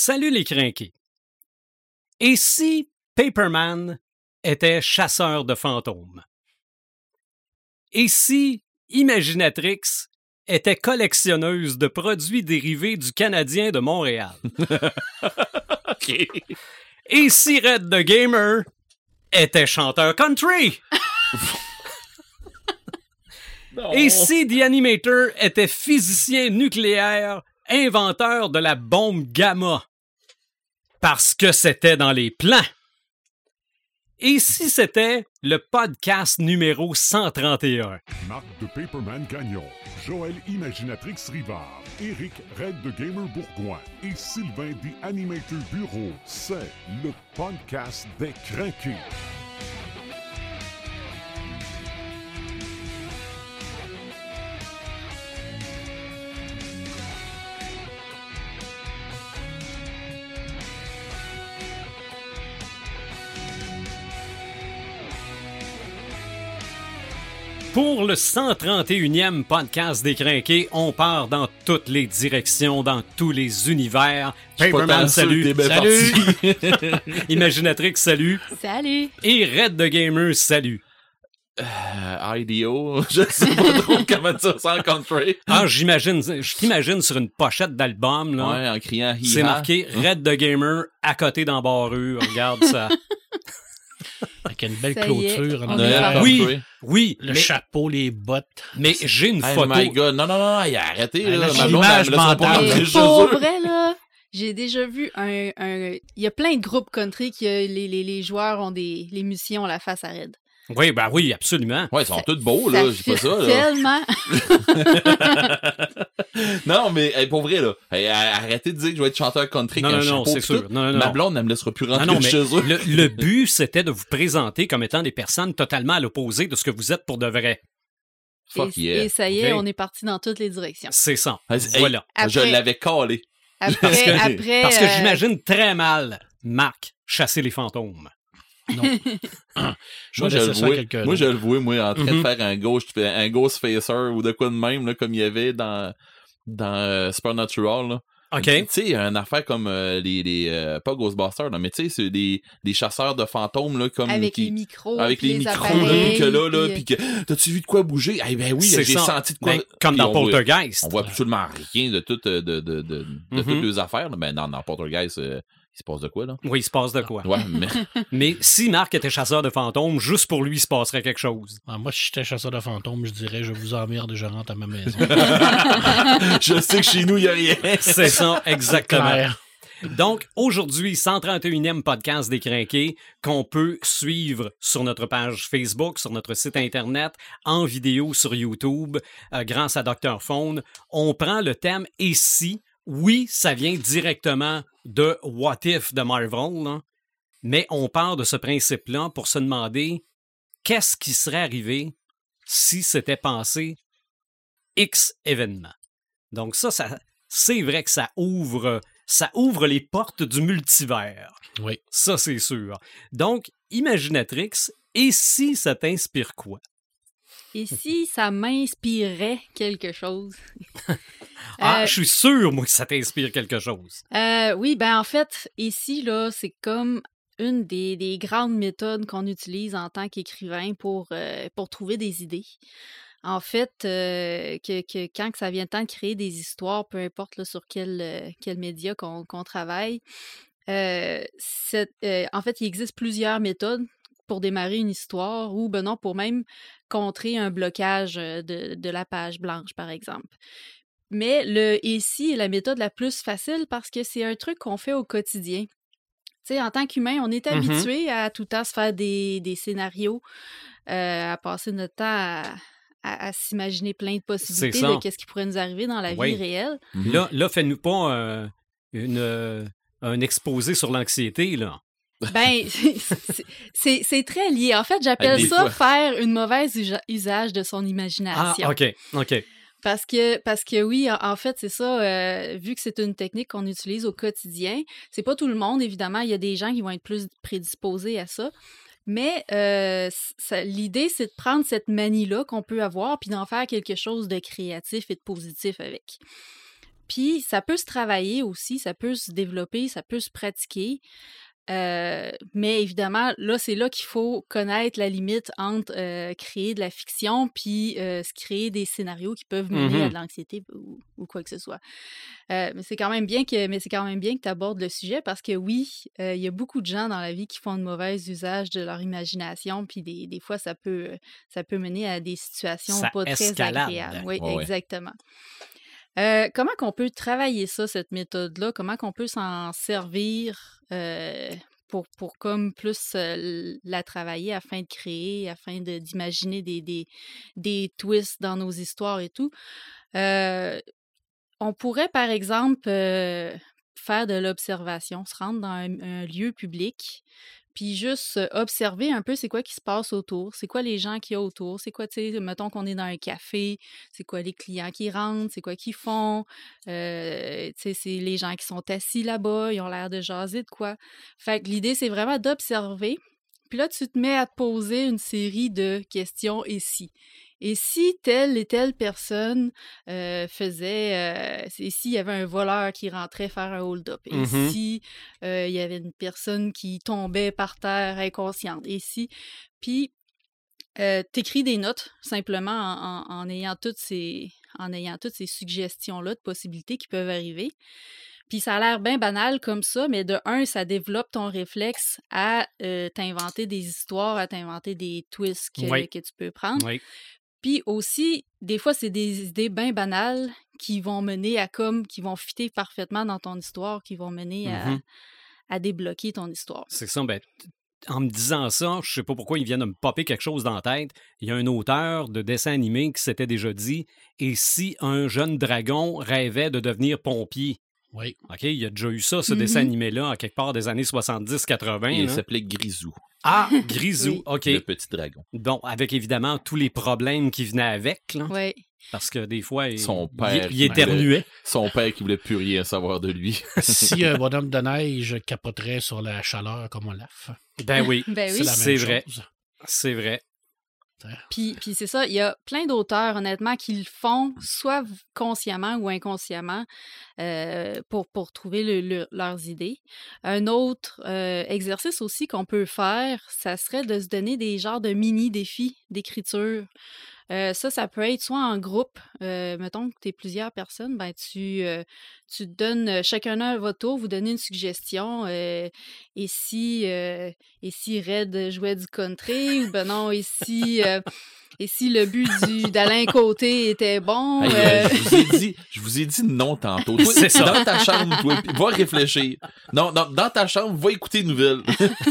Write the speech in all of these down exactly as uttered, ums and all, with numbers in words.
Salut les crinqués. Et si Paperman était chasseur de fantômes? Et si Imaginatrix était collectionneuse de produits dérivés du Canadien de Montréal? OK. Et si Red the Gamer était chanteur country? Non. Et si The Animator était physicien nucléaire, inventeur de la bombe gamma? Parce que c'était dans les plans. Et si c'était le podcast numéro cent trente et un? Marc de Paperman Gagnon, Joël Imaginatrix Rivard, Éric Red de Gamer Bourgoin et Sylvain des Animator Bureau, c'est le podcast des crinqués. Pour le cent trente et unième podcast des crinqués, on part dans toutes les directions, dans tous les univers. Paperman, salut. Salut. Imaginatrix, salut. Salut. Et Red the Gamer, salut. Euh, I D O, je sais pas trop comment ça sent country. Ah, j'imagine, je t'imagine sur une pochette d'album, là. Ouais, en criant hi-ha. C'est marqué Red the Gamer à côté d'embarrure. Regarde ça. Avec une belle Ça y est, clôture. on en est arrière. parti. Oui, oui. Le mais, chapeau, les bottes. mais j'ai une Hey photo. my God, non, non, non, il a arrêté, Ah, là. là, Ma j'ai blonde, l'image elle me laissera pas mentale. rentrer Et chez pour eux. vrai, là, j'ai déjà vu un... un- Il y a plein de groupes country qui euh, les, les, les joueurs ont des... Les musiciens ont la face à raide. Oui, ben oui, absolument. Ouais, ils sont Ça- tous beaux, là, j'ai pas fit ça, là. tellement. Non, mais hey, pour vrai, là, hey, arrêtez de dire que je vais être chanteur country Non, avec non, un non, chapeau c'est pis sûr. tout. Non, non, Ma non. blonde, elle me laissera plus Non, rentrer non, mais chez eux. le, le but, c'était de vous présenter comme étant des personnes totalement à l'opposé de ce que vous êtes pour de vrai. Fuck et, yeah. et ça y est, Ok. on est parti dans toutes les directions. C'est ça. Hey, Voilà. Je Après- l'avais calé. Après, Parce que- après, Parce que euh, j'imagine très mal Marc chasser les fantômes. Non. Je Moi, vais je le laisser ça à vois, quelqu'un moi, d'autre. je le vois, moi, en train Mhm. de faire un ghost, un ghost facer ou de quoi de même, là, comme il y avait dans, dans euh, Supernatural, là. OK? Tu sais, une affaire comme euh, les, les euh, pas Ghostbusters, là, mais tu sais, c'est des, des chasseurs de fantômes, là, comme. avec qui- les micros, avec puis les micros, là, appareils, puis que là, là, puis, puis que, t'as-tu vu de quoi bouger? Eh ben oui, C'est j'ai ça. senti de quoi. Ben, comme Puis dans on voit- Poltergeist. On voit absolument rien de tout, euh, de, de, de, de, de Mhm. toutes les affaires, là. Ben, non, dans Poltergeist, euh, il se passe de quoi, là? Oui, il se passe de quoi. Ouais, mais. Mais si Marc était chasseur de fantômes, juste pour lui, il se passerait quelque chose. Ah, moi, si j'étais chasseur de fantômes, je dirais je vous emmerde et je rentre à ma maison. Je sais que chez nous, il y a rien. C'est ça, exactement. Claire. Donc, aujourd'hui, cent trente et unième podcast des Crinqués qu'on peut suivre sur notre page Facebook, sur notre site Internet, en vidéo sur YouTube, euh, grâce à docteur Phone. On prend le thème « Et si ». Oui, ça vient directement de « What if » de Marvel, là, mais on part de ce principe-là pour se demander qu'est-ce qui serait arrivé si c'était passé X événement. Donc ça, ça c'est vrai que ça ouvre... Ça ouvre les portes du multivers. Oui. Ça, c'est sûr. Donc, Imaginatrix, et si ça t'inspire quoi? Et si ça m'inspirait quelque chose? Ah, Euh, je suis sûr, moi, que ça t'inspire quelque chose. Euh, oui, ben en fait, ici, là, c'est comme une des, des grandes méthodes qu'on utilise en tant qu'écrivain pour, euh, pour trouver des idées. En fait, euh, que, que quand que ça vient le temps de créer des histoires, peu importe là, sur quel, euh, quel média qu'on qu'on travaille, euh, cette- euh, en fait, il existe plusieurs méthodes pour démarrer une histoire ou, ben non, pour même contrer un blocage euh, de, de la page blanche, par exemple. Mais le ici est la méthode la plus facile parce que c'est un truc qu'on fait au quotidien. Tu sais, en tant qu'humain, on est Mhm. habitué à tout le temps se faire des, des scénarios, euh, à passer notre temps à, à- à s'imaginer plein de possibilités ça. de qu'est-ce qui pourrait nous arriver dans la vie Oui. réelle. Mhm. Là, là fais-nous pas euh, une, euh, un exposé sur l'anxiété, là. Ben, c'est- c'est c'est très lié. En fait, j'appelle Des ça fois. faire une mauvaise usa- usage de son Ah, imagination. OK, OK. Parce que, parce que oui, en, en fait, c'est ça, euh, vu que c'est une technique qu'on utilise au quotidien, c'est pas tout le monde, évidemment, il y a des gens qui vont être plus prédisposés à ça, mais euh, ça- l'idée, c'est de prendre cette manie-là qu'on peut avoir, puis d'en faire quelque chose de créatif et de positif avec. Puis ça peut se travailler aussi, ça peut se développer, ça peut se pratiquer. Euh, mais évidemment, là, c'est là qu'il faut connaître la limite entre euh, créer de la fiction puis euh, se créer des scénarios qui peuvent mener Mhm. à de l'anxiété ou, ou quoi que ce soit. Euh, mais c'est quand même bien que, mais c'est quand même bien que tu abordes le sujet parce que oui, euh, il y a beaucoup de gens dans la vie qui font de mauvais usage de leur imagination, puis des, des fois, ça peut, ça peut mener à des situations Ça pas très escalade. agréables. Oui, Ouais, ouais. exactement. Euh, comment qu'on peut travailler ça, cette méthode-là? Comment qu'on peut s'en servir euh, pour, pour comme plus euh, l- la travailler afin de créer, afin de- d'imaginer des, des, des twists dans nos histoires et tout? Euh, on pourrait, par exemple, euh, faire de l'observation, se rendre dans un, un lieu public, puis juste euh, observer un peu c'est quoi qui se passe autour, c'est quoi les gens qu'il y a autour, c'est quoi, tu sais, mettons qu'on est dans un café, c'est quoi les clients qui rentrent, c'est quoi qu'ils font, euh, tu sais, c'est les gens qui sont assis là-bas, ils ont l'air de jaser de quoi. Fait que l'idée, c'est vraiment d'observer, puis là, tu te mets à te poser une série de questions et si. Et si telle et telle personne euh, faisait... euh, et s'il y avait un voleur qui rentrait faire un hold-up? Et Mhm. si euh, il y avait une personne qui tombait par terre inconsciente? Et si... Puis, euh, t'écris des notes, simplement, en, en- en ayant toutes ces, en ayant toutes ces suggestions-là de possibilités qui peuvent arriver. Puis ça a l'air bien banal comme ça, mais de un, ça développe ton réflexe à euh, t'inventer des histoires, à t'inventer des twists que, Oui. que tu peux prendre. Oui. Puis aussi, des fois, c'est des idées bien banales qui vont mener à comme, qui vont fitter parfaitement dans ton histoire, qui vont mener à, Mhm. à débloquer ton histoire. C'est ça, ben, t- en me disant ça, je sais pas pourquoi il vient de me popper quelque chose dans la tête. Il y a un auteur de dessin animé qui s'était déjà dit « Et si un jeune dragon rêvait de devenir pompier? » Oui. OK, il y a déjà eu ça, ce Mhm. dessin animé-là, à quelque part des années soixante-dix quatre-vingts. Et il là. s'appelait Grisou, Ah, Grisou, Oui. OK. le petit dragon. Bon, avec évidemment tous les problèmes qui venaient avec, là, Oui. parce que des fois, il, Son il- père il qui éternuait. Son père qui voulait plus rien savoir de lui. Si un bonhomme de neige capoterait sur la chaleur comme on l'a fait, Ben oui, Ben c'est oui. la même c'est chose. vrai. c'est vrai. Puis, puis c'est ça, il y a plein d'auteurs, honnêtement, qui le font, soit v- consciemment ou inconsciemment, euh, pour, pour trouver le- le- leurs idées. Un autre euh, exercice aussi qu'on peut faire, ça serait de se donner des genres de mini-défis d'écriture. Euh, ça, ça peut être soit en groupe, euh, mettons que tu es plusieurs personnes, ben tu, euh, tu te donnes euh, chacun à votre tour, vous donnez une suggestion. euh, et si euh, et si Red jouait du country, ou ben non, et si, euh, et si le but du, d'Alain Côté était bon. Hey, euh, euh, je vous ai dit, je vous ai dit non tantôt. Toi, C'est ça. Dans ta chambre, toi, puis va réfléchir. Non, non, dans ta chambre, va écouter une nouvelle.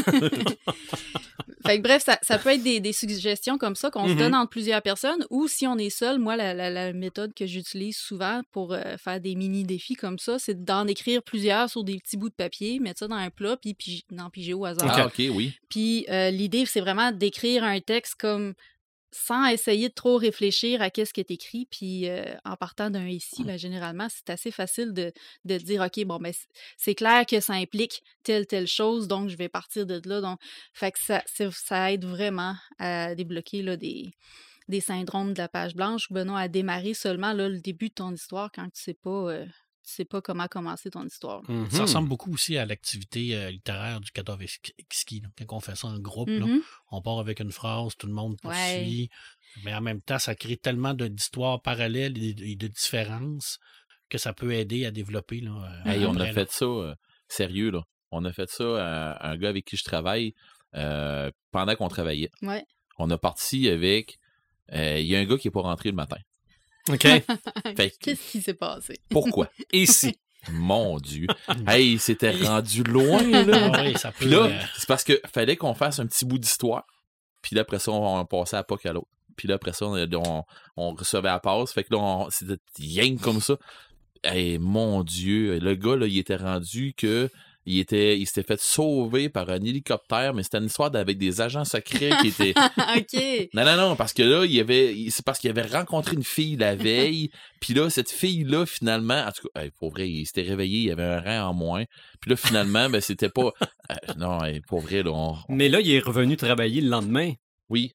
Fait que bref, ça, ça peut être des, des suggestions comme ça qu'on se Mhm. donne entre plusieurs personnes, ou si on est seul, moi, la, la- la méthode que j'utilise souvent pour euh, faire des mini-défis comme ça, c'est d'en écrire plusieurs sur des petits bouts de papier, mettre ça dans un plat, puis pig- d'en piger au hasard. Ah, ok, oui. Puis euh, l'idée, c'est vraiment d'écrire un texte comme sans essayer de trop réfléchir à qu'est-ce qui est écrit, puis euh, en partant d'un ici, ben, généralement, c'est assez facile de, de dire, OK, bon, ben, c- c'est clair que ça implique telle, telle chose, donc je vais partir de là. Donc, fait que ça, c'est- ça aide vraiment à débloquer là, des, des syndromes de la page blanche, ou ben non, à démarrer seulement là, le début de ton histoire quand tu sais pas, euh, tu sais pas comment commencer ton histoire. Mhm. Ça ressemble beaucoup aussi à l'activité euh, littéraire du Katowski. Quand on fait ça en groupe, là, Mhm. on part avec une phrase, tout le monde Ouais. poursuit. Mais en même temps, ça crée tellement de- d'histoires parallèles et de, et de différences que ça peut aider à développer. Là, euh, Hey, on a après, là. fait ça, euh, sérieux, là. On a fait ça à un gars avec qui je travaille euh, pendant qu'on travaillait. Ouais. On a parti avec... euh, Il y a un gars qui n'est pas rentré le matin. OK. Fait que- Qu'est-ce qui s'est passé? Pourquoi? Et si? Mon Dieu. Hey, il s'était rendu loin, là. Ah oui, ça peut, Puis là, euh, c'est parce que fallait qu'on fasse un petit bout d'histoire. Puis là, après ça, on, on passait à pas qu'à l'autre. Puis là, après ça, on, on, on recevait la passe. Fait que là, on- c'était rien que comme ça. Hey, mon Dieu. Le gars, là, il était rendu que il était, il s'était fait sauver par un hélicoptère, mais c'était une histoire avec des agents secrets qui étaient... OK. Non, non, non, parce que là, il y avait, il- c'est parce qu'il avait rencontré une fille la veille, puis là, cette fille-là, finalement, en tout cas, hey, pour vrai, il s'était réveillé, il y avait un rein en moins, puis là, finalement, ben, c'était pas... euh, non, hey, pour vrai, là, on... Mais là, il est revenu travailler le lendemain. Oui,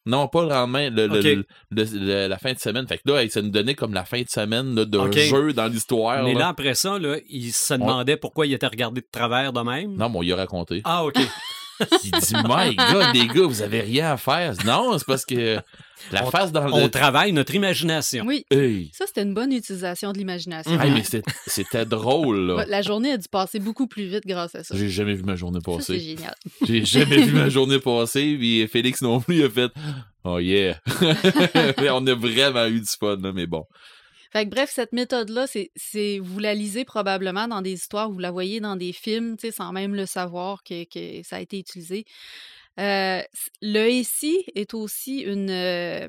Non, pas le lendemain, le, le, Ok. le, le- le- la fin de semaine. Fait que là, hey, ça nous donnait comme la fin de semaine là, d'un Ok. jeu dans l'histoire. Mais là. là, après ça, là, il se demandait pourquoi il était regardé de travers de même. Non, mais on y a raconté. Ah, OK. Il dit, my God, les gars, vous avez rien à faire. Non, c'est parce que la On- face dans On le... travaille notre imagination. Oui, Hey. ça, c'était une bonne utilisation de l'imagination. Mhm. Hey, mais c'était, c'était drôle, là. Ouais, la journée a dû passer beaucoup plus vite grâce à ça. J'ai jamais vu ma journée Ça, c'est passer. génial. J'ai jamais vu ma journée passer, puis Félix non plus, il a fait « Oh yeah! » Mais on a vraiment eu du fun, là, mais bon. Fait que bref, cette méthode-là, c'est, c'est vous la lisez probablement dans des histoires, vous la voyez dans des films, tu sais, sans même le savoir que, que ça a été utilisé. Euh, c- le ici est aussi une, euh,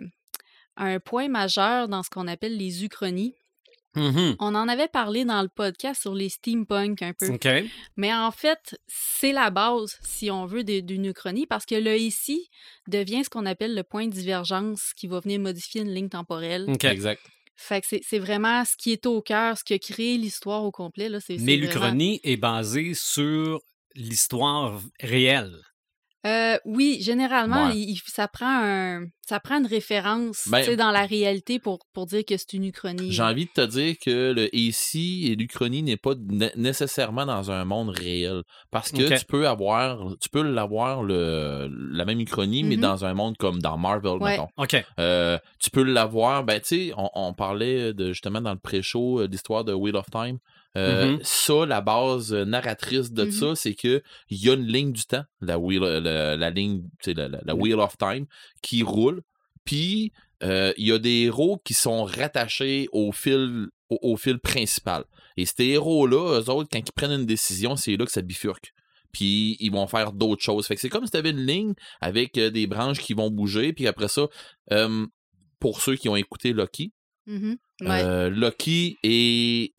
un point majeur dans ce qu'on appelle les uchronies. Mhm. On en avait parlé dans le podcast sur les steampunk un peu. OK. Mais en fait, c'est la base, si on veut, de- d'une uchronie, parce que le ici devient ce qu'on appelle le point de divergence qui va venir modifier une ligne temporelle. OK. Exact. Fait que c'est, c'est vraiment ce qui est au cœur, ce qui a créé l'histoire au complet. Là. C'est, Mais c'est vraiment- l'Uchronie est basée sur l'histoire réelle. Euh, oui, généralement, Ouais. il- il- ça, prend un, ça prend une référence Ben, tu sais, dans la réalité pour, pour dire que c'est une uchronie. J'ai là. envie de te dire que le ici et l'Uchronie n'est pas né- nécessairement dans un monde réel. Parce que Ok. tu peux avoir, tu peux l'avoir le, la même Uchronie, mais Mhm. dans un monde comme dans Marvel, Ouais. mettons. OK. Euh, tu peux l'avoir, ben tu sais, on, on parlait de, justement dans le pré-show euh, d'histoire de Wheel of Time. Euh, Mhm. Ça, la base euh, narratrice de Mhm. ça, c'est que il y a une ligne du temps, la wheel, euh, la, la ligne, tu sais, la, la- la Wheel of Time, qui roule. Puis euh, il y a des héros qui sont rattachés au fil, au, au fil principal. Et ces héros-là, eux autres, quand ils prennent une décision, c'est là que ça bifurque. Puis ils vont faire d'autres choses. Fait que c'est comme si tu avais une ligne avec euh, des branches qui vont bouger. Puis après ça, euh, pour ceux qui ont écouté Loki, Mhm. Ouais. euh, Loki est,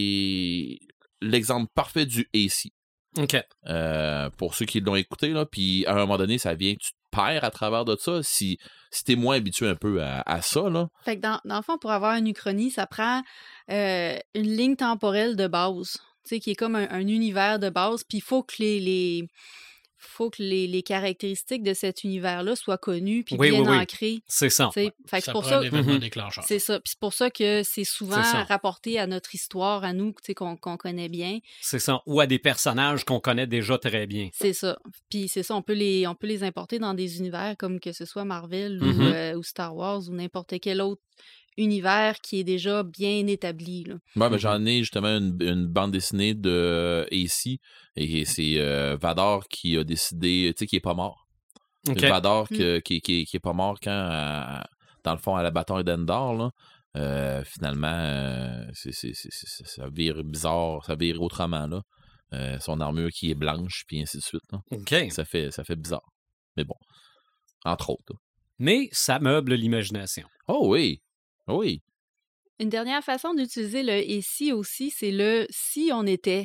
est l'exemple parfait du A C. OK. Euh, pour ceux qui l'ont écouté, là, puis à un moment donné, ça vient, tu te perds à travers de ça. Si, si t'es moins habitué un peu à, à ça, là. Fait que dans, dans le fond, pour avoir une uchronie, ça prend euh, une ligne temporelle de base, tu sais, qui est comme un, un univers de base, puis il faut que les, les faut que les, les caractéristiques de cet univers-là soient connues puis Oui, bien oui, oui. ancrées. C'est ça. tu sais. Fait que Ça c'est pour prend ça, un événement Mhm. déclencheur. c'est ça. Puis c'est pour ça que c'est souvent C'est ça. rapporté à notre histoire, à nous, tu sais, qu'on qu'on connaît bien. C'est ça. Ou à des personnages qu'on connaît déjà très bien. C'est ça. Puis c'est ça, on peut les on peut les importer dans des univers comme que ce soit Marvel Mhm. ou, euh, ou Star Wars ou n'importe quel autre univers qui est déjà bien établi. Là. Moi, ben, Mhm. j'en ai justement une, une bande dessinée de A C. Et c'est euh, Vador qui a décidé, tu sais, qui est pas mort. OK. C'est Vador que- qui, qui, qui est pas mort quand, euh, dans le fond, à la bataille d'Endor, là. Euh, finalement, euh, c'est, c'est, c'est, c'est- ça vire bizarre, ça vire autrement, là. Euh, son armure qui est blanche, puis ainsi de suite, là. OK. Ça fait, ça fait bizarre. Mais bon, entre autres. là. Mais ça meuble l'imagination. Oh oui, oh oui. Une dernière façon d'utiliser le et si aussi, c'est le si on était.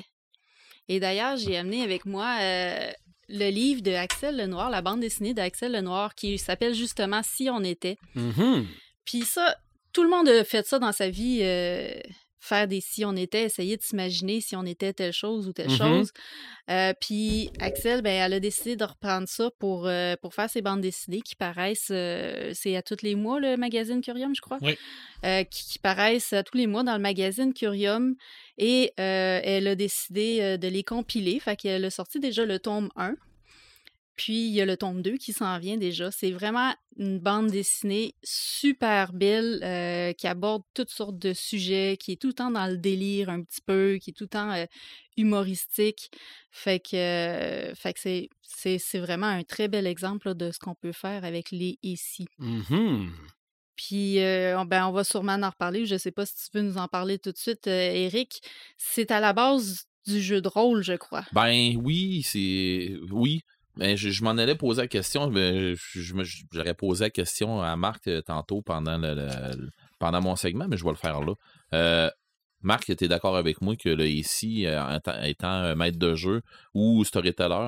Et d'ailleurs, j'ai amené avec moi euh, le livre de Axel Lenoir, la bande dessinée d'Axel Lenoir, qui s'appelle justement Si on était. Mhm. Puis ça, tout le monde a fait ça dans sa vie, euh, faire des si on était, essayer de s'imaginer si on était telle chose ou telle Mhm. chose. Euh, puis Axel, ben, elle a décidé de reprendre ça pour, euh, pour faire ses bandes dessinées qui paraissent, euh, c'est à tous les mois le magazine Curium, je crois, Oui. euh, qui, qui paraissent à tous les mois dans le magazine Curium. Et euh, elle a décidé euh, de les compiler, fait qu'elle a sorti déjà le tome un. Puis il y a le tome deux qui s'en vient déjà. C'est vraiment une bande dessinée super belle euh, qui aborde toutes sortes de sujets, qui est tout le temps dans le délire un petit peu, qui est tout le temps euh, humoristique. Fait que, euh, fait que c'est, c'est, c'est vraiment un très bel exemple là, de ce qu'on peut faire avec les ici. Mhm. Puis euh, on, ben, on va sûrement en reparler. Je sais pas si tu veux nous en parler tout de suite, euh, Eric. C'est à la base du jeu de rôle, je crois. Ben oui, c'est. Oui. Mais je, je m'en allais poser la question. Mais je, je me- j'aurais posé la question à Marc euh, tantôt pendant, le, le- le- pendant mon segment, mais je vais le faire là. Euh, Marc, tu es d'accord avec moi que le ici, euh, étant, étant un maître de jeu ou storyteller,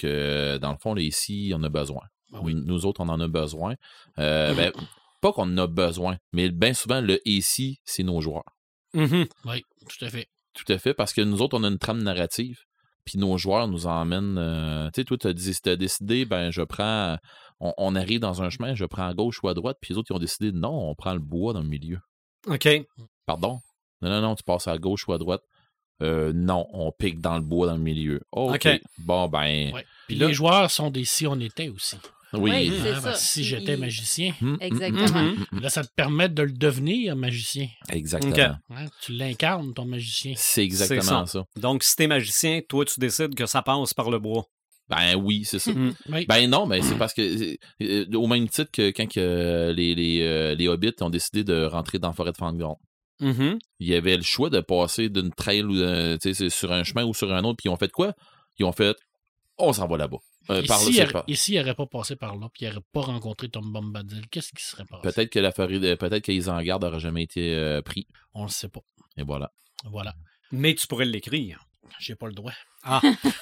que dans le fond, le ici, on a besoin. Ah oui. Nous autres, on en a besoin. Euh, ben, pas qu'on en a besoin, mais bien souvent, le ici, c'est nos joueurs. Mhm. Oui, tout à fait. Tout à fait, parce que nous autres, on a une trame narrative. puis nos joueurs nous emmènent. Euh, tu sais, toi, tu as décidé, ben, je prends. On, on arrive dans un chemin, je prends à gauche ou à droite, puis les autres, ils ont décidé, non, on prend le bois dans le milieu. OK. Pardon? Non, non, non, tu passes à gauche ou à droite. Euh, non, on pique dans le bois dans le milieu. OK. okay. Bon, ben. Ouais. Puis là, les joueurs sont des si on était aussi. Oui, oui hein, c'est ben, ça. Si j'étais Il... magicien. Exactement. Mm-hmm. Là, ça te permet de le devenir magicien. Exactement. Okay. Hein, tu l'incarnes, ton magicien. C'est exactement ça. ça. Donc, si t'es magicien, toi, tu décides que ça passe par le bois. Ben oui, c'est ça. Mm. Oui. Ben non, mais c'est parce que, euh, au même titre que quand que les, les, euh, les Hobbits ont décidé de rentrer dans la forêt de Fangorn. Mm-hmm. Il y avait le choix de passer d'une trail ou euh, sur un chemin ou sur un autre, puis ils ont fait quoi? Ils ont fait, on s'en va là-bas. Euh, ici, par là, il par... ici, il n'aurait pas passé par là, puis il n'aurait pas rencontré Tom Bombadil. Qu'est-ce qui serait passé? Peut-être que la forêt, de... peut-être qu'Isengard n'aurait jamais été euh, pris. On le sait pas. Et voilà. Voilà. Mais tu pourrais l'écrire. J'ai pas le droit. Ah.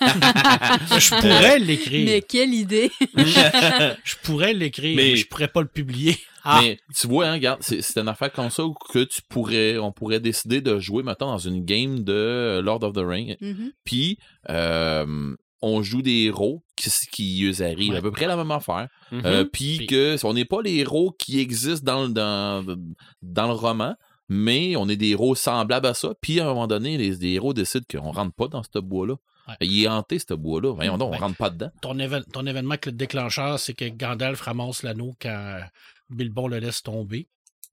Je pourrais l'écrire. Mais quelle idée! Je pourrais l'écrire, mais... mais je pourrais pas le publier. Ah. Mais tu vois, hein, regarde, c'est, c'est une affaire comme ça où que tu pourrais, on pourrait décider de jouer maintenant dans une game de Lord of the Rings. Mm-hmm. Puis euh, on joue des héros qui, qui eux arrivent ouais. à peu près la même affaire. Mm-hmm. Euh, puis Puis que on n'est pas les héros qui existent dans, dans, dans le roman. Mais on est des héros semblables à ça. Puis à un moment donné, les, les héros décident qu'on rentre pas dans ce bois-là. Ouais. Il est hanté, ce bois-là. Voyons donc, on ben, rentre pas dedans. Ton, éve- ton événement que le déclencheur, c'est que Gandalf ramasse l'anneau quand Bilbo le laisse tomber.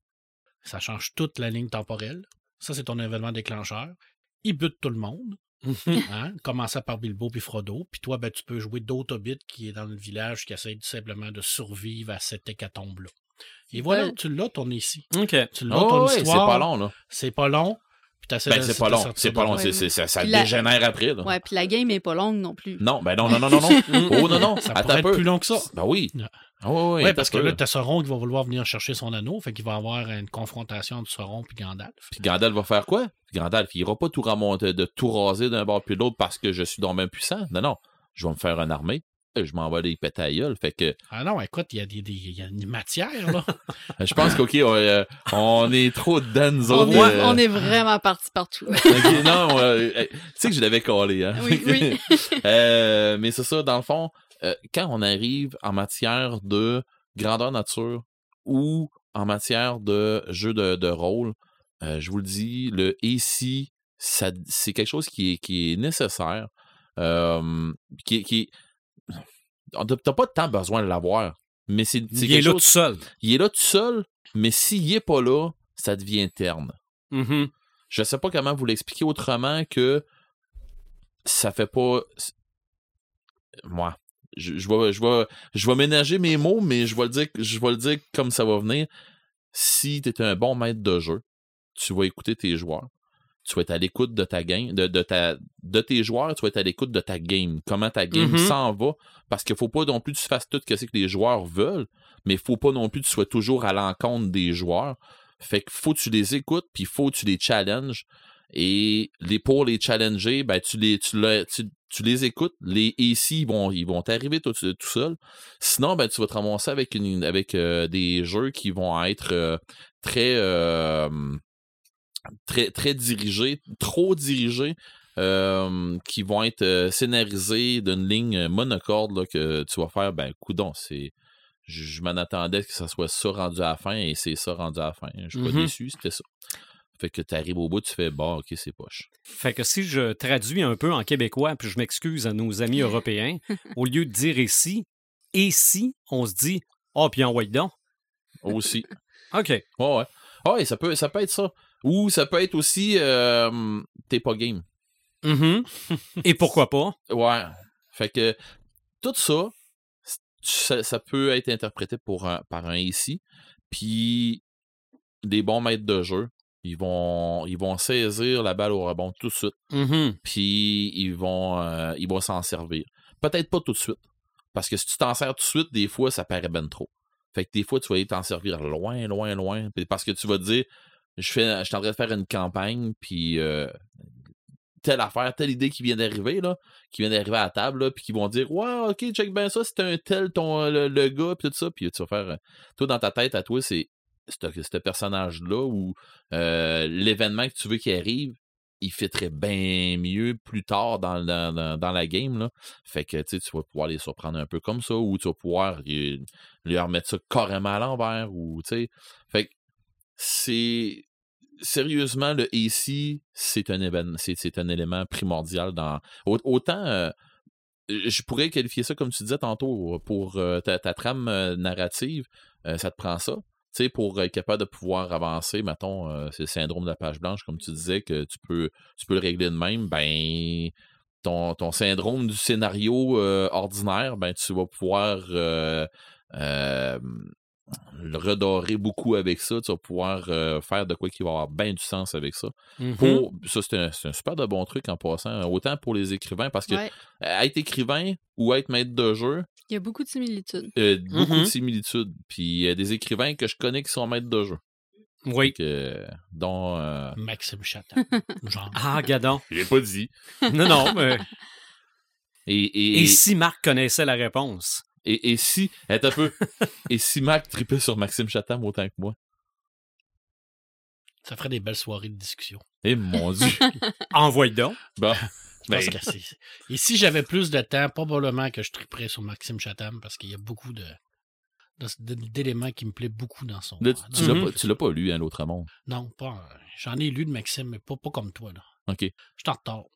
Ça change toute la ligne temporelle. Ça, c'est ton événement déclencheur. Il bute tout le monde. Hein? Commençant par Bilbo puis Frodo. Puis toi, ben, tu peux jouer d'autres hobbits qui est dans le village qui essaie tout simplement de survivre à cette hécatombe-là. Et voilà, tu l'as tourné ici. OK. Tu l'as oh, ton ouais, histoire. C'est pas long, là. C'est pas long. Ben, c'est pas long. C'est pas long. C'est, c'est, ça ça dégénère la... après, là. Ouais, puis la game est pas longue non plus. Non, ben non, non, non, non, non. Oh, non, non. Ça Attends pourrait un être peu. plus long que ça. Ben oui. Oh, oui, ouais, parce que là, t'as Sauron qui va vouloir venir chercher son anneau, fait qu'il va avoir une confrontation entre Sauron et Gandalf. Puis Gandalf va faire quoi? Gandalf, il ira pas tout remonter, de tout raser d'un bord puis de l'autre parce que je suis donc même puissant. Non, non. Je vais me faire une armée. Je m'en vais les péter à gueule, fait que... Ah non, écoute, il y a des, des y a une matière, là. Je pense qu'OK, on, euh, on est trop dedans, nous on autres. Est, euh... On est vraiment partis partout. Okay, non, euh, tu sais que je l'avais collé, hein. Oui, oui. euh, mais c'est ça, dans le fond, euh, quand on arrive en matière de grandeur nature ou en matière de jeu de, de rôle, euh, je vous le dis, le A C, ça, c'est quelque chose qui est, qui est nécessaire, euh, qui, qui t'as pas tant besoin de l'avoir, mais c'est, c'est il est là chose, tout seul. Il est là tout seul, mais s'il est pas là, ça devient terne. Mm-hmm. Je sais pas comment vous l'expliquer autrement que ça fait pas... Moi, je, je vais, je vais, je vais ménager mes mots, mais je vais le dire, je vais le dire comme ça va venir. Si t'es un bon maître de jeu, tu vas écouter tes joueurs. Tu vas être à l'écoute de ta game, de, de, ta, de tes joueurs, tu vas être à l'écoute de ta game. Comment ta game mm-hmm. s'en va. Parce qu'il faut pas non plus que tu fasses tout ce que les joueurs veulent, mais il faut pas non plus que tu sois toujours à l'encontre des joueurs. Fait qu'il faut que tu les écoutes, puis il faut que tu les challenges. Et les, pour les challenger, ben, tu, les, tu, le, tu, tu les écoutes. Les A C, ils vont, ils vont t'arriver tout, tout seuls. Sinon, ben, tu vas te ramasser avec, une, avec euh, des jeux qui vont être euh, très... Euh, très très dirigés, trop dirigés, euh, qui vont être euh, scénarisés d'une ligne monocorde là, que tu vas faire, ben coudonc, c'est je, je m'en attendais que ça soit ça rendu à la fin et c'est ça rendu à la fin. Je suis mm-hmm. pas déçu, c'était ça. Fait que tu arrives au bout, tu fais bon, ok, c'est poche. Fait que si je traduis un peu en québécois, puis je m'excuse à nos amis européens, au lieu de dire ici, et si, on se dit ah, oh, puis envoie donc. Aussi. OK. Ouais, ouais. Ouais, ça peut, ça peut être ça. Ou ça peut être aussi euh, t'es pas game. Mm-hmm. Et pourquoi pas? Ouais. Fait que tout ça, ça, ça peut être interprété pour un, par un ici. Puis des bons maîtres de jeu, ils vont ils vont saisir la balle au rebond tout de suite. Mm-hmm. Puis ils vont euh, ils vont s'en servir. Peut-être pas tout de suite. Parce que si tu t'en sers tout de suite, des fois, ça paraît ben trop. Fait que des fois, tu vas aller t'en servir loin, loin, loin. Parce que tu vas te dire Je fais, je suis en train de faire une campagne, puis euh, telle affaire, telle idée qui vient d'arriver, là, qui vient d'arriver à la table, là, puis qui vont dire, ouais, ok, check bien ça, c'est un tel, ton, le, le gars, puis tout ça, puis tu vas faire, toi, dans ta tête, à toi, c'est ce personnage-là, ou euh, l'événement que tu veux qu'il arrive, il fitterait bien mieux plus tard dans, dans, dans, dans la game. Là. Fait que tu vas pouvoir les surprendre un peu comme ça, ou tu vas pouvoir lui, lui remettre ça carrément à l'envers. Ou, fait que c'est. Sérieusement, le A C, c'est un événement, c'est, c'est un élément primordial dans. Autant. Euh, je pourrais qualifier ça, comme tu disais tantôt, pour euh, ta, ta trame euh, narrative, euh, ça te prend ça. Tu sais, pour être capable de pouvoir avancer, mettons, euh, c'est le syndrome de la page blanche, comme tu disais, que tu peux, tu peux le régler de même, ben, ton, ton syndrome du scénario euh, ordinaire, ben, tu vas pouvoir euh, euh, le redorer beaucoup avec ça, tu vas pouvoir euh, faire de quoi qui va avoir bien du sens avec ça. Mm-hmm. Pour, ça, c'est un, c'est un super de bon truc en passant, autant pour les écrivains, parce que ouais. être écrivain ou être maître de jeu, il y a beaucoup de similitudes. Euh, beaucoup mm-hmm. de similitudes. Puis il y a des écrivains que je connais qui sont maîtres de jeu. Oui. Donc, euh, dont. Euh... Maxime Chatham. Genre. Ah, gadon. Je l'ai pas dit. Non, non, mais. Et, et, et si Marc connaissait la réponse? Et, et si. Attends un peu. Et si Marc tripait sur Maxime Chatham autant que moi? Ça ferait des belles soirées de discussion. Eh mon Dieu. Envoie donc. Bon. Ben, et si j'avais plus de temps, probablement que je triperais sur Maxime Chatham, parce qu'il y a beaucoup de, de, d'éléments qui me plaisent beaucoup dans son... Là, dans tu, son l'as pas, tu l'as pas lu, hein, L'Autre Monde? Non, pas. J'en ai lu de Maxime, mais pas, pas comme toi, là. OK. Je suis en retard.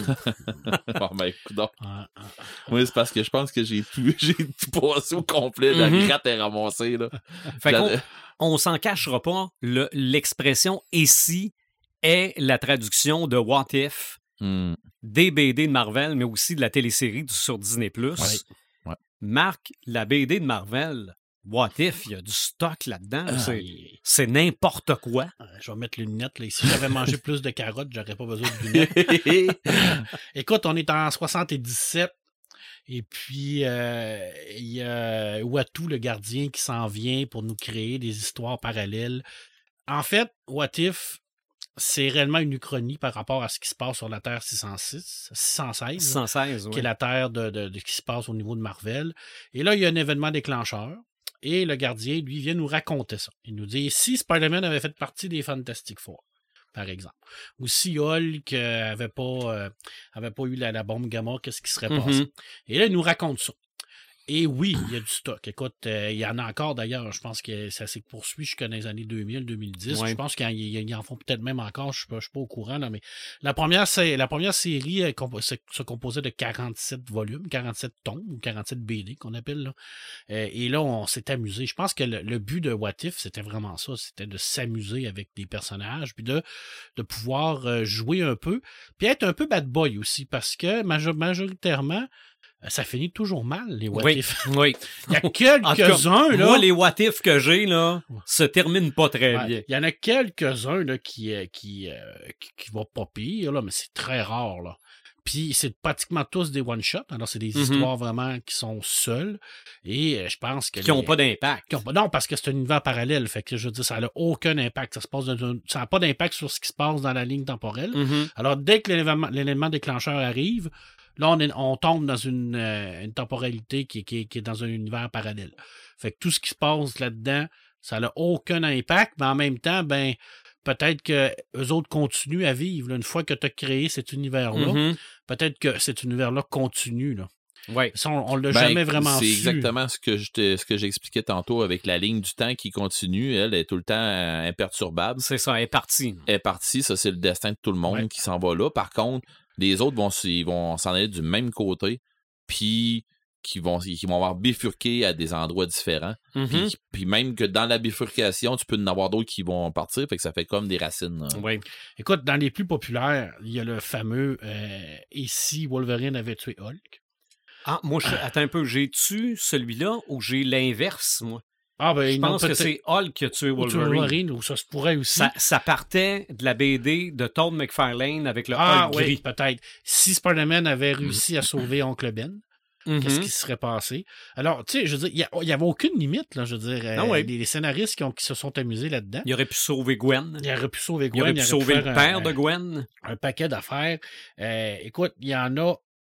Bon, ben, écoute donc. Ah, ah, ah. Oui, c'est parce que je pense que j'ai tout, j'ai tout passé au complet. La mm-hmm. gratte est ramassée, là. Fait la... qu'on on s'en cachera pas. Le, l'expression « et si » est la traduction de « what if ». Mm. Des B D de Marvel, mais aussi de la télésérie sur Disney plus. Ouais. Ouais. Marc, la B D de Marvel, What If, il y a du stock là-dedans. Ah, c'est, il... c'est n'importe quoi. Je vais mettre les lunettes. Là. Si j'avais mangé plus de carottes, j'aurais pas besoin de lunettes. Écoute, on est en soixante-dix-sept. Et puis, euh, il y a Uatu, le gardien, qui s'en vient pour nous créer des histoires parallèles. En fait, What If... c'est réellement une uchronie par rapport à ce qui se passe sur la Terre six cent six, six cent seize, six cent seize qui oui. est la Terre de, de, de, qui se passe au niveau de Marvel. Et là, il y a un événement déclencheur, et le gardien, lui, vient nous raconter ça. Il nous dit, si Spider-Man avait fait partie des Fantastic Four, par exemple, ou si Hulk euh, avait pas, euh, avait pas eu la, la bombe gamma, qu'est-ce qui serait passé? Mm-hmm. Et là, il nous raconte ça. Et oui, il y a du stock. Écoute, euh, il y en a encore d'ailleurs. Je pense que ça s'est poursuivi jusqu'à les années deux mille, deux mille dix. Ouais. Je pense qu'ils y en font peut-être même encore. Je ne suis pas au courant. Là, mais la première, c'est, la première série elle, comp- se composait de quarante-sept volumes, quarante-sept tomes ou quarante-sept B D qu'on appelle. Là. Euh, et là, on s'est amusé. Je pense que le, le but de What If, c'était vraiment ça. C'était de s'amuser avec des personnages, puis de, de pouvoir euh, jouer un peu, puis être un peu bad boy aussi, parce que major- majoritairement, ça finit toujours mal, les What oui, If. Oui. Il y a quelques-uns, là. Moi, les What If que j'ai, là, se terminent pas très ouais, bien. Il y en a quelques-uns, là, qui, qui, euh, qui, qui vont pas pire, là, mais c'est très rare, là. Puis c'est pratiquement tous des one-shots. Alors, c'est des mm-hmm. histoires vraiment qui sont seules. Et euh, je pense que... Qui n'ont pas d'impact. Qui ont pas, non, parce que c'est un univers parallèle. Fait que, je veux dire, ça n'a aucun impact. Ça se passe dans un, ça n'a pas d'impact sur ce qui se passe dans la ligne temporelle. Mm-hmm. Alors, dès que l'élément, l'élément déclencheur arrive, là, on, est, on tombe dans une, euh, une temporalité qui, qui, qui est dans un univers parallèle. Fait que tout ce qui se passe là-dedans, ça n'a aucun impact, mais en même temps, ben, peut-être que eux autres continuent à vivre. Là, une fois que tu as créé cet univers-là, mm-hmm. peut-être que cet univers-là continue. Là. Ouais. Ça, on ne l'a ben, jamais vraiment c'est su. C'est exactement ce que, je te, ce que j'expliquais tantôt avec la ligne du temps qui continue. Elle est tout le temps euh, imperturbable. C'est ça, elle est partie. Elle est partie. Ça, c'est le destin de tout le monde ouais. qui s'en va là. Par contre, les autres vont, ils vont s'en aller du même côté, puis qui vont, qui vont avoir bifurqué à des endroits différents. Mm-hmm. Puis, puis même que dans la bifurcation, tu peux en avoir d'autres qui vont partir, fait que ça fait comme des racines. Hein. Oui. Écoute, dans les plus populaires, il y a le fameux euh, « Et si Wolverine avait tué Hulk? » Ah, moi, je, attends un peu, j'ai-tu celui-là ou j'ai l'inverse, moi? Ah ben, je pense que c'est Hulk qui a tué Wolverine. Ou Wolverine, ou ça se pourrait aussi. Ça, ça partait de la B D de Todd McFarlane avec le ah, Hulk oui, gris. peut-être. Si Spider-Man avait réussi à sauver Oncle Ben, mm-hmm. qu'est-ce qui se serait passé? Alors, tu sais, je veux dire, il n'y avait aucune limite, là, je veux dire. Ah, euh, oui. les, les scénaristes qui, ont, qui se sont amusés là-dedans. Il aurait pu sauver Gwen. Il aurait pu sauver Gwen. Il aurait pu il aurait sauver pu le père un, de Gwen. Un, un paquet d'affaires. Euh, écoute, il y en a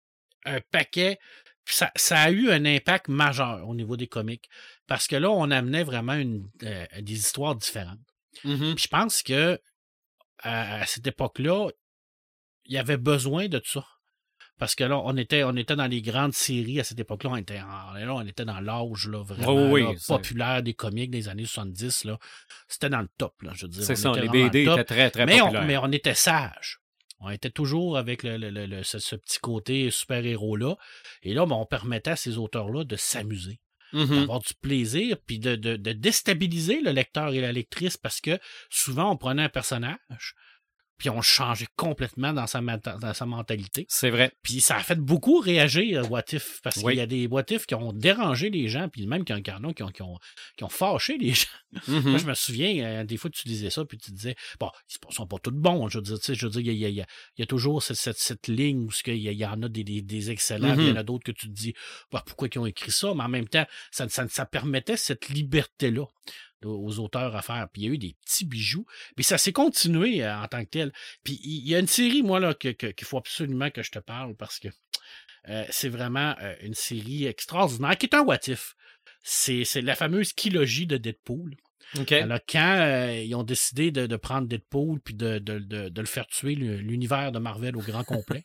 un paquet... Ça, ça a eu un impact majeur au niveau des comics parce que là, on amenait vraiment une, euh, des histoires différentes. Mm-hmm. Puis je pense que à, à cette époque-là, il y avait besoin de ça. Parce que là, on était, on était dans les grandes séries à cette époque-là. On était, en, là, on était dans l'âge là, vraiment oui, là, oui, populaire des comics des années soixante-dix. Là. C'était dans le top. Là, je veux dire. C'est On ça, était les vraiment B D dans le étaient top. très, très mais populaires. on, mais on était sages. On était toujours avec le, le, le, le, ce, ce petit côté super-héros-là. Et là, ben, on permettait à ces auteurs-là de s'amuser. Mm-hmm. D'avoir du plaisir, puis de, de, de déstabiliser le lecteur et la lectrice, parce que souvent, on prenait un personnage, puis on le changeait complètement dans sa, dans sa mentalité. C'est vrai. Puis ça a fait beaucoup réagir What If, parce Oui. qu'il y a des What If qui ont dérangé les gens, puis même qui ont, qui ont, qui ont, qui ont fâché les gens. Mm-hmm. Moi, je me souviens, euh, des fois, tu disais ça, puis tu disais, bon, ils sont pas tous bons, je veux dire, tu sais, je veux dire, il y a, il y a, il y a toujours cette, cette, cette ligne où il y, a, il y en a des, des, des excellents, puis il y en a d'autres que tu te dis, bah, pourquoi ils ont écrit ça, mais en même temps, ça, ça, ça permettait cette liberté-là aux auteurs à faire. Puis il y a eu des petits bijoux. Puis ça s'est continué euh, en tant que tel. Puis il y a une série, moi, là, que, que, qu'il faut absolument que je te parle parce que euh, c'est vraiment euh, une série extraordinaire qui est un what if. C'est, c'est la fameuse trilogie de Deadpool. Okay. Alors, quand euh, ils ont décidé de, de prendre Deadpool puis de, de, de, de le faire tuer, l'univers de Marvel au grand complet.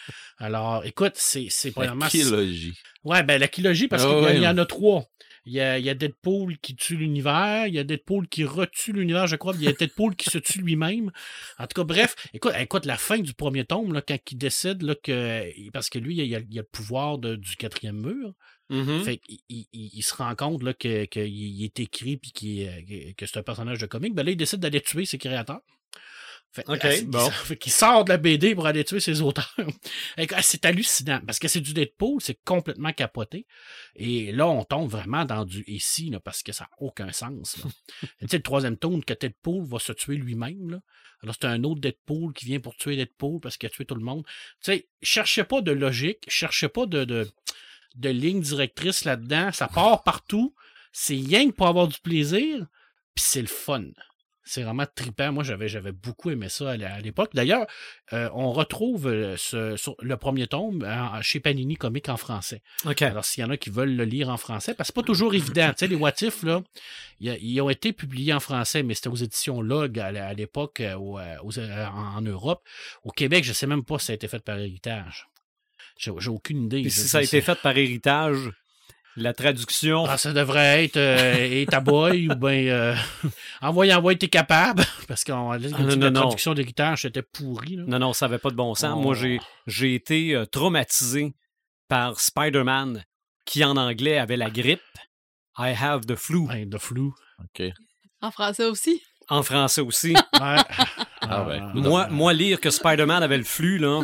Alors, écoute, c'est, c'est premièrement... La trilogie. Ouais, ben la trilogie, parce oh, qu'il y, ouais. y en a trois. Il y a, il y a Deadpool qui tue l'univers, il y a Deadpool qui retue l'univers, je crois, puis il y a Deadpool qui se tue lui-même. En tout cas, bref, écoute, écoute la fin du premier tome, là, quand il décide là, que. Parce que lui, il a, il a le pouvoir de, du quatrième mur. Mm-hmm. Fait qu'il il, il, il se rend compte là, que, que il est écrit et que c'est un personnage de comique. Ben là, il décide d'aller tuer ses créateurs. Fait, OK, elle, bon. Fait qu'il sort de la B D pour aller tuer ses auteurs. C'est hallucinant, parce que c'est du Deadpool, c'est complètement capoté. Et là, on tombe vraiment dans du ici, là, parce que ça n'a aucun sens. Tu sais, le troisième tome, que Deadpool va se tuer lui-même. Là. Alors, c'est un autre Deadpool qui vient pour tuer Deadpool parce qu'il a tué tout le monde. Tu sais, cherchez pas de logique, cherchez pas de, de, de ligne directrice là-dedans. Ça part partout. C'est rien que pour avoir du plaisir, puis c'est le fun. C'est vraiment trippant. Moi, j'avais, j'avais beaucoup aimé ça à l'époque. D'ailleurs, euh, on retrouve ce, ce, le premier tome en, chez Panini Comics en français. Okay. Alors, s'il y en a qui veulent le lire en français, parce que c'est pas toujours évident. Tu sais, les What If, là, ils ont été publiés en français, mais c'était aux éditions Log à, à l'époque aux, aux, en Europe. Au Québec, je sais même pas si ça a été fait par héritage. J'ai, j'ai aucune idée. Et si ça a été fait par héritage... La traduction. Ah, ça devrait être euh, et ta boy ou bien euh, envoie, envoie, t'es capable. Parce que ah, la traduction d'héritage, c'était pourri. Là. Non, non, ça n'avait pas de bon sens. Oh. Moi, j'ai, j'ai été euh, traumatisé par Spider-Man, qui en anglais avait la grippe. I have the flu. Ouais, the flu. OK. En français aussi. En français aussi. Ouais. Ah, ben, moi, moi, lire que Spider-Man avait le flux, là.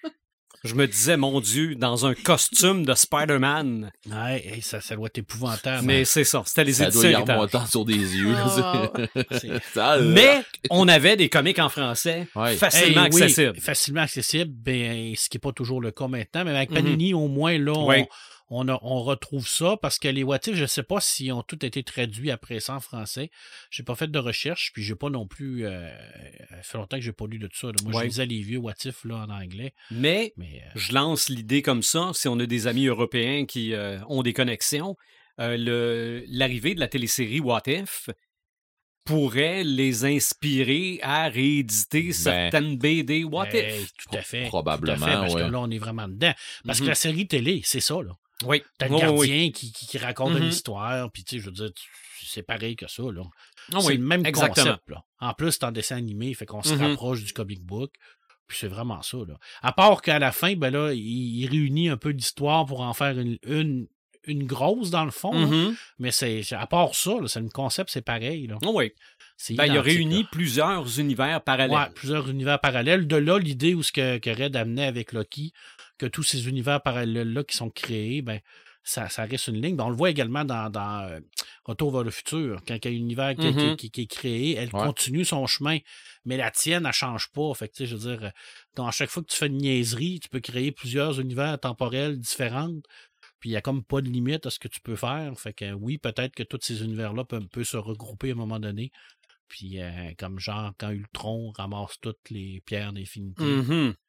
Je me disais, mon Dieu, dans un costume de Spider-Man. Ouais, ça, ça doit être épouvantable. Mais hein. C'est ça, c'était les ça éditions. Ça doit y remontant sur des yeux. Oh. ça, mais on avait des comics en français ouais. facilement hey, accessibles. Oui, facilement accessibles, ben, ce qui n'est pas toujours le cas maintenant. Mais avec Panini, mm-hmm. au moins, là, on, oui. on, a, on retrouve ça parce que les What If, je ne sais pas s'ils ont tous été traduits après ça en français. Je n'ai pas fait de recherche, puis je n'ai pas non plus... Euh, ça fait longtemps que je n'ai pas lu de tout ça. Là. Moi, ouais. je lisais les vieux What If là, en anglais. Mais, mais euh... je lance l'idée comme ça, si on a des amis européens qui euh, ont des connexions, euh, le, l'arrivée de la télésérie What If pourrait les inspirer à rééditer ben, certaines B D What hey, If. Tout à fait. Probablement, tout à fait, parce ouais. que là, on est vraiment dedans. Parce mm-hmm. que la série télé, c'est ça, là. Oui. T'as le oh, gardien oui. qui, qui, qui raconte mm-hmm. une histoire, puis tu sais, je veux dire, c'est pareil que ça, là. Oh, c'est oui, le même exactement. concept, là. En plus, c'est en dessin animé, fait qu'on se mm-hmm. rapproche du comic book, puis c'est vraiment ça, là. À part qu'à la fin, ben là, il, il réunit un peu d'histoire pour en faire une... une une grosse dans le fond, mm-hmm. mais c'est à part ça, là, c'est le concept, c'est pareil. Là. Oh oui. C'est ben, il a réuni là. plusieurs univers parallèles. Ouais, plusieurs univers parallèles. De là, l'idée où ce que, que Red amenait avec Loki, que tous ces univers parallèles-là qui sont créés, ben, ça, ça reste une ligne. Ben, on le voit également dans, dans euh, Retour vers le futur. Quand il y a un univers qui, mm-hmm. qui, qui, qui est créé, elle ouais. continue son chemin, mais la tienne, elle ne change pas. Fait que, tu sais, je veux dire, à chaque fois que tu fais une niaiserie, tu peux créer plusieurs univers temporels différents. Puis il n'y a comme pas de limite à ce que tu peux faire. Fait que oui, peut-être que tous ces univers-là peuvent, peuvent se regrouper à un moment donné. Puis euh, comme genre quand Ultron ramasse toutes les pierres d'infinité. Mm-hmm.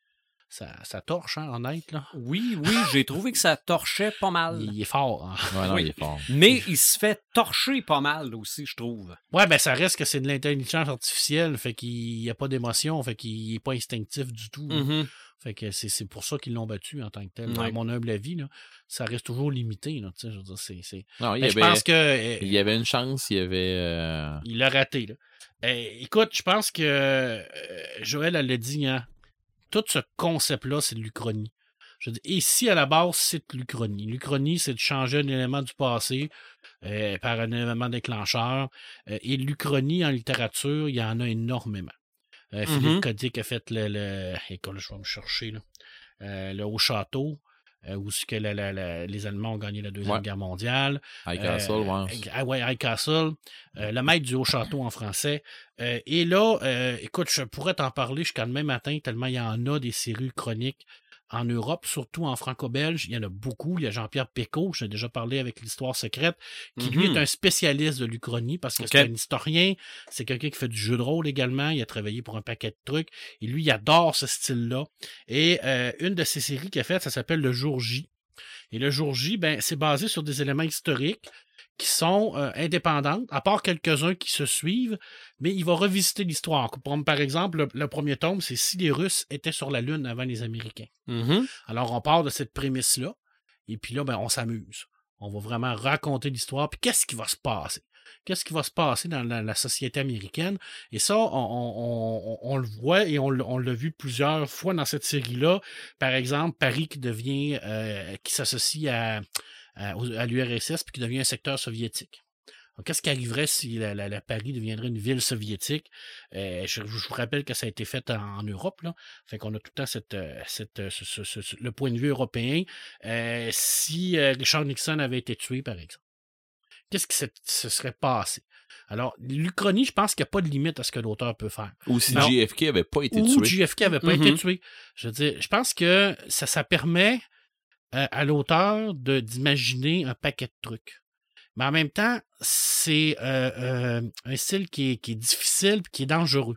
ça, ça torche, hein, honnête, là. Oui, oui, j'ai trouvé que ça torchait pas mal. Il, il est fort, hein. Ouais, non, Oui. il est fort. Mais il se fait torcher pas mal aussi, je trouve. Ouais, ben ça reste que c'est de l'intelligence artificielle, fait qu'il n'y a pas d'émotion, fait qu'il n'est pas instinctif du tout. là. Mhm. Fait que c'est, c'est pour ça qu'ils l'ont battu en tant que tel. Ouais. À mon humble avis, là, ça reste toujours limité. Là, tu sais, je veux dire, c'est, c'est... Non, il y Mais je avait, pense que euh, il y avait une chance, il y avait... euh, il l'a raté. Là. Euh, écoute, je pense que euh, Joël, elle l'a dit, hein, tout ce concept-là, c'est de l'Uchronie. Je veux dire, ici, à la base, c'est de l'Uchronie. L'Uchronie, c'est de changer un élément du passé euh, par un élément déclencheur. Euh, et l'Uchronie, en littérature, il y en a énormément. Euh, Philippe Mhm. Codic a fait le... le... Écoute, je vais me chercher, là. Euh, le Haut-Château, euh, où ce que la, la, la, les Allemands ont gagné la Deuxième Ouais. Guerre mondiale. High Euh, Castle, ouais. Ah ouais, High Castle, euh, le maître du Haut-Château en français. Euh, et là, euh, écoute, je pourrais t'en parler jusqu'à demain matin, tellement il y en a des séries chroniques en Europe, surtout en franco-belge. Il y en a beaucoup. Il y a Jean-Pierre Pécaud, j'ai déjà parlé avec l'Histoire secrète, qui lui Mhm. est un spécialiste de l'Uchronie parce que Ok. c'est un historien, c'est quelqu'un qui fait du jeu de rôle également, il a travaillé pour un paquet de trucs, et lui, il adore ce style-là. Et euh, une de ses séries qu'il a faites, ça s'appelle Le Jour J. Et Le Jour J, ben, c'est basé sur des éléments historiques qui sont euh, indépendantes, à part quelques-uns qui se suivent, mais il va revisiter l'histoire. Comme, par exemple, le, le premier tome, c'est si les Russes étaient sur la Lune avant les Américains. Mhm. Alors, on part de cette prémisse-là, et puis là, ben, on s'amuse. On va vraiment raconter l'histoire, puis qu'est-ce qui va se passer? Qu'est-ce qui va se passer dans la, la société américaine? Et ça, on, on, on, on le voit et on, on l'a vu plusieurs fois dans cette série-là. Par exemple, Paris qui devient, euh, qui s'associe à, à, à l'U R S S puis qui devient un secteur soviétique. Donc, qu'est-ce qui arriverait si la, la, la Paris deviendrait une ville soviétique? Euh, je, je vous rappelle que ça a été fait en, en Europe, là. Fait qu'on a tout le temps cette, cette, ce, ce, ce, le point de vue européen. Euh, si euh, Richard Nixon avait été tué, par exemple, qu'est-ce qui se, se serait passé? Alors, l'Uchronie, je pense qu'il n'y a pas de limite à ce que l'auteur peut faire. Ou si Non. J F K avait pas été Ou tué. J F K n'avait pas Mhm. été tué. Je veux dire, je pense que ça, ça permet euh, à l'auteur de, d'imaginer un paquet de trucs. Mais en même temps, c'est euh, euh, un style qui est, qui est difficile et qui est dangereux.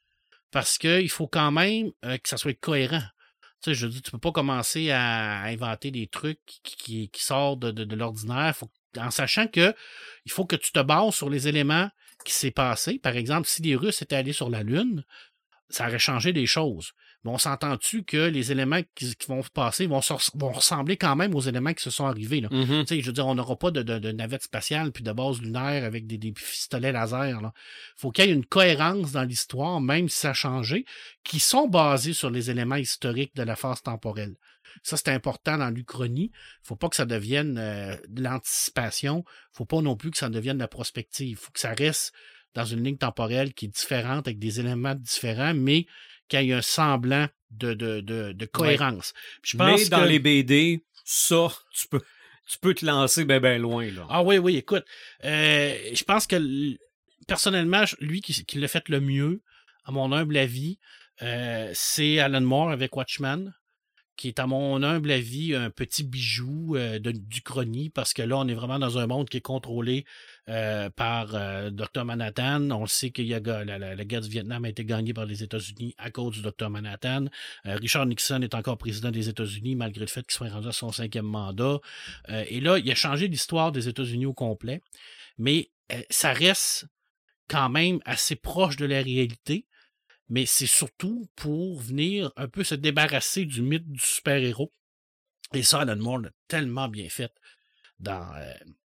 Parce qu'il faut quand même euh, que ça soit cohérent. Tu sais, je dis, tu peux pas commencer à, à inventer des trucs qui, qui, qui sortent de, de, de l'ordinaire. Faut, en sachant que il faut que tu te bases sur les éléments qui s'est passé. Par exemple, si les Russes étaient allés sur la Lune, ça aurait changé des choses. Mais on s'entend-tu que les éléments qui, qui vont se passer vont, se, vont ressembler quand même aux éléments qui se sont arrivés, là. Mhm. Tu sais, je veux dire, on n'aura pas de, de, de navette spatiale puis de base lunaire avec des, des pistolets laser. Il faut qu'il y ait une cohérence dans l'histoire, même si ça a changé, qui sont basés sur les éléments historiques de la phase temporelle. Ça, c'est important dans l'Uchronie. Il ne faut pas que ça devienne euh, de l'anticipation. Il ne faut pas non plus que ça devienne de la prospective. Il faut que ça reste dans une ligne temporelle qui est différente, avec des éléments différents, mais qu'il y ait un semblant de, de, de, de cohérence. Puis je pense Mais dans que... les B D, ça, tu peux, tu peux te lancer bien ben loin. Là. Ah oui, oui, écoute. Euh, je pense que, personnellement, lui qui, qui l'a fait le mieux, à mon humble avis, euh, c'est Alan Moore avec Watchmen, qui est, à mon humble avis, un petit bijou euh, de, d'Uchronie, parce que là, on est vraiment dans un monde qui est contrôlé euh, par euh, docteur Manhattan. On le sait que la, la, la guerre du Vietnam a été gagnée par les États-Unis à cause du docteur Manhattan. Euh, Richard Nixon est encore président des États-Unis, malgré le fait qu'il soit rendu à son cinquième mandat. Euh, et là, il a changé l'histoire des États-Unis au complet. Mais euh, ça reste quand même assez proche de la réalité. Mais c'est surtout pour venir un peu se débarrasser du mythe du super-héros. Et ça, Alan Moore l'a tellement bien fait dans, euh,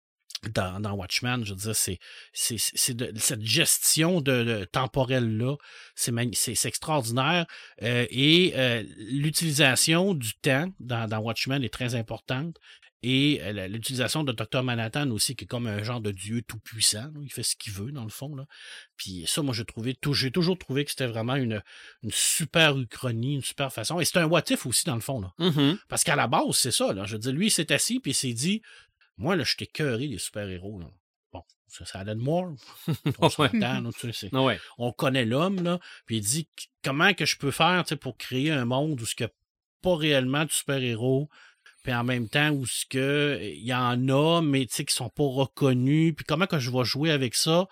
dans, dans Watchmen. Je veux dire, c'est, c'est, c'est de, cette gestion de, de temporelle-là, c'est, magn- c'est, c'est extraordinaire. Euh, et euh, l'utilisation du temps dans, dans Watchmen est très importante. Et euh, l'utilisation de docteur Manhattan aussi, qui est comme un genre de dieu tout-puissant. Là. Il fait ce qu'il veut, dans le fond. Là. Puis ça, moi, j'ai trouvé, tout, j'ai toujours trouvé que c'était vraiment une, une super uchronie, une super façon. Et c'est un what-if aussi, dans le fond. Là. Mhm. Parce qu'à la base, c'est ça. Là. Je veux dire, lui, il s'est assis puis il s'est dit, moi, là, je t'ai écœuré des super-héros. Là. Bon, ça, ça Alan Moore. On s'entend, là, tu sais, c'est- Ouais. on connaît l'homme, là, puis il dit comment que je peux faire, tu sais, pour créer un monde où il n'y a pas réellement de super-héros, puis en même temps où ce que il y en a, mais tu sais, qui sont pas reconnus, puis comment que je vais jouer avec ça.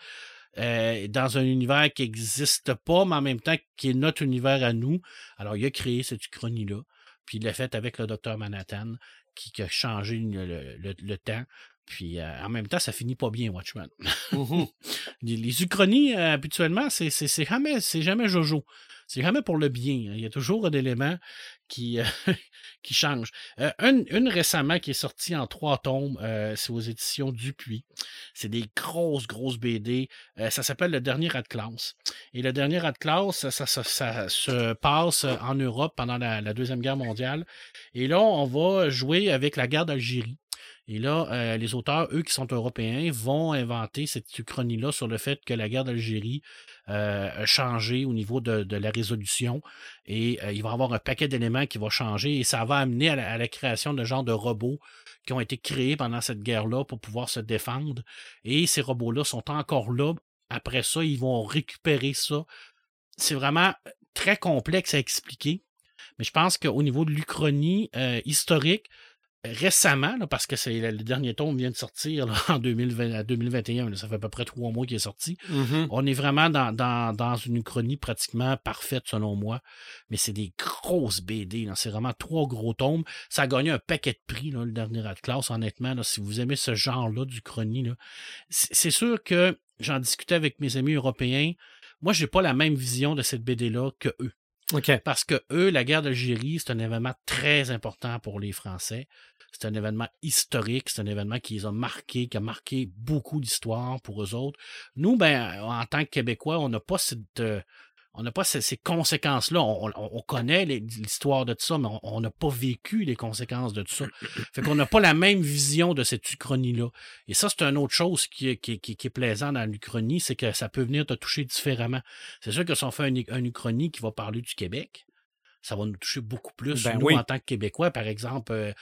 euh, dans un univers qui n'existe pas, mais en même temps qui est notre univers à nous. Alors, il a créé cette uchronie-là, puis il l'a fait avec le docteur Manhattan, qui, qui a changé le, le, le, le temps. Puis, euh, en même temps, ça finit pas bien, Watchmen. Mm-hmm. les, les uchronies, euh, habituellement, c'est, c'est, c'est, jamais, c'est jamais Jojo. C'est jamais pour le bien. Il y a toujours un élément qui, euh, qui change. Euh, une, une récemment qui est sortie en trois tomes, euh, c'est aux éditions Dupuis. C'est des grosses, grosses B D. Euh, ça s'appelle Le Dernier Rat de classe. Et Le Dernier Rat de classe, ça, ça, ça, ça se passe en Europe pendant la, la Deuxième Guerre mondiale. Et là, on va jouer avec la guerre d'Algérie. Et là, euh, les auteurs, eux qui sont européens, vont inventer cette uchronie-là sur le fait que la guerre d'Algérie euh, a changé au niveau de, de la résolution. Et euh, il va y avoir un paquet d'éléments qui va changer et ça va amener à la, à la création de genre de robots qui ont été créés pendant cette guerre-là pour pouvoir se défendre. Et ces robots-là sont encore là. Après ça, ils vont récupérer ça. C'est vraiment très complexe à expliquer. Mais je pense qu'au niveau de l'Uchronie euh, historique, récemment, là, parce que c'est le dernier tome vient de sortir là, en deux mille vingt, deux mille vingt et un, là, ça fait à peu près trois mois qu'il est sorti. Mm-hmm. On est vraiment dans, dans, dans une uchronie pratiquement parfaite selon moi, mais c'est des grosses B D, là. C'est vraiment trois gros tomes. Ça a gagné un paquet de prix, là, le dernier Rat de classe, honnêtement. Là, si vous aimez ce genre-là d'uchronie, là, c'est, c'est sûr que j'en discutais avec mes amis européens. Moi, j'ai pas la même vision de cette B D-là que eux. OK. Parce que eux, la guerre d'Algérie, c'est un événement très important pour les Français. C'est un événement historique, c'est un événement qui les a marqués, qui a marqué beaucoup d'histoire pour eux autres. Nous, ben, en tant que Québécois, on n'a pas cette, euh, on n'a pas ces, ces conséquences-là. On, on, on connaît les, l'histoire de tout ça, mais on n'a pas vécu les conséquences de tout ça. Fait qu'on n'a pas la même vision de cette uchronie-là. Et ça, c'est une autre chose qui, qui, qui, qui est plaisant dans l'Uchronie, c'est que ça peut venir te toucher différemment. C'est sûr que si on fait une, une Uchronie qui va parler du Québec, ça va nous toucher beaucoup plus. Ben nous, oui. en tant que Québécois, par exemple, euh,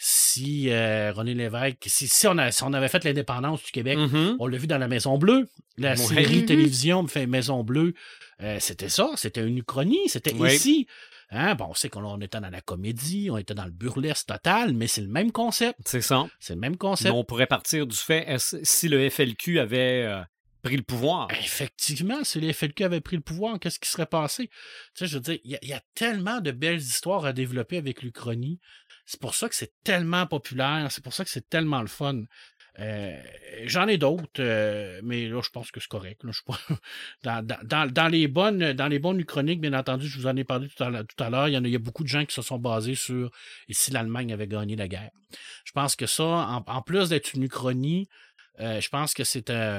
si euh, René Lévesque, si, si, on a, si on avait fait l'indépendance du Québec, Mm-hmm. on l'a vu dans la Maison Bleue, la Ouais. série Mm-hmm. télévision fait Maison Bleue, euh, c'était ça, c'était une uchronie, c'était Oui. ici. Hein? Bon, on sait qu'on on était dans la comédie, on était dans le burlesque total, mais c'est le même concept. C'est ça. C'est le même Mais concept. on pourrait partir du fait, est-ce- si le F L Q avait euh, pris le pouvoir. Effectivement, si les F L Q avaient pris le pouvoir, qu'est-ce qui serait passé? Tu sais, je veux dire, il y, y a tellement de belles histoires à développer avec l'Uchronie. C'est pour ça que c'est tellement populaire, c'est pour ça que c'est tellement le fun. Euh, j'en ai d'autres, euh, mais là, je pense que c'est correct. Là, je suis pas... dans, dans, dans, dans les bonnes, dans les bonnes uchroniques, bien entendu, je vous en ai parlé tout à l'heure. Tout à l'heure il, y en a, il y a beaucoup de gens qui se sont basés sur et si l'Allemagne avait gagné la guerre. Je pense que ça, en, en plus d'être une uchronie, euh, je pense que c'est euh,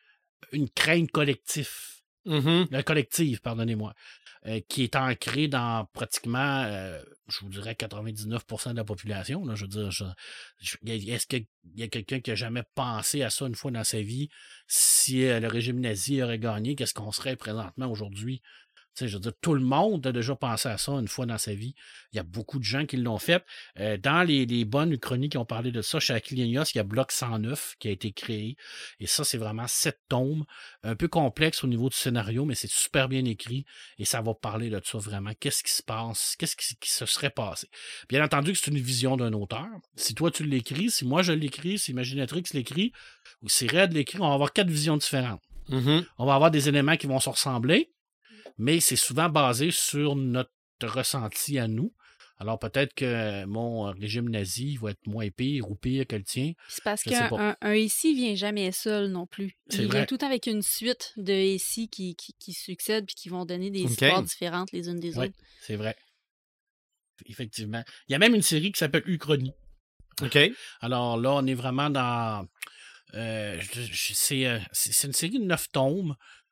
une crainte collective. Mm-hmm. Euh, collective, pardonnez-moi, euh, qui est ancrée dans pratiquement, euh, je vous dirais, quatre-vingt-dix-neuf pour cent de la population. Là, je veux dire, je, je, est-ce qu'il y a quelqu'un qui a jamais pensé à ça une fois dans sa vie? Si euh, le régime nazi aurait gagné, qu'est-ce qu'on serait présentement aujourd'hui? Tu sais, je veux dire, tout le monde a déjà pensé à ça une fois dans sa vie. Il y a beaucoup de gens qui l'ont fait. Euh, dans les, les bonnes chroniques qui ont parlé de ça, chez Aquilinios, il y a Bloc cent neuf qui a été créé. Et ça, c'est vraiment sept tomes. Un peu complexe au niveau du scénario, mais c'est super bien écrit. Et ça va parler de ça vraiment. Qu'est-ce qui se passe? Qu'est-ce qui, qui se serait passé? Bien entendu que c'est une vision d'un auteur. Si toi, tu l'écris, si moi, je l'écris, si Imaginatrix l'écrit, ou si Red l'écrit, on va avoir quatre visions différentes. Mm-hmm. On va avoir des éléments qui vont se ressembler, mais c'est souvent basé sur notre ressenti à nous. Alors peut-être que mon régime nazi va être moins pire ou pire que le tien. C'est parce Je sais qu'un pas. un, un ici vient jamais seul non plus. C'est Il vrai. vient tout le temps avec une suite de ici qui, qui, qui succèdent puis qui vont donner des Ok. histoires différentes les unes des Oui, autres. c'est vrai. Effectivement. Il y a même une série qui s'appelle Uchronie. OK. Alors là, on est vraiment dans... euh, je- je- c'est, euh, c'est c'est une série de neuf tomes.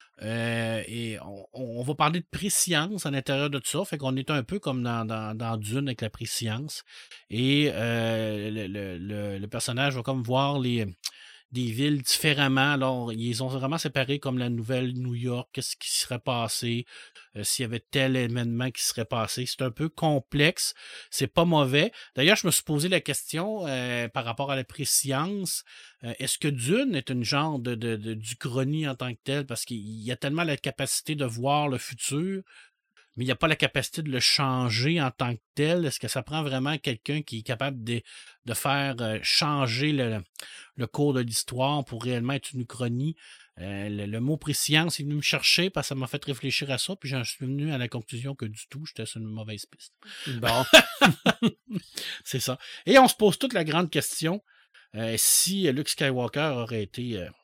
Euh, et on, on va parler de préscience à l'intérieur de tout ça. Fait qu'on est un peu comme dans, dans, dans Dune avec la préscience. Et euh, le, le, le, le personnage va comme voir les, des villes différemment. Alors, ils ont vraiment séparé comme la nouvelle New York. Qu'est-ce qui serait passé? Euh, s'il y avait tel événement qui serait passé. C'est un peu complexe. C'est pas mauvais. D'ailleurs, je me suis posé la question euh, par rapport à la préscience. Euh, est-ce que Dune est une genre de, de, de d'Uchronie en tant que telle? Parce qu'il y a tellement la capacité de voir le futur mais il n'y a pas la capacité de le changer en tant que tel. Est-ce que ça prend vraiment quelqu'un qui est capable de, de faire euh, changer le, le cours de l'histoire pour réellement être une uchronie? Euh, le, le mot préscience est venu me chercher parce que ça m'a fait réfléchir à ça, puis j'en suis venu à la conclusion que du tout, j'étais sur une mauvaise piste. Bon. C'est ça. Et on se pose toute la grande question, euh, si Luke Skywalker aurait été euh,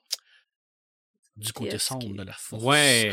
du côté Yes, sombre qui- de la force. Ouais.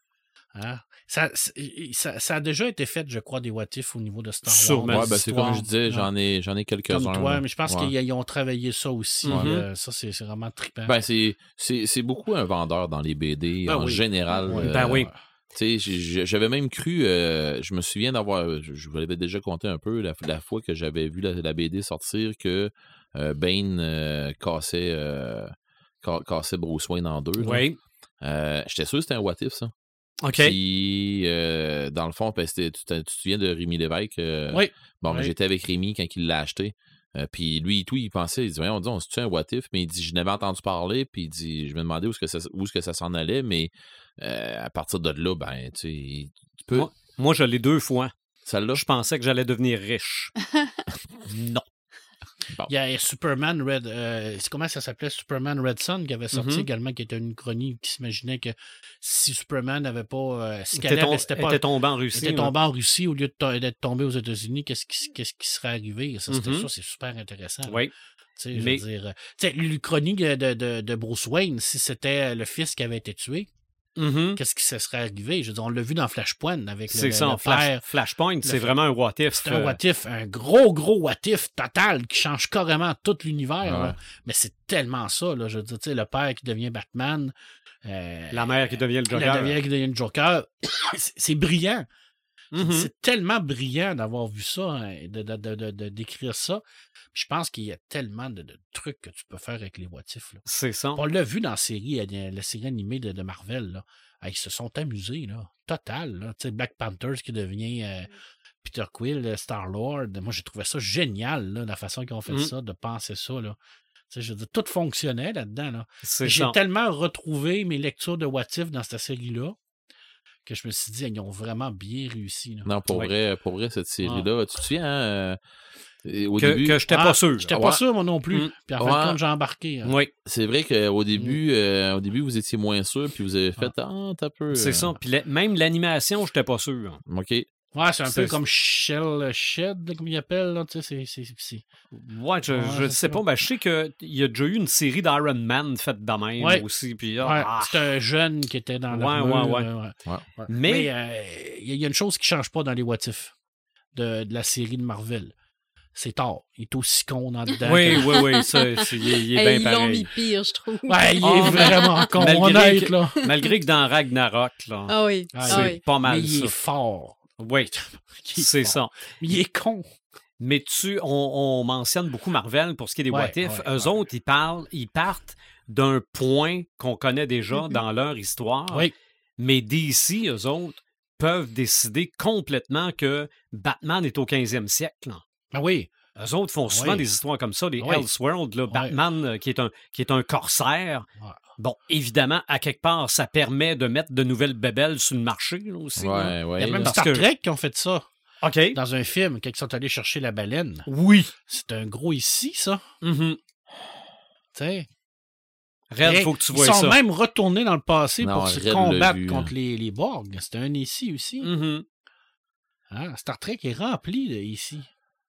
Hein? Ça, ça, ça a déjà été fait, je crois, des what if au niveau de Star Wars. Sûrement. Ouais, ben, c'est comme je disais, Ouais. j'en ai, j'en ai quelques-uns. Comme toi, là. mais je pense Ouais. qu'ils ont travaillé ça aussi. Mhm. euh, ça, c'est c'est vraiment trippant. Ben, c'est, c'est, c'est beaucoup un vendeur dans les B D Ben en oui. général. Ouais. euh, Ben oui. Tu sais, j'ai- j'avais même cru, euh, je me souviens d'avoir, je, je vous l'avais déjà compté un peu, la, la fois que j'avais vu la, la B D sortir, que euh, Bane euh, cassait, euh, ca- cassait Bruce Wayne en deux. là. Oui. Euh, J'étais sûr que c'était un what if, ça. OK. Puis, euh, dans le fond, ben, c'était- tu, te- tu te souviens de Rémi Lévesque? euh, Oui. Bon, ben, Oui. j'étais avec Rémi quand il l'a acheté. Euh, puis lui, tout, il pensait, il dit, voyons, on c'est-tu un what if? Mais il dit, je n'avais entendu parler, puis il dit, je me demandais où est-ce que ça, où est-ce que ça s'en allait, mais euh, à partir de là, ben, tu sais, tu peux. Moi, moi, je l'ai deux fois. Celle-là? Je pensais que j'allais devenir riche. Non. Bon. Il y a Superman Red. Euh, c'est comment ça s'appelait? Superman Red Sun qui avait sorti Mhm. également, qui était une chronique qui s'imaginait que si Superman n'avait pas. Euh, si Était, Caleb tom- restait pas. était tombé en Russie. était là. tombé en Russie au lieu de to- d'être tombé aux États-Unis, qu'est-ce qui, qu'est-ce qui serait arrivé? Ça, c'était Mhm. ça, c'est super intéressant. là. Oui. Tu sais, je Mais- veux dire, euh, tu sais, l'Uchronie de, de, de Bruce Wayne, si c'était le fils qui avait été tué, Mhm. qu'est-ce qui se serait arrivé? Je veux dire, on l'a vu dans Flashpoint avec le, C'est le- ça. le Flash- père. Flashpoint, c'est le- vraiment un what if. C'est un euh, what if, un gros, gros what if total qui change carrément tout l'univers. Ouais. là. Mais c'est tellement ça, là. Je veux dire, tu sais, le père qui devient Batman. euh, La mère qui devient le La Joker. devient qui devient le Joker. c'est c'est brillant. Mhm. C'est tellement brillant d'avoir vu ça, hein, de, de, de, de, de décrire ça. Puis je pense qu'il y a tellement de, de trucs que tu peux faire avec les what if, là. C'est ça. On l'a vu dans la série, euh, la série animée de, de Marvel. Là. Ah, ils se sont amusés, là. Total. Là. Tu sais, Black Panthers qui devient euh, Peter Quill, euh, Star-Lord. Moi, j'ai trouvé ça génial, là, la façon qu'ils ont fait Mm. ça, de penser ça. Là. Tu sais, je veux dire, tout fonctionnait là-dedans. Là. C'est J'ai ça. tellement retrouvé mes lectures de What If dans cette série-là que je me suis dit, ils ont vraiment bien réussi. Là. Non, pour, Ouais. vrai, pour vrai, cette série-là, tu te souviens, hein, euh, au Que, début, que j'étais Ah, pas sûr. J'étais Ouais. pas sûr, moi non plus. Mm. Puis en fin Ouais. de compte, j'ai embarqué. hein. Oui, c'est vrai qu'au début, euh, au début, vous étiez moins sûr, puis vous avez fait, ah, t'as peu. c'est euh, ça. Puis la- même l'animation, j'étais pas sûr. OK. Ouais, c'est un C'est- peu comme Shell Shed, là, comme il appelle. Là, tu sais, c'est, c'est, c'est... Ouais, je, Ouais, je c'est sais ça. pas. Ben, je sais qu'il y a déjà eu une série d'Iron Man faite de même Ouais. aussi. Puis, ah, Ouais, ah. c'est un jeune qui était dans Ouais, l'armure, ouais, ouais. euh, Ouais. ouais. Mais- Mais euh, il y, a une chose qui change pas dans les What If de, de la série de Marvel. C'est Thor. Il est aussi con dans dedans. Oui, que- oui, oui. Ça, c'est- il est, il est Hey, bien ils l'ont pareil. mis pire, je trouve. Ouais, il est Ah, vraiment con, malgré honnête, que- là. Malgré que dans Ragnarok, là, Ah oui. Ah, Ah c'est oui. pas mal Mais il ça. est fort. Oui, Il est c'est fort. ça. Mais il est con. Mais tu, on, on mentionne beaucoup Marvel pour ce qui est des Ouais, what if. ouais, Eux ouais. autres, ils parlent, ils partent d'un point qu'on connaît déjà Mhm. dans leur histoire. Oui. Mais D C, eux autres, peuvent décider complètement que Batman est au quinzième siècle. là. Ah oui. Eux autres font souvent Oui. des histoires comme ça, des Oui. Elseworlds, là, Oui. Batman euh, qui, est un, qui est un corsaire. Ouais. Bon, évidemment, à quelque part, ça permet de mettre de nouvelles bébelles sur le marché là, aussi. là. Ouais, ouais. Il y a même parce Star que- Trek qui ont fait ça OK. dans un film, quand ils sont allés chercher la baleine. Oui. C'est un gros ici, ça. Mhm. Tu sais. Red, Et faut que tu ils vois sont ça. même retournés dans le passé Non, pour Red se l'a combattre vu, contre hein. les, les Borg. C'était un ici aussi. Mhm. Hein, Star Trek est rempli de ici.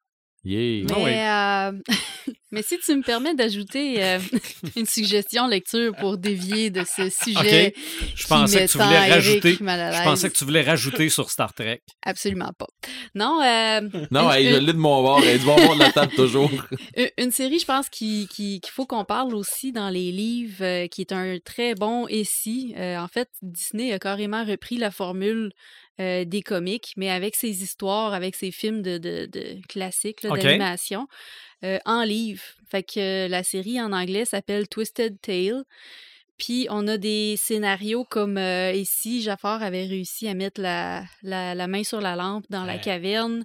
Yeah. Ah oui. Mais, euh, mais si tu me permets d'ajouter euh, une suggestion lecture pour dévier de ce sujet. Je qui pensais que tu met voulais tant Eric rajouter. mal à Je l'aise. pensais que tu voulais rajouter sur Star Trek. Absolument pas. Non, euh, Non, une, hey, je une- l'ai de mon bord. Elle est du bon bord de la table toujours. une- une série, je pense, qu'il qui, qu'il faut qu'on parle aussi dans les livres, euh, qui est un très bon récit. Euh, en fait, Disney a carrément repris la formule euh, des comics, mais avec ses histoires, avec ses films de, de, de classiques là, OK. d'animation, euh, en livre. Fait que euh, la série en anglais s'appelle Twisted Tale. Puis on a des scénarios comme euh, ici, Jafar avait réussi à mettre la, la, la main sur la lampe dans la Ouais. caverne.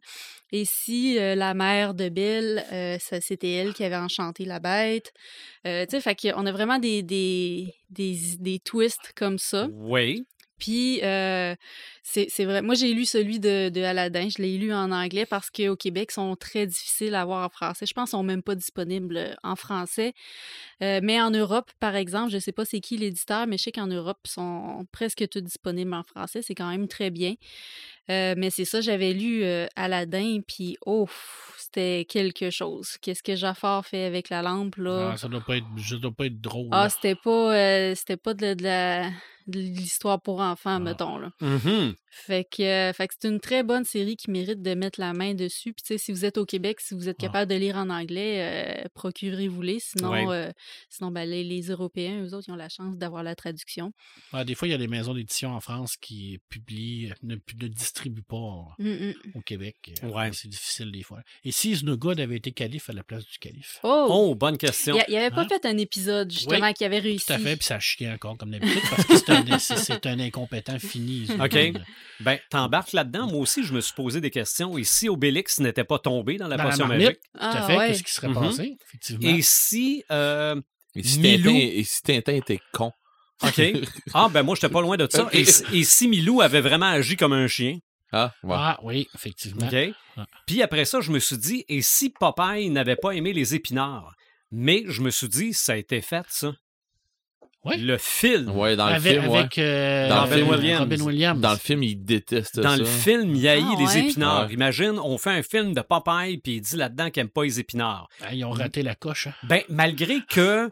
Ici, euh, la mère de Belle, euh, ça, c'était elle qui avait enchanté la bête. Euh, tu sais, fait qu'on a vraiment des, des, des, des twists comme ça. Oui. Puis, euh, c'est, c'est vrai. Moi, j'ai lu celui de, de Aladdin. Je l'ai lu en anglais parce qu'au Québec, ils sont très difficiles à voir en français. Je pense qu'ils sont même pas disponibles en français. Euh, mais en Europe, par exemple, je sais pas c'est qui l'éditeur, mais je sais qu'en Europe, ils sont presque tous disponibles en français. C'est quand même très bien. Euh, mais c'est ça, j'avais lu euh, Aladdin, puis oh, c'était quelque chose. Qu'est-ce que Jafar fait avec la lampe, là? Ah, ça doit pas être, ça doit pas être drôle. Ah, là. c'était pas, euh, c'était pas de, de la, de l'histoire pour enfants, mettons, là. Mhm. Fait que, euh, fait que c'est une très bonne série qui mérite de mettre la main dessus. Puis, tu sais, si vous êtes au Québec, si vous êtes Ah. capable de lire en anglais, euh, procurez-vous-les. Sinon, Ouais. euh, sinon ben, les, les Européens, eux autres, ils ont la chance d'avoir la traduction. Ah, des fois, il y a des maisons d'édition en France qui publient, ne, ne distribuent pas Mm, mm. au Québec. Euh, Ouais. C'est difficile des fois. Et si Good avait été calife à la place du calife? Oh! Oh, bonne question. Il, il avait pas Hein? fait un épisode, justement, Oui, qui avait réussi. Tout à fait, puis ça chie encore comme d'habitude parce que c'est un, c'est, c'est un incompétent fini. OK. Good. Ben, t'embarques là-dedans. Moi aussi, je me suis posé des questions. Et si Obélix n'était pas tombé dans la Dans la potion marmite. magique? Tout à Ah, fait, ouais. qu'est-ce qui serait Mhm. passé, effectivement? Et si... euh, Et si, Milou. Tintin, et si Tintin était con? OK. Ah, ben moi, j'étais pas loin de ça. Et, et si Milou avait vraiment agi comme un chien? Ah, ouais. Ah oui, effectivement. OK. Puis après ça, je me suis dit, et si Popeye n'avait pas aimé les épinards? Mais je me suis dit, ça a été fait, ça. Ouais. Le film. Ouais, dans le avec film, ouais. avec euh, Dans le Robin film, Williams. Robin Williams. Dans le film, il déteste Dans ça. le film, il haït Ah, les ouais? épinards. Ouais. Imagine, on fait un film de Popeye, puis il dit là-dedans qu'il n'aime pas les épinards. Ah, ils ont raté la coche. Hein. Ben, malgré que,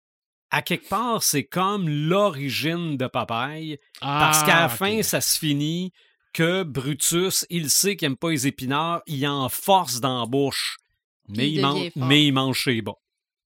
à quelque part, c'est comme l'origine de Popeye, parce Ah, qu'à la ok. fin, ça se finit que Brutus, il sait qu'il n'aime pas les épinards, il en force dans la bouche, mais Puis il il, man- devient fort. mais il mange chez bas.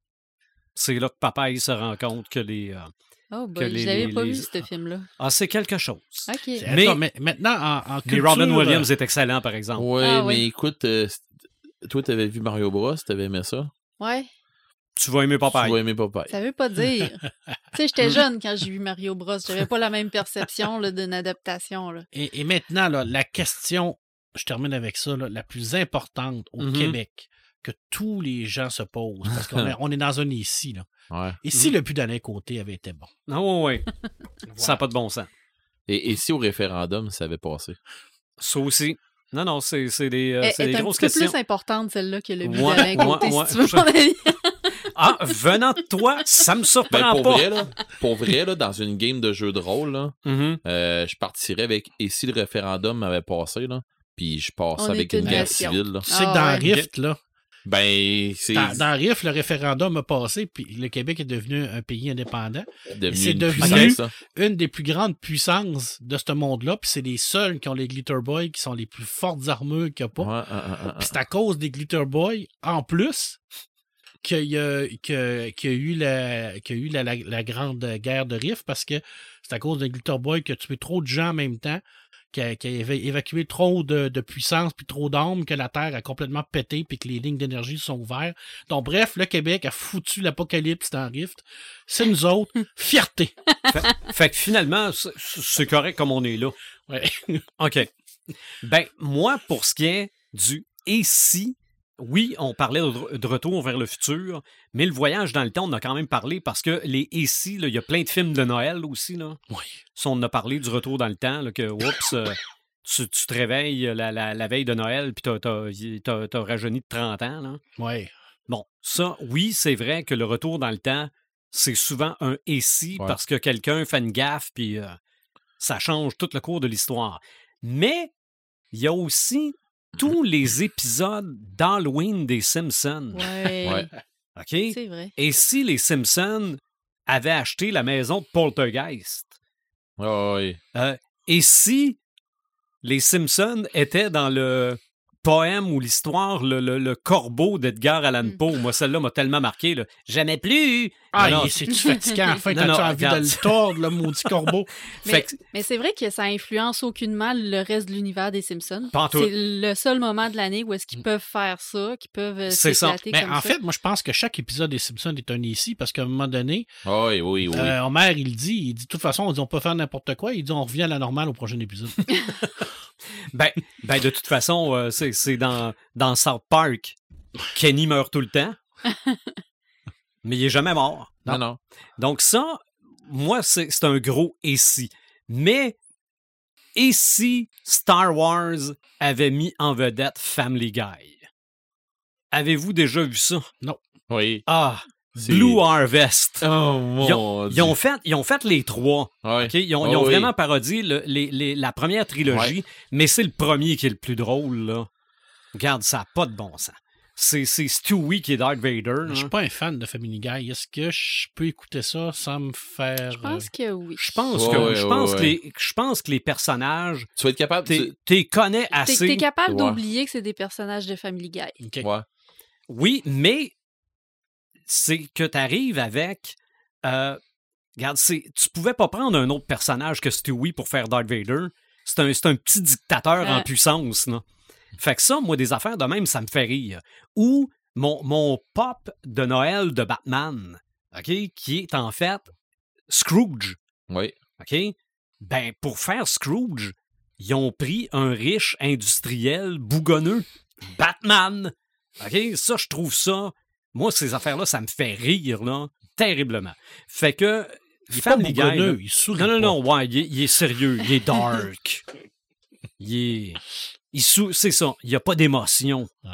C'est là que Popeye se rend compte que les... euh, Oh, que ben, les- je l'avais les- pas les- vu, ce film-là. Ah, c'est quelque chose. OK. C'est- Mais- attends, mais maintenant, en, en Mais culture... Robin euh, Williams est excellent, par exemple. Ouais, Ah, mais oui. écoute, euh, c'est- toi, t'avais vu Mario Bros, t'avais aimé ça? Ouais, Tu vas aimer Popeye. Tu vas aimer Popeye. ça veut pas dire. Tu sais, j'étais jeune quand j'ai vu Mario Bros. J'avais pas la même perception là, d'une adaptation. Là. Et, et maintenant, là, la question, je termine avec ça, là, la plus importante au Mhm. Québec que tous les gens se posent, parce qu'on est, on est dans un ici, là. Ouais. Et si le but d'Alain Côté avait été bon? Ah ouais, ouais. Ça Voilà. n'a pas de bon sens. Et, et si au référendum, ça avait passé? Ça aussi. Non, non, c'est c'est des, euh, Elle c'est des est un grosses petit peu questions. plus importante, celle-là, que le but Ouais, d'Alain Côté, ouais, si tu veux ouais. mon avis. Ah, venant de toi, ça me Ben, surprend pour pas. vrai, là, pour vrai, là, dans une game de jeu de rôle, là, Mhm. euh, je partirais avec « Et si le référendum avait passé? » là, puis je passe On avec est une une guerre nation. civile. Là. Tu sais Ah, que dans ouais. Rift, là, Ben, c'est dans, dans Rift, le référendum a passé, puis le Québec est devenu un pays indépendant. devenu c'est une devenu- puissance, là. Une des plus grandes puissances de ce monde-là, puis c'est les seuls qui ont les Glitter Boys, qui sont les plus fortes armures qu'il n'y a pas. Ouais, hein, hein, hein, Puis c'est à cause des Glitter Boys, en plus, qu'il y a, que- qu'il y a eu, la, qu'il y a eu la, la- la grande guerre de Rift, parce que c'est à cause des Glitter Boys qui a tué trop de gens en même temps, qui a, qui a éva- évacué trop de, de puissance puis trop d'armes, que la Terre a complètement pété puis que les lignes d'énergie sont ouvertes. Donc bref, le Québec a foutu l'apocalypse dans Rift. C'est nous autres. Fierté. Fait que finalement, c'est- c'est correct comme on est là. Ouais. OK. Ben, moi, pour ce qui est du « et si », oui, on parlait de de retour vers le futur, mais le voyage dans le temps, on en a quand même parlé parce que les « et si », là, il y a plein de films de Noël aussi, là. Oui. Ça, on en a parlé du retour dans le temps, là, que, oups, euh, tu, tu te réveilles la, la, la veille de Noël puis t'as, t'as, t'as, t'as rajeuni de trente ans, là. Ouais. Bon, ça, oui, c'est vrai que le retour dans le temps, c'est souvent un « et si » Ouais. parce que quelqu'un fait une gaffe puis euh, ça change tout le cours de l'histoire. Mais il y a aussi tous les épisodes d'Halloween des Simpsons. Ouais, Ouais. OK? c'est vrai. Et si les Simpsons avaient acheté la maison de Poltergeist? Ouais, ouais. Euh, et si les Simpsons étaient dans le poème ou l'histoire, le, le- le corbeau d'Edgar Allan Mm. Poe? Moi, celle-là m'a tellement marqué. Là. Jamais plus! Ah, Non, non. il- c'est-tu fatigant? Enfin, Non, t'as-tu non, envie regarde. de le tordre, le maudit corbeau? Fait Mais, que- mais c'est vrai que ça influence aucunement le reste de l'univers des Simpsons. Pas en tout. C'est le seul moment de l'année où est-ce qu'ils peuvent faire ça, qu'ils peuvent euh, C'est ça. s'éclater Mais comme en ça. fait, moi, je pense que chaque épisode des Simpsons est un ici, parce qu'à un moment donné, Oui, oui, oui. euh, Homer, il dit, il dit, de toute façon, on dit, on peut faire n'importe quoi. Il dit, on revient à la normale au prochain épisode. Ben, ben, de toute façon, euh, c'est, c'est dans, dans South Park. Kenny meurt tout le temps. Mais il est jamais mort. Non, non. Donc ça, moi, c'est, c'est un gros « et si ». Mais Et si Star Wars avait mis en vedette Family Guy? Avez-vous déjà vu ça? Oui. Ah, C'est- Blue Harvest. Oh mon Ils ont, Dieu. ils ont fait, ils ont fait les trois. Ouais. OK? Ils ont, Oh, ils ont oui. vraiment parodié le- les- les- la première trilogie, mais c'est le premier qui est le plus drôle. Là. Regarde, ça n'a pas de bon sens. C'est, c'est Stewie qui est Darth Vader. Je là. suis pas un fan de Family Guy. Est-ce que je peux écouter ça sans me faire. Je pense que oui. Je pense, Ouais, que, ouais, je, ouais, pense ouais. Que les, je pense que les personnages, Tu vas être capable... t'es, tu- t'es connais T'es assez. t'es capable Ouais. d'oublier que c'est des personnages de Family Guy. Ok. Ouais. Oui, mais c'est que tu arrives avec. Euh, regarde, c'est, tu pouvais pas prendre un autre personnage que Stewie pour faire Darth Vader. C'est un, c'est un petit dictateur en Ouais. puissance. Là. Fait que ça, moi, des affaires de même, ça me fait rire. Ou mon, mon pop de Noël de Batman, OK, qui est en fait Scrooge. Oui. OK? Ben, pour faire Scrooge, ils ont pris un riche industriel bougonneux, Batman. OK? Ça, je trouve ça... Moi, ces affaires-là, ça me fait rire, là, terriblement. Fait que... Il est pas Family Guy, là- bougonneux, il sourit Non, non, pas. non, ouais, il est, il est sérieux, il est dark. il est... Il sou... C'est ça, il n'y a pas d'émotion. Ouais.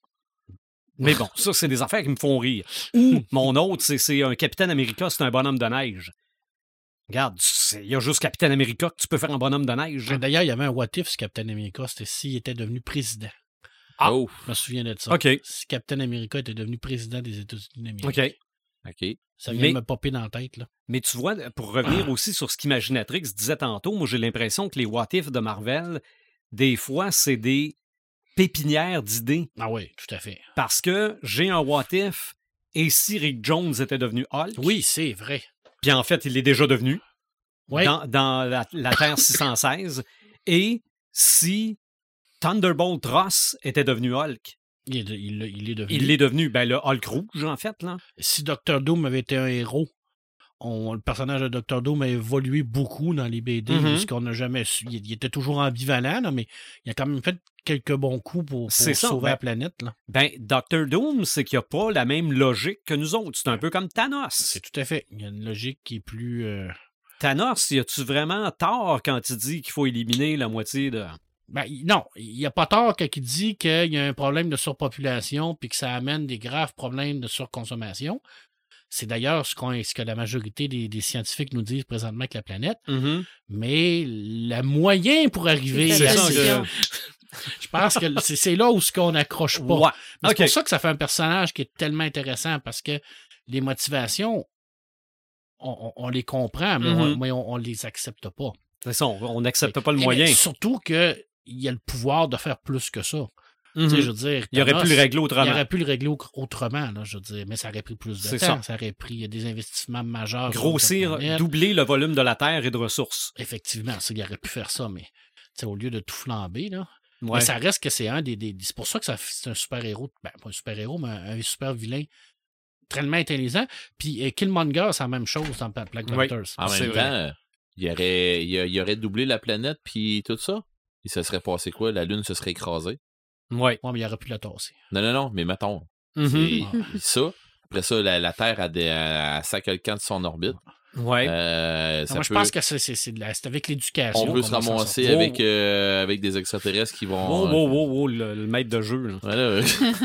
Mais bon, ça, c'est des affaires qui me font rire. Ou, mon autre, c'est, c'est un Capitaine America, c'est un bonhomme de neige. Regarde, c'est- il y a juste Capitaine America que tu peux faire un bonhomme de neige. Mais D'ailleurs, il y avait un what if, ce Captain America, c'était s'il était devenu président. Ah. Oh. Je me souviens de ça. OK, Si Captain America était devenu président des États-Unis d'Amérique. OK. OK. Ça vient Mais- de me popper dans la tête, là. Mais tu vois, pour revenir aussi sur ce qu'Imaginatrix disait tantôt, moi, j'ai l'impression que les what if de Marvel, des fois, c'est des pépinières d'idées. Ah oui, tout à fait. Parce que j'ai un what if, et si Rick Jones était devenu Hulk, Oui, c'est vrai. puis en fait, il est déjà devenu, Oui. dans, dans la, la Terre six cent seize, et si Thunderbolt Ross était devenu Hulk, Il est, de- il, l'a- il est devenu. il est devenu ben, le Hulk rouge, en fait, là. Si docteur Doom avait été un héros, on- le personnage de docteur Doom a évolué beaucoup dans les B D, Mhm. ce qu'on n'a jamais su. Il, il était toujours ambivalent, là, mais il a quand même fait quelques bons coups pour, pour C'est ça, sauver ben- la planète. Là. Ben, docteur Doom, c'est qu'il n'y a pas la même logique que nous autres. C'est un peu comme Thanos. C'est tout à fait. Il y a une logique qui est plus. euh, Thanos, y a-tu vraiment tort quand il dit qu'il faut éliminer la moitié de... Ben, il- non, il n'y a pas tort quand il dit qu'il y a un problème de surpopulation puis que ça amène des graves problèmes de surconsommation. C'est d'ailleurs ce, qu'on, ce que la majorité des, des scientifiques nous disent présentement avec la planète. Mhm. Mais le moyen pour arriver C'est à ça ça, que- je pense que c'est, c'est là où ce qu'on n'accroche pas. Ouais. Mais OK. C'est pour ça que ça fait un personnage qui est tellement intéressant parce que les motivations, on, on- on les comprend, mais, on, Mhm. mais on, on les accepte pas. C'est ça, on n'accepte pas le Et moyen. mais surtout qu'il y a le pouvoir de faire plus que ça. Mhm. Tu sais, je veux dire, Il aurait Thanos, pu le régler il autrement. aurait pu le régler au- autrement, là, je veux dire, mais ça aurait pris plus de C'est temps. Ça. ça. aurait pris il y a des investissements majeurs. sur Grossir, la planète. doubler le volume de la Terre et de ressources. Effectivement, ça, il aurait pu faire ça, mais tu sais, au lieu de tout flamber, là. Ouais. Mais ça reste que c'est un des. des- c'est pour ça que ça, c'est un super-héros. Ben, pas un super-héros, mais un, un super-vilain tellement intelligent. Puis euh, Killmonger, c'est la même chose dans Black Oui. Panthers. En C'est même vrai. temps, il aurait, il, a- il aurait doublé la planète puis tout ça. Il se serait passé quoi? La Lune se serait écrasée. Ouais. Ouais, mais il aurait pu la tasser. Non, non, non, mais mettons. Mhm. c'est- Ça. Après ça, la, la Terre a, des, a, a sac le camp de son orbite. Ouais. Euh, Non, ça moi, je peut- pense que c'est, c'est, c'est, de la- c'est avec l'éducation. on peut se qu'on va s'en ramasser sortir. avec, euh, avec des extraterrestres qui vont. Wow, wow, wow, wow, le, le maître de jeu. là. Voilà.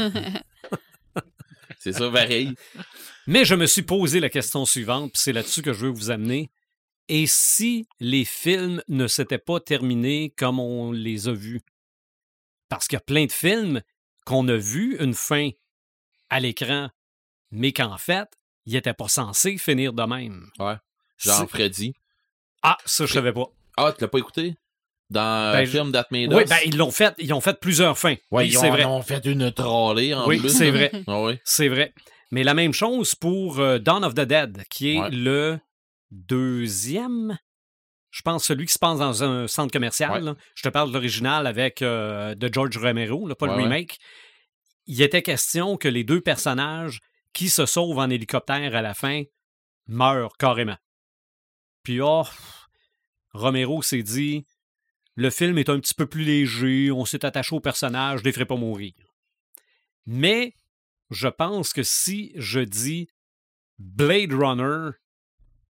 C'est ça, pareil. Mais je me suis posé la question suivante, puis c'est là-dessus que je veux vous amener. Et si les films ne s'étaient pas terminés comme on les a vus? Parce qu'il y a plein de films qu'on a vus une fin à l'écran, mais qu'en fait, ils n'étaient pas censés finir de même. Ouais. Genre C'est- Freddy. Ah, ça, je savais pas. Ah, tu l'as pas écouté? Dans Ben, le je- film That Made Oui, Us? ben, ils l'ont fait, ils ont fait plusieurs fins. Ouais, oui, ils c'est ont, vrai. ont fait une trollée en Oui, plus. c'est vrai. Ah oui. C'est vrai. Mais la même chose pour euh, Dawn of the Dead, qui est Ouais. le deuxième, je pense, celui qui se passe dans un centre commercial. Ouais. là. Je te parle de l'original avec euh, de George Romero, là, pas Ouais, le ouais. remake. Il était question que les deux personnages qui se sauvent en hélicoptère à la fin meurent carrément. Puis, oh, Romero s'est dit, le film est un petit peu plus léger, on s'est attaché au personnage, je les ferai pas mourir. Mais je pense que si je dis Blade Runner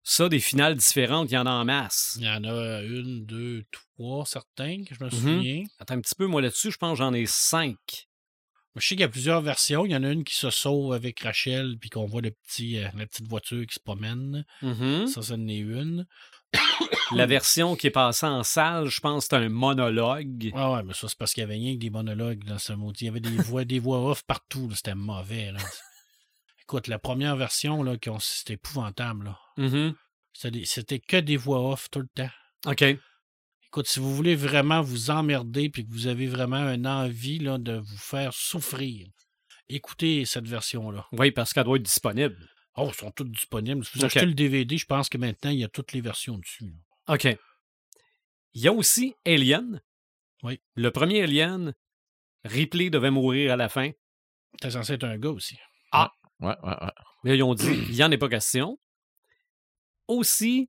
Ça, des finales différentes, il y en a en masse. Il y en a une, deux, trois, certains, que je me Mhm. souviens. Attends un petit peu, moi là-dessus, je pense que j'en ai cinq. Je sais qu'il y a plusieurs versions. Il y en a une qui se sauve avec Rachel, puis qu'on voit le petit, euh, la petite voiture qui se promène. Mhm. Ça, ça en est une. La version qui est passée en salle, je pense que c'est un monologue. Ah ouais, mais ça, c'est parce qu'il y avait rien que des monologues dans ce maudit. Il y avait des voix, des voix off partout. Là. C'était mauvais. Là. Écoute, la première version, là, qu'on- c'était épouvantable. Là. Mhm. C'était, des- c'était que des voix off tout le temps. OK. Écoute, si vous voulez vraiment vous emmerder puis que vous avez vraiment une envie là, de vous faire souffrir, écoutez cette version-là. Oui, parce qu'elle doit être disponible. Oh, ils sont toutes disponibles. Si vous OK. achetez le D V D, je pense que maintenant, il y a toutes les versions dessus. là. OK. Il y a aussi Alien. Oui. Le premier Alien, Ripley devait mourir à la fin. T'es censé être un gars aussi. Ouais, ouais, ouais. Mais ils ont dit, il n'y en est pas question. Aussi,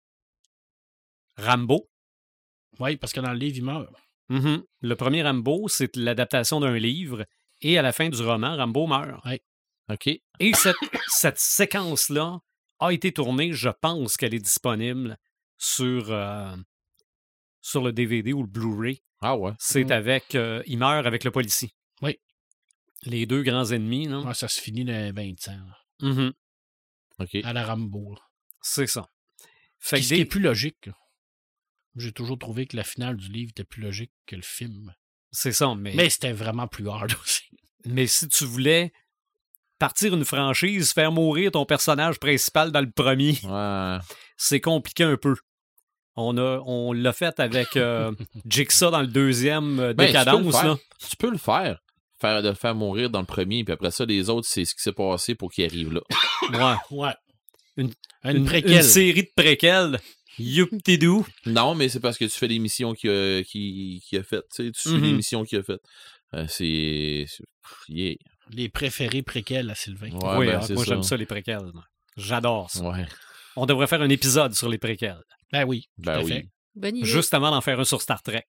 Rambo. Oui, parce que dans le livre, il meurt. Mhm. Le premier Rambo, c'est l'adaptation d'un livre. Et à la fin du roman, Rambo meurt. OK. Et cette, cette séquence-là a été tournée, je pense qu'elle est disponible sur, euh, sur le D V D ou le Blu-ray. Ah ouais. C'est Mm. avec... euh, il meurt avec le policier. Oui. Les deux grands ennemis, là. Ouais, ça se finit dans vingt ans. là. Mhm. OK. À la Rambo. là. C'est ça. Ce Fait qui, que ce qui des- est plus logique. là. J'ai toujours trouvé que la finale du livre était plus logique que le film. C'est ça, mais, Mais c'était vraiment plus hard aussi. mais si tu voulais partir une franchise, faire mourir ton personnage principal dans le premier, Ouais. c'est compliqué un peu. On, a, on l'a fait avec euh, Jigsaw dans le deuxième euh, Ben, tu peux le Décadence. faire. là. Tu peux le faire. Faire, de le faire mourir dans le premier, puis après ça, les autres, c'est ce qui s'est passé pour qu'ils arrivent là. Ouais. Ouais. Une- Une, Une, préquelle. une série de préquelles. Youp-tidou. Non, mais c'est parce que tu fais l'émission qu'il a, qu'il, qu'il a faite. Tu sais, tu suis Mhm. l'émission qu'il a faite. Euh, c'est. c'est- pff, yeah. Les préférés préquels à Sylvain. Ouais, oui, ben, alors, c'est moi ça. j'aime ça, les préquelles. moi. J'adore ça. Ouais. On devrait faire un épisode sur les préquelles. Ben oui. tout Ben à oui. fait. Bonne idée. Juste avant d'en faire un sur Star Trek.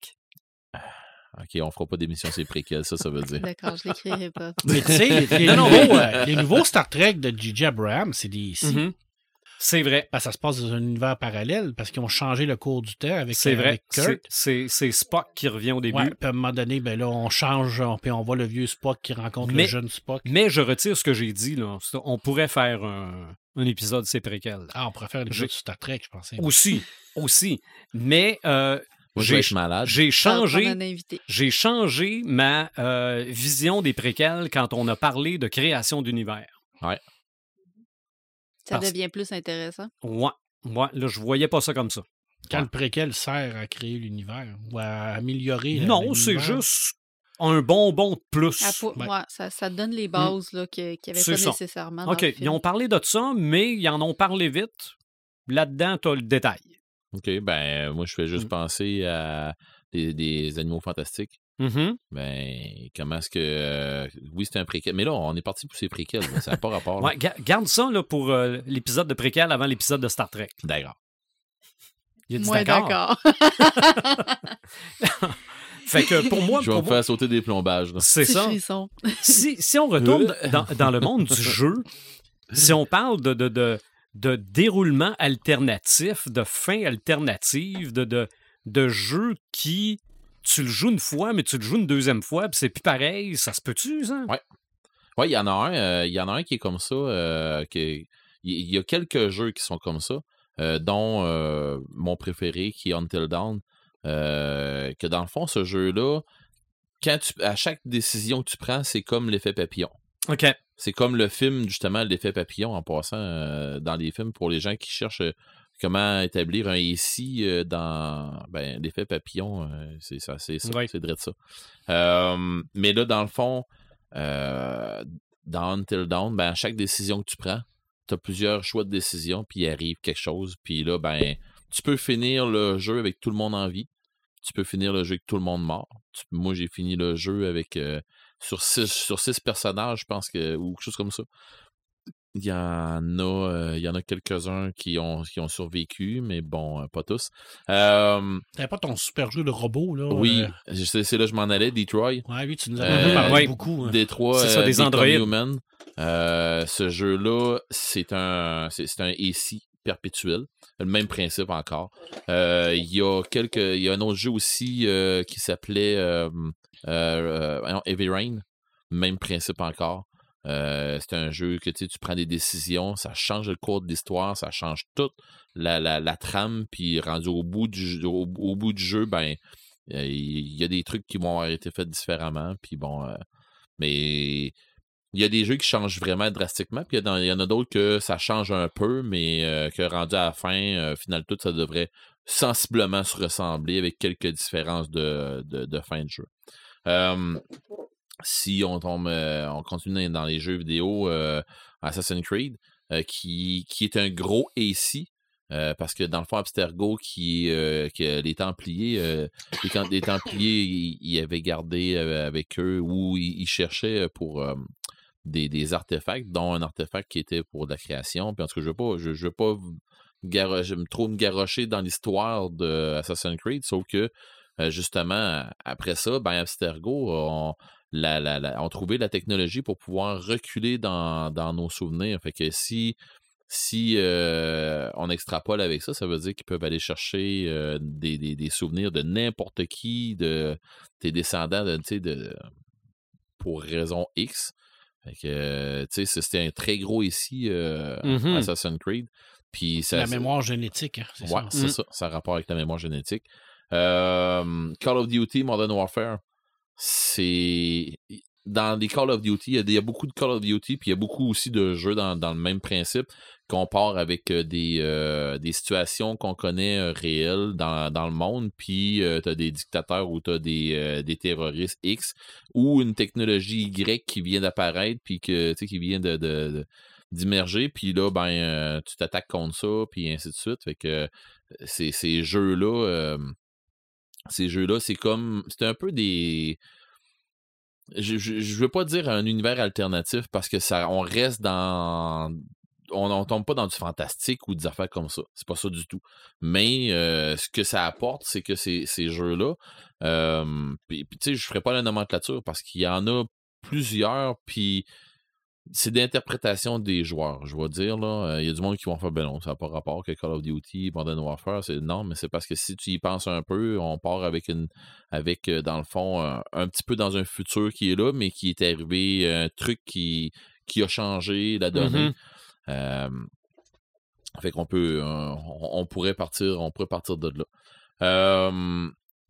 OK, on fera pas d'émission sur les préquels, ça, ça veut dire. D'accord, je l'écrirai pas. Mais tu sais, les, les Non, non, nouveaux, euh, les nouveaux Star Trek de J J Abrams, c'est des ici. Mhm. C'est vrai. Ben, ça se passe dans un univers parallèle parce qu'ils ont changé le cours du temps avec, C'est euh, vrai. avec Kirk. C'est- C'est c'est Spock qui revient au début. Ouais, puis à un moment donné, ben là, on change, on, puis on voit le vieux Spock qui rencontre Mais- le jeune Spock. Mais je retire ce que j'ai dit. Là. C'est- On pourrait faire un, un épisode de ces préquelles. Ah, on pourrait faire l'épisode sur Star Trek, je pensais. Aussi, aussi. Mais euh, Moi, je vais j'ai être malade. j'ai Ça va prendre changé, un invité. j'ai changé ma euh, vision des préquelles quand on a parlé de création d'univers. Ça Parce- devient plus intéressant. Ouais, ouais, là, je voyais pas ça comme ça. Quand le préquel sert à créer l'univers ou à améliorer la- Non, c'est l'univers. juste un bonbon de plus. Ah, pour- Ouais. ouais, ça, ça donne les bases là, que- qu'il n'y avait C'est pas ça. nécessairement dans OK, le ils film. ont parlé de ça, mais ils en ont parlé vite. Là-dedans, tu as le détail. OK, ben, moi, je fais juste Mm. penser à des, des animaux fantastiques. Mhm. Ben, comment est-ce que. euh, oui, c'est un préquel. Mais là, on est parti pour ces préquels. là, ça n'a pas rapport. là. Ouais, ga- garde ça là, pour euh, l'épisode de préquel avant l'épisode de Star Trek. D'accord. Il a dit Moi, d'accord. d'accord. Fait que pour moi, Je vais pour me moi, faire sauter des plombages. là. c'est Petit ça. frisson. Si, si on retourne dans, dans le monde du jeu, si on parle de, de, de, de déroulement alternatif, de fin alternative, de, de, de jeux qui, tu le joues une fois, mais tu le joues une deuxième fois, puis c'est plus pareil, ça se peut-tu, ça? Ouais. Oui, il y en a un. euh, Il y en a un qui est comme ça. euh, qui- Il y a quelques jeux qui sont comme ça, euh, dont euh, mon préféré qui est Until Dawn. euh, que dans le fond, ce jeu-là, quand tu, à chaque décision que tu prends, c'est comme l'effet papillon. OK. C'est comme le film, justement, l'effet papillon, en passant euh, dans les films, pour les gens qui cherchent euh, comment établir un ici euh, dans ben, l'effet papillon, euh, c'est ça, c'est ça, Oui. c'est vrai de ça. Euh, mais là, dans le fond, euh, dans Until Dawn, ben, à chaque décision que tu prends, tu as plusieurs choix de décision, puis il arrive quelque chose, puis là, ben, tu peux finir le jeu avec tout le monde en vie. Tu peux finir le jeu avec tout le monde mort. Tu- moi, j'ai fini le jeu avec euh, sur six sur six personnages, je pense que ou quelque chose comme ça. Il y en a, euh, il y en a quelques-uns qui ont qui ont survécu, mais bon, euh, pas tous. Euh, T'avais pas ton super jeu de robot, là? oui, euh, c'est c'est là que je m'en allais, Detroit. Ouais, oui, tu nous as Euh, parlé ouais. beaucoup. hein. Détroit, C'est ça, euh, des Become androïdes. Human. Euh, ce jeu-là, c'est un c'est c'est un A C perpétuelle. Le même principe encore. Euh, il y a quelques. Il y a un autre jeu aussi euh, qui s'appelait euh, euh, euh, Heavy Rain. Même principe encore. Euh, c'est un jeu que tu prends des décisions, ça change le cours de l'histoire, ça change toute la, la, la trame, puis rendu au bout du, au, au bout du jeu, ben il euh, y, y a des trucs qui vont avoir été faits différemment, puis bon, euh, mais il y a des jeux qui changent vraiment drastiquement, puis il y, y en a d'autres que ça change un peu, mais euh, que rendu à la fin, euh, final tout, ça devrait sensiblement se ressembler avec quelques différences de, de, de fin de jeu. Euh, Si on tombe, euh, on continue dans les jeux vidéo, euh, Assassin's Creed, euh, qui, qui est un gros A C, euh, parce que dans le fond, Abstergo, qui, euh, qui les Templiers, euh, les, les Templiers, ils, ils avaient gardé euh, avec eux, ou ils, ils cherchaient pour euh, des, des artefacts, dont un artefact qui était pour de la création. Puis en tout cas, je ne veux pas, je, je veux pas garocher, trop me garrocher dans l'histoire de Assassin's Creed, sauf que euh, justement, après ça, ben Abstergo, on La, la, la, ont trouvé la technologie pour pouvoir reculer dans, dans nos souvenirs. Fait que si, si euh, on extrapole avec ça, ça veut dire qu'ils peuvent aller chercher euh, des, des, des souvenirs de n'importe qui, de tes descendants, de, de, pour raison X. Fait que, tu sais, c'était un très gros ici, euh, mm-hmm. Assassin's Creed. Puis ça, la mémoire génétique, hein, c'est ouais, ça. c'est mm. ça. Ça a rapport avec la mémoire génétique. Euh, Call of Duty, Modern Warfare, c'est dans les Call of Duty, il y, a, il y a beaucoup de Call of Duty, puis il y a beaucoup aussi de jeux dans, dans le même principe, qu'on part avec euh, des, euh, des situations qu'on connaît euh, réelles dans, dans le monde, puis euh, t'as des dictateurs ou t'as des, euh, des terroristes X, ou une technologie Y qui vient d'apparaître, puis que tu sais, qui vient de, de, de d'immerger, puis là, ben euh, tu t'attaques contre ça, puis ainsi de suite. Fait que ces, ces jeux-là, euh, ces jeux-là, c'est comme, c'est un peu des, je, je, je veux pas dire un univers alternatif parce que ça, on reste dans, on, on tombe pas dans du fantastique ou des affaires comme ça, c'est pas ça du tout. Mais euh, ce que ça apporte, c'est que ces, ces jeux-là, euh, puis tu sais, je ferai pas la nomenclature parce qu'il y en a plusieurs, puis c'est d'interprétation des joueurs, je vais dire. Là, il y a du monde qui vont faire, ben non, ça n'a pas rapport que Call of Duty, Modern Warfare, c'est non, mais c'est parce que si tu y penses un peu, on part avec, une, avec dans le fond, un, un petit peu dans un futur qui est là, mais qui est arrivé, un truc qui, qui a changé la donnée. Mm-hmm. Euh, fait qu'on peut, on, on pourrait partir, on pourrait partir de là. Euh,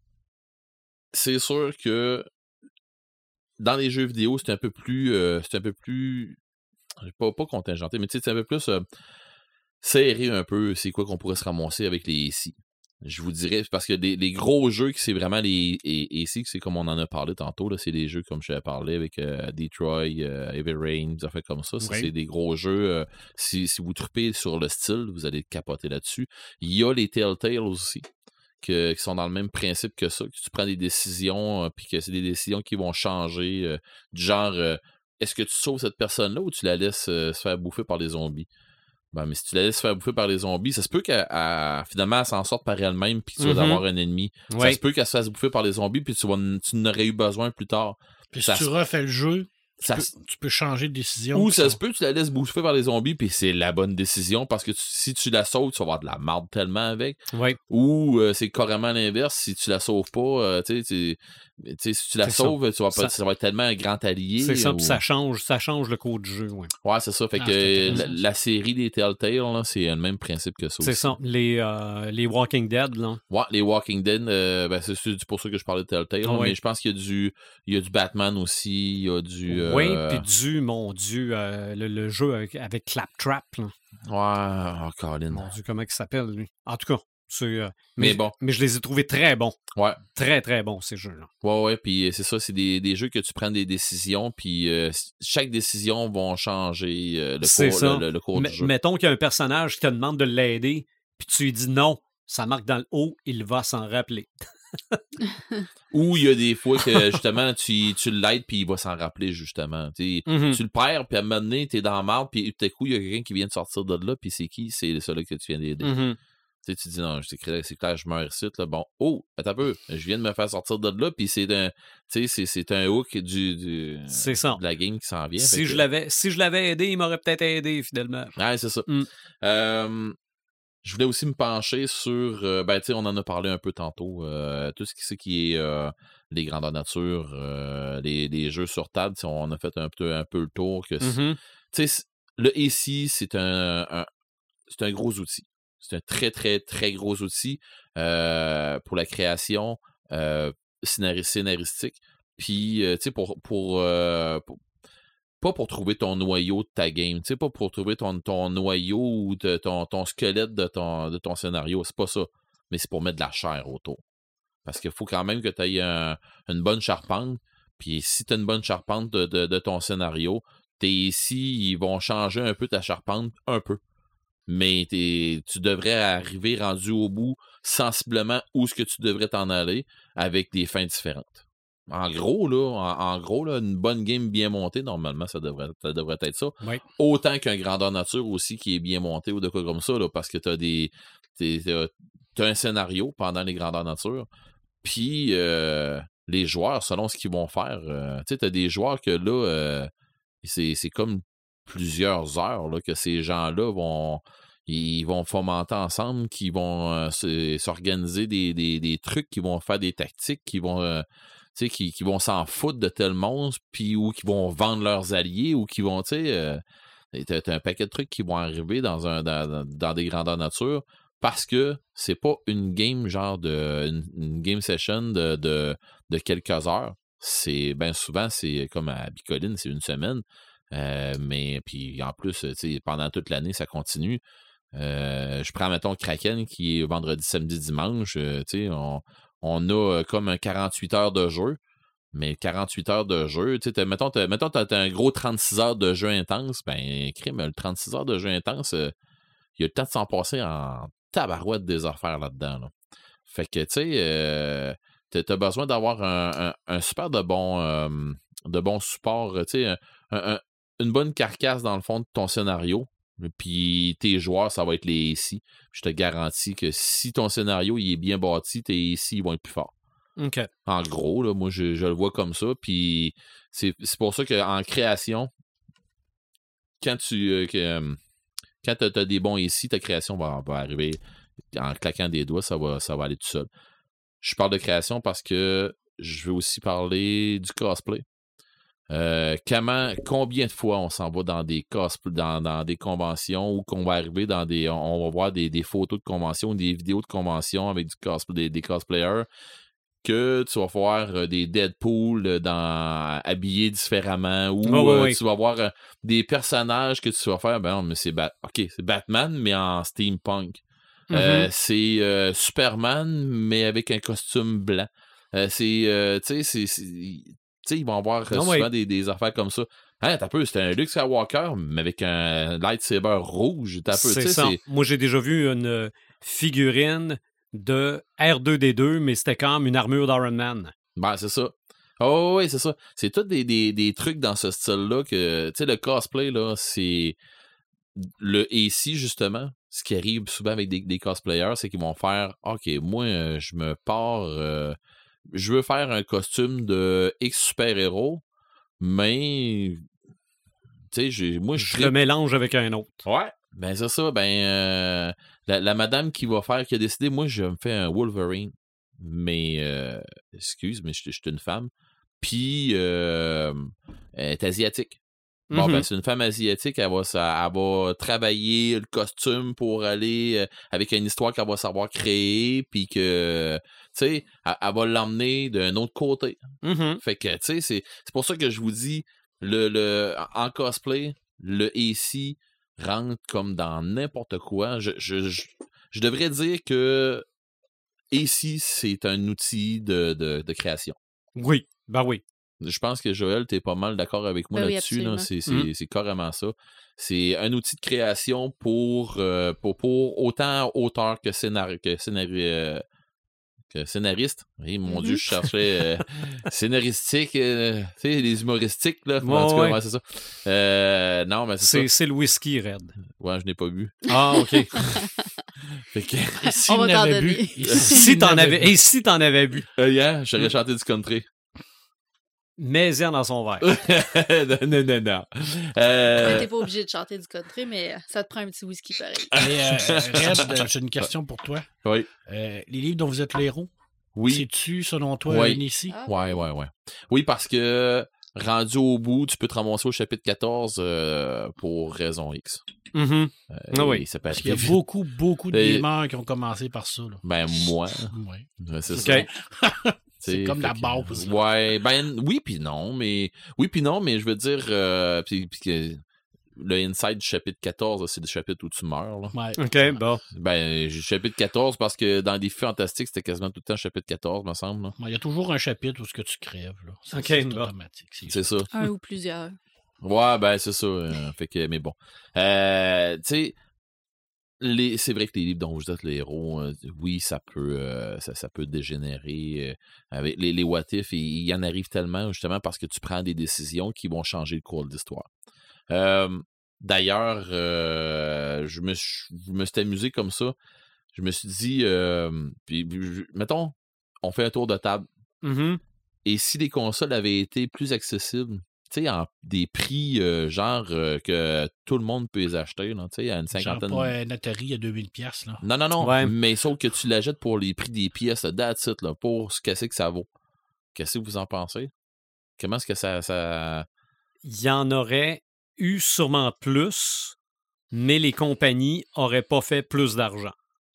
c'est sûr que dans les jeux vidéo, c'est un peu plus, euh, c'est un peu plus, pas, pas contingenté, mais tu sais, c'est un peu plus euh, serré un peu, c'est quoi qu'on pourrait se ramasser avec les A C. Je vous dirais, parce que les, les gros jeux, c'est vraiment les A C, c'est comme on en a parlé tantôt, là, c'est des jeux comme je t'avais parlé avec euh, Detroit, euh, Heavy Rain, des affaires comme ça. ça oui. C'est des gros jeux. Euh, si, si vous tripez sur le style, vous allez capoter là-dessus. Il y a les Telltale aussi. Que, qui sont dans le même principe que ça, que tu prends des décisions, euh, puis que c'est des décisions qui vont changer, euh, du genre, euh, est-ce que tu sauves cette personne-là ou tu la laisses euh, se faire bouffer par les zombies? Ben, mais si tu la laisses se faire bouffer par les zombies, ça se peut qu'elle finalement elle s'en sorte par elle-même, puis que tu mm-hmm. vas avoir un ennemi. Oui. Ça se peut qu'elle se fasse bouffer par les zombies, puis tu, vas, tu n'aurais eu besoin plus tard. Puis si tu refais le jeu, Tu, ça, peux, tu peux changer de décision. Ou ça, ça se peut, tu la laisses bouffer par les zombies, puis c'est la bonne décision, parce que tu, si tu la sauves, tu vas avoir de la marde tellement avec. Oui. Ou euh, c'est carrément l'inverse, si tu la sauves pas, euh, tu sais, si tu la c'est sauves, tu vas pas, ça, ça va être tellement un grand allié. C'est ça, ou... puis ça change, ça change le cours du jeu. Ouais, ouais c'est ça. Fait ah, que la, la série des Telltale, là, c'est le même principe que ça. C'est aussi. Ça, les, euh, les Walking Dead. Là. Ouais, les Walking Dead, euh, ben, c'est pour ça que je parlais de Telltale, oh, mais oui. je pense qu'il y a du il y a du Batman aussi, il y a du... Euh... Oui, puis du, mon Dieu, euh, le, le jeu avec, avec Claptrap. Là. Ouais, oh, Colin. Mon Dieu, comment il s'appelle, lui? En tout cas, c'est... Euh, mais, mais bon. Mais je les ai trouvés très bons. Ouais. Très, très bons, ces jeux-là. Ouais, ouais, puis c'est ça, c'est des, des jeux que tu prends des décisions, puis euh, chaque décision va changer euh, le, cours, ça. le, le, le cours M- du jeu. Mettons qu'il y a un personnage qui te demande de l'aider, puis tu lui dis non, ça marque dans le haut, il va s'en rappeler. Ou il y a des fois que justement tu, tu l'aides puis il va s'en rappeler justement. Mm-hmm. Tu le perds puis à un moment donné t'es dans la marde puis tout à coup il y a quelqu'un qui vient de sortir de là puis c'est qui? C'est celui que tu viens d'aider. Mm-hmm. Tu te dis non, c'est clair, c'est clair, je meurs ici. Là. Bon, oh, attends un peu, je viens de me faire sortir de là puis c'est un, c'est, c'est un hook du, du c'est ça. de la game qui s'en vient. Si je, que... l'avais, si je l'avais aidé, il m'aurait peut-être aidé finalement. Ouais, c'est ça. Mm. Euh, je voulais aussi me pencher sur, euh, ben tu sais, on en a parlé un peu tantôt, euh, tout ce qui, ce qui est euh, les grandeurs nature, euh, les, les jeux sur table, on a fait un peu, un peu le tour. Que Mm-hmm. Tu sais, le A C, c'est un, un, c'est un gros outil. C'est un très, très, très gros outil euh, pour la création euh, scénari- scénaristique. Puis, euh, tu sais, pour, pour, euh, pour pas pour trouver ton noyau de ta game, tu sais, pas pour trouver ton, ton noyau ou de, ton, ton squelette de ton, de ton scénario, c'est pas ça. Mais c'est pour mettre de la chair autour. Parce qu'il faut quand même que tu aies un, une bonne charpente. Puis si tu as une bonne charpente de, de, de ton scénario, tes ici, ils vont changer un peu ta charpente, un peu. Mais t'es, tu devrais arriver rendu au bout sensiblement où est-ce que tu devrais t'en aller avec des fins différentes. En gros, là, en, en gros, là, une bonne game bien montée, normalement, ça devrait, ça devrait être ça. Oui. Autant qu'un grandeur nature aussi qui est bien monté ou de quoi comme ça, là, parce que t'as des. T'as, t'as un scénario pendant les grandeurs nature. Puis euh, les joueurs, selon ce qu'ils vont faire, euh, tu sais, t'as des joueurs que là, euh, c'est, c'est comme plusieurs heures là, que ces gens-là vont. Ils vont fomenter ensemble, qui vont euh, se, s'organiser des, des, des trucs, qui vont faire des tactiques, qui vont. Euh, Tu sais, qui, qui vont s'en foutre de tel monstre, puis ou qui vont vendre leurs alliés, ou qui vont, tu sais, euh, t'as, t'as un paquet de trucs qui vont arriver dans, un, dans, dans des grandeurs nature, parce que c'est pas une game genre de, une, une game session de, de, de quelques heures. C'est, ben souvent, c'est comme à Bicoline, c'est une semaine, euh, mais puis en plus, tu sais, pendant toute l'année, ça continue. Euh, je prends, mettons, Kraken, qui est vendredi, samedi, dimanche, euh, tu sais, on On a comme un quarante-huit heures de jeu, mais quarante-huit heures de jeu, tu sais, mettons, t'as, mettons, t'as un gros trente-six heures de jeu intense, ben, crime, le trente-six heures de jeu intense, il euh, y a le temps de s'en passer en tabarouette des affaires là-dedans. Là. Fait que, tu sais, euh, t'as besoin d'avoir un, un, un super de bon, euh, de bon support, tu sais, un, un, une bonne carcasse dans le fond de ton scénario. Puis tes joueurs, ça va être les A C. Je te garantis que si ton scénario il est bien bâti, tes A C ils vont être plus forts. OK. En gros, là, moi, je, je le vois comme ça. Puis c'est, c'est pour ça qu'en création, quand tu euh, que, euh, quand tu as des bons A C, ta création va, va arriver en claquant des doigts, ça va, ça va aller tout seul. Je parle de création parce que je veux aussi parler du cosplay. Euh, comment, combien de fois on s'en va dans des cosplay, dans, dans des conventions ou qu'on va arriver dans des. On va voir des, des photos de convention, des vidéos de convention avec du cosplay, des, des cosplayers, que tu vas voir des Deadpool dans, habillés différemment ou oh, oui, euh, oui. tu vas voir euh, des personnages que tu vas faire. Ben non, mais c'est Bat- OK, c'est Batman, mais en steampunk. Mm-hmm. Euh, c'est euh, Superman, mais avec un costume blanc. Euh, c'est. Euh, tu sais, c'est. c'est Tu sais, ils vont avoir euh, non, souvent oui. des, des affaires comme ça. Hein, t'as peu, c'était un Luke Skywalker, mais avec un lightsaber rouge. T'as peu, c'est ça. C'est... Moi, j'ai déjà vu une figurine de R deux D deux, mais c'était comme une armure d'Iron Man. Ben, c'est ça. Oh, oui, c'est ça. C'est tous des, des, des trucs dans ce style-là que, tu sais, le cosplay, là, c'est le A C, justement. Ce qui arrive souvent avec des, des cosplayers, c'est qu'ils vont faire, OK, moi, je me pars... Euh, je veux faire un costume de X super-héros, mais tu sais, moi je je le mélange avec un autre. Ouais. Ben c'est ça, ben euh, la, la madame qui va faire, qui a décidé, moi je me fais un Wolverine, mais euh, excuse, mais je suis une femme, puis euh, elle est asiatique. Bon, mm-hmm. ben, c'est une femme asiatique, elle va, ça, elle va travailler le costume pour aller euh, avec une histoire qu'elle va savoir créer, puis que, tu sais, elle, elle va l'emmener d'un autre côté. Mm-hmm. Fait que, tu sais, c'est, c'est pour ça que je vous dis, le, le, en cosplay, le A C rentre comme dans n'importe quoi. Je, je, je, je devrais dire que A C, c'est un outil de, de, de création. Oui, ben oui. Je pense que Joël, t'es pas mal d'accord avec moi ben là-dessus. Oui, là. C'est, c'est, mm. c'est carrément ça. C'est un outil de création pour, euh, pour, pour autant auteur que, scénar- que, scénari- euh, que scénariste. Oui, mon mm-hmm. Dieu, je cherchais euh, scénaristique, euh, tu sais, les humoristiques. Là. Oh, en tout cas, ouais. ouais, c'est ça. Euh, non, mais c'est, c'est ça. C'est le whisky, Red. Ouais, je n'ai pas bu. Ah, OK. Fait que... Si on va t'en bu. Si t'en avais... Et si t'en avais bu? Euh, yeah, j'aurais mm. chanté du country. mets-en dans son verre. non, non, non, non. Ouais, Euh, T'es pas obligé de chanter du country, mais ça te prend un petit whisky pareil. Et, euh, Red, j'ai une question pour toi. oui. Euh, les livres dont vous êtes le héros, Oui. c'est-tu, selon toi, Oui. un ici? Ah. Ouais, ouais, ouais. Oui, parce que rendu au bout, tu peux te ramasser au chapitre quatorze euh, pour raison X. Mhm. Euh, Ah oui. et ça peut Parce qu'il y a arriver. beaucoup, beaucoup de Et- gamers qui ont commencé par ça. Là. Ben, moi, Ouais. ouais, c'est OK. ça. C'est T'sais, comme la fait que, base. Ouais, ben oui puis non, mais oui puis non, mais je veux dire euh, puis, puis que le inside du chapitre quatorze, là, c'est le chapitre où tu meurs. Là. Ouais. OK, bon. Ben, j'ai chapitre quatorze parce que dans les faits fantastiques, c'était quasiment tout le temps chapitre quatorze, me semble. là. Il y a toujours un chapitre où ce que tu crèves. Là. Ça, Ok, c'est bon. automatique. C'est C'est ça. Un ou plusieurs. Ouais, ben c'est ça. euh, fait que, mais bon. Euh, tu sais, les, c'est vrai que les livres dont vous êtes le héros, euh, oui, ça peut, euh, ça, ça peut dégénérer. euh, avec les, les what if, il, il y en arrive tellement justement parce que tu prends des décisions qui vont changer le cours de l'histoire. Euh, d'ailleurs, euh, je me suis, je me suis amusé comme ça. Je me suis dit, euh, puis, puis, mettons, on fait un tour de table. Mhm. Et si les consoles avaient été plus accessibles, tu sais, en des prix euh, genre euh, que tout le monde peut les acheter, là, tu sais, à une Genre cinquantaine. pas un Atari à deux mille dollars. Là. Non, non, non. Ouais. Mais sauf que tu l'achètes pour les prix des pièces, là, that's it, là, pour ce que c'est que ça vaut. Qu'est-ce que vous en pensez? Comment est-ce que ça. ça... Il y en aurait eu sûrement plus, mais les compagnies auraient pas fait plus d'argent.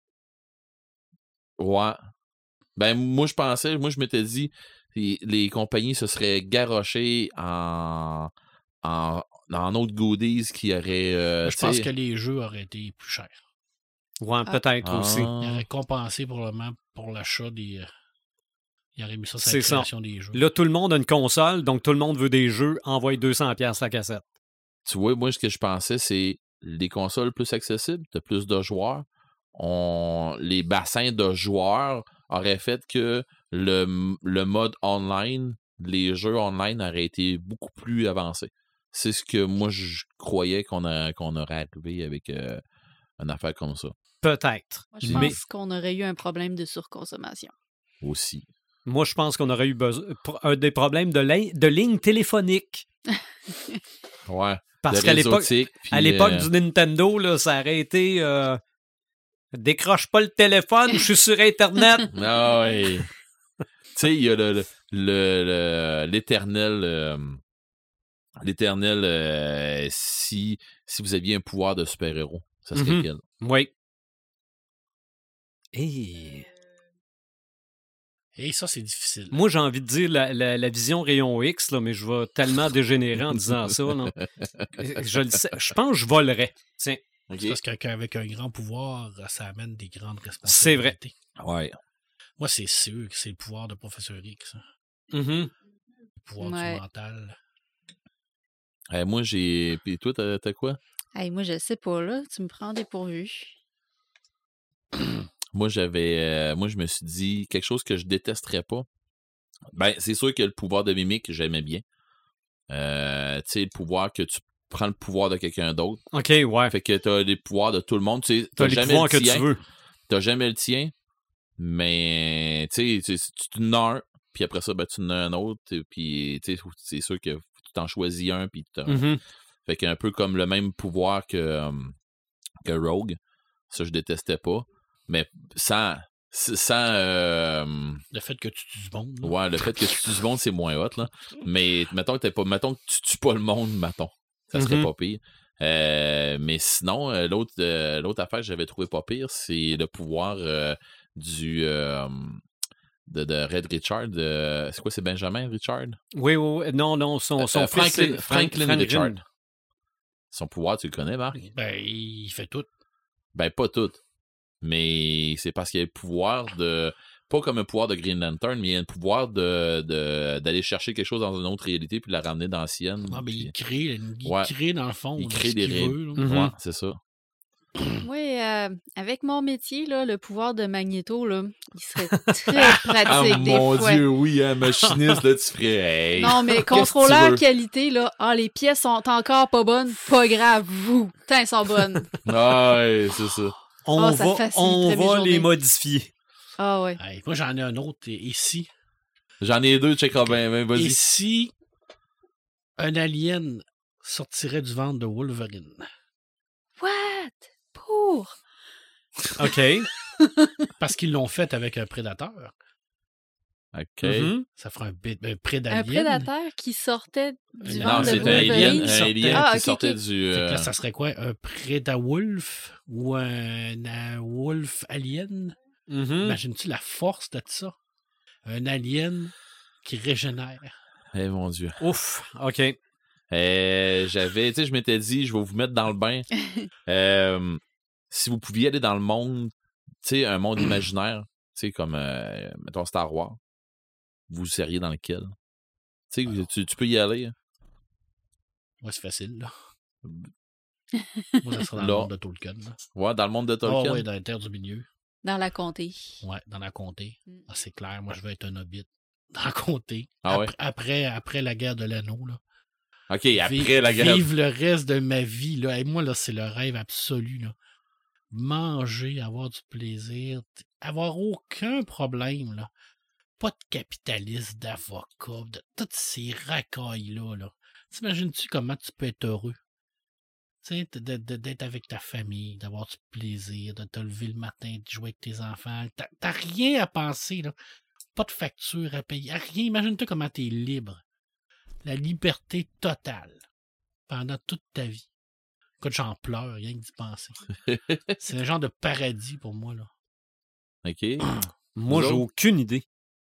Ouais. Ben, moi, je pensais, moi, je m'étais dit, les, les compagnies se seraient garochées en. en en autres goodies qui auraient. euh, Je pense tu sais- que les jeux auraient été plus chers. Ouais, Ah. peut-être Ah. aussi. Ils auraient compensé probablement pour l'achat des. euh, Ils auraient mis ça sur C'est la ça. création des jeux. Là, tout le monde a une console, donc tout le monde veut des jeux, envoie deux cents dollars la cassette. Tu vois, moi, ce que je pensais, c'est les consoles plus accessibles, t'as plus de joueurs. On... Les bassins de joueurs auraient fait que le, le mode online, les jeux online auraient été beaucoup plus avancés. C'est ce que moi, je croyais qu'on, a, qu'on aurait arrivé avec euh, une affaire comme ça Peut-être. Moi, je Mais pense qu'on aurait eu un problème de surconsommation. aussi. moi, je pense qu'on aurait eu besoin un des problèmes de, lin- de lignes téléphoniques. Ouais. Parce Le qu'à l'époque, réseautique, puis, à l'époque euh, du Nintendo, là, ça aurait été euh, décroche pas le téléphone, je suis sur Internet. Ah ouais. Tu sais, il y a le, le, le- le- l'éternel. euh, l'éternel. euh, si, si vous aviez un pouvoir de super-héros, ça serait Mhm. quel? Oui. Et Et ça, c'est difficile. moi, j'ai envie de dire la, la- la vision rayon X, là, mais je vais tellement dégénérer en disant ça. Là. Je, le sais- je pense que je volerais. Tiens, Ok. C'est parce qu'avec un grand pouvoir, ça amène des grandes C'est vrai. responsabilités. Ouais. Moi, c'est sûr que c'est le pouvoir de Professeur X. hein. Mhm. Le pouvoir Ouais. du mental. Eh, moi, j'ai. Puis toi, t'as, t'as quoi? Hey, moi, je sais pas, là. Tu me prends dépourvu. Moi, j'avais. euh, moi, je me suis dit quelque chose que je détesterais pas. Ben, c'est sûr que le pouvoir de mimique, j'aimais bien. Euh, tu sais, le pouvoir que tu prends le pouvoir de quelqu'un d'autre. OK, ouais. Fait que t'as les pouvoirs de tout le monde. Tu sais, T'as t'as les jamais pouvoirs le que tien. tu veux. T'as jamais le tien. Mais, tu sais, tu tu en as un, puis après ça, ben, tu en as un autre. et Puis, tu sais, c'est sûr que tu t'en choisis un, puis t'as- Mhm. Fait qu'un peu comme le même pouvoir que, euh, que Rogue. Ça, je détestais pas. Mais sans. sans euh, Le fait que tu tues du monde. là. ouais, le fait que tu tues du monde, c'est moins hot, là. Mais mettons que, t'es pas, mettons que tu tues pas le monde, mettons. Ça serait Mhm. pas pire. Euh, mais sinon, euh, l'autre, euh, l'autre affaire que j'avais trouvé pas pire, c'est le pouvoir euh, du. euh, de, de Red Richard. de- c'est quoi, c'est Benjamin Richard? Oui, oui, oui. Non, non, son, son Euh, fils, Franklin, c'est Franklin Frank- Richard. Son pouvoir, tu le connais, Marc? Ben, il fait tout. Ben, pas tout. Mais c'est parce qu'il y a le pouvoir de. Pas comme un pouvoir de Green Lantern, mais il y a un pouvoir de, de, d'aller chercher quelque chose dans une autre réalité puis la ramener dans l'ancienne. Ah, ben, puis- il crée, il Ouais. crée dans le fond. Il là, crée ce des qu'il ré- veut, là. Mhm. Ouais, c'est ça. Oui, euh, avec mon métier, là, le pouvoir de Magneto, là, il serait très pratique des fois. oui, un machiniste, là, tu ferais. Hey. Non, mais Qu'est-ce que contrôleur tu veux? qualité, là, ah, les pièces sont encore pas bonnes, pas grave, vous, tant elles sont bonnes. Ouais, c'est ça. On Ah, ça va, faciliterait on mes va journées. les modifier. Ah ouais. Hey, moi, j'en ai un autre ici. J'en ai deux, check bien, ben, vas-y. Et si un alien sortirait du ventre de Wolverine? What? Pour? OK. Parce qu'ils l'ont fait avec un prédateur. OK. Mhm. Ça ferait un, bé- un Un prédalien. prédateur qui sortait du Non, Non, ventre de c'est un Wolverine. alien, Wolverine. un sortait. alien Ah, qui ok, sortait ok. du... Fait que euh, là, ça serait quoi? Un prédawolf ou un, un wolf alien? Mhm. Imagines-tu la force de ça? Un alien qui régénère. Eh mon Dieu. Ouf. OK. Euh, j'avais, tu sais, je m'étais dit, je vais vous mettre dans le bain. Euh, si vous pouviez aller dans le monde, tu sais, un monde imaginaire, tu sais, comme, euh, mettons, Star Wars, vous seriez dans lequel? Tu sais, tu, tu peux y aller. hein. Ouais, c'est facile, là. Moi, ça serait dans le Là. monde de Tolkien. Là. Ouais, dans le monde de Ah Tolkien. ouais, dans les terres du milieu. Dans la comté. Ouais, dans la comté. Mm. Ah, c'est clair, moi, je veux être un hobbit. Dans la comté. Ah ouais? après, après, après la guerre de l'anneau, là. OK, Vi- après la guerre. Vivre le reste de ma vie, là. Et moi, là, c'est le rêve absolu, là. Manger, avoir du plaisir, t- avoir aucun problème, là. Pas de capitaliste, d'avocat, de toutes ces racailles-là, là. T'imagines-tu comment tu peux être heureux? Tu sais, de- de- d'être avec ta famille, d'avoir du plaisir, de te lever le matin, de jouer avec tes enfants. T'as t'as rien à penser, là. Pas de facture à payer, rien. Imagine-toi comment t'es libre. La liberté totale pendant toute ta vie. Écoute, j'en pleure, rien que d'y penser. C'est un genre de paradis pour moi, là. OK. Moi, Vous j'ai autres? aucune idée.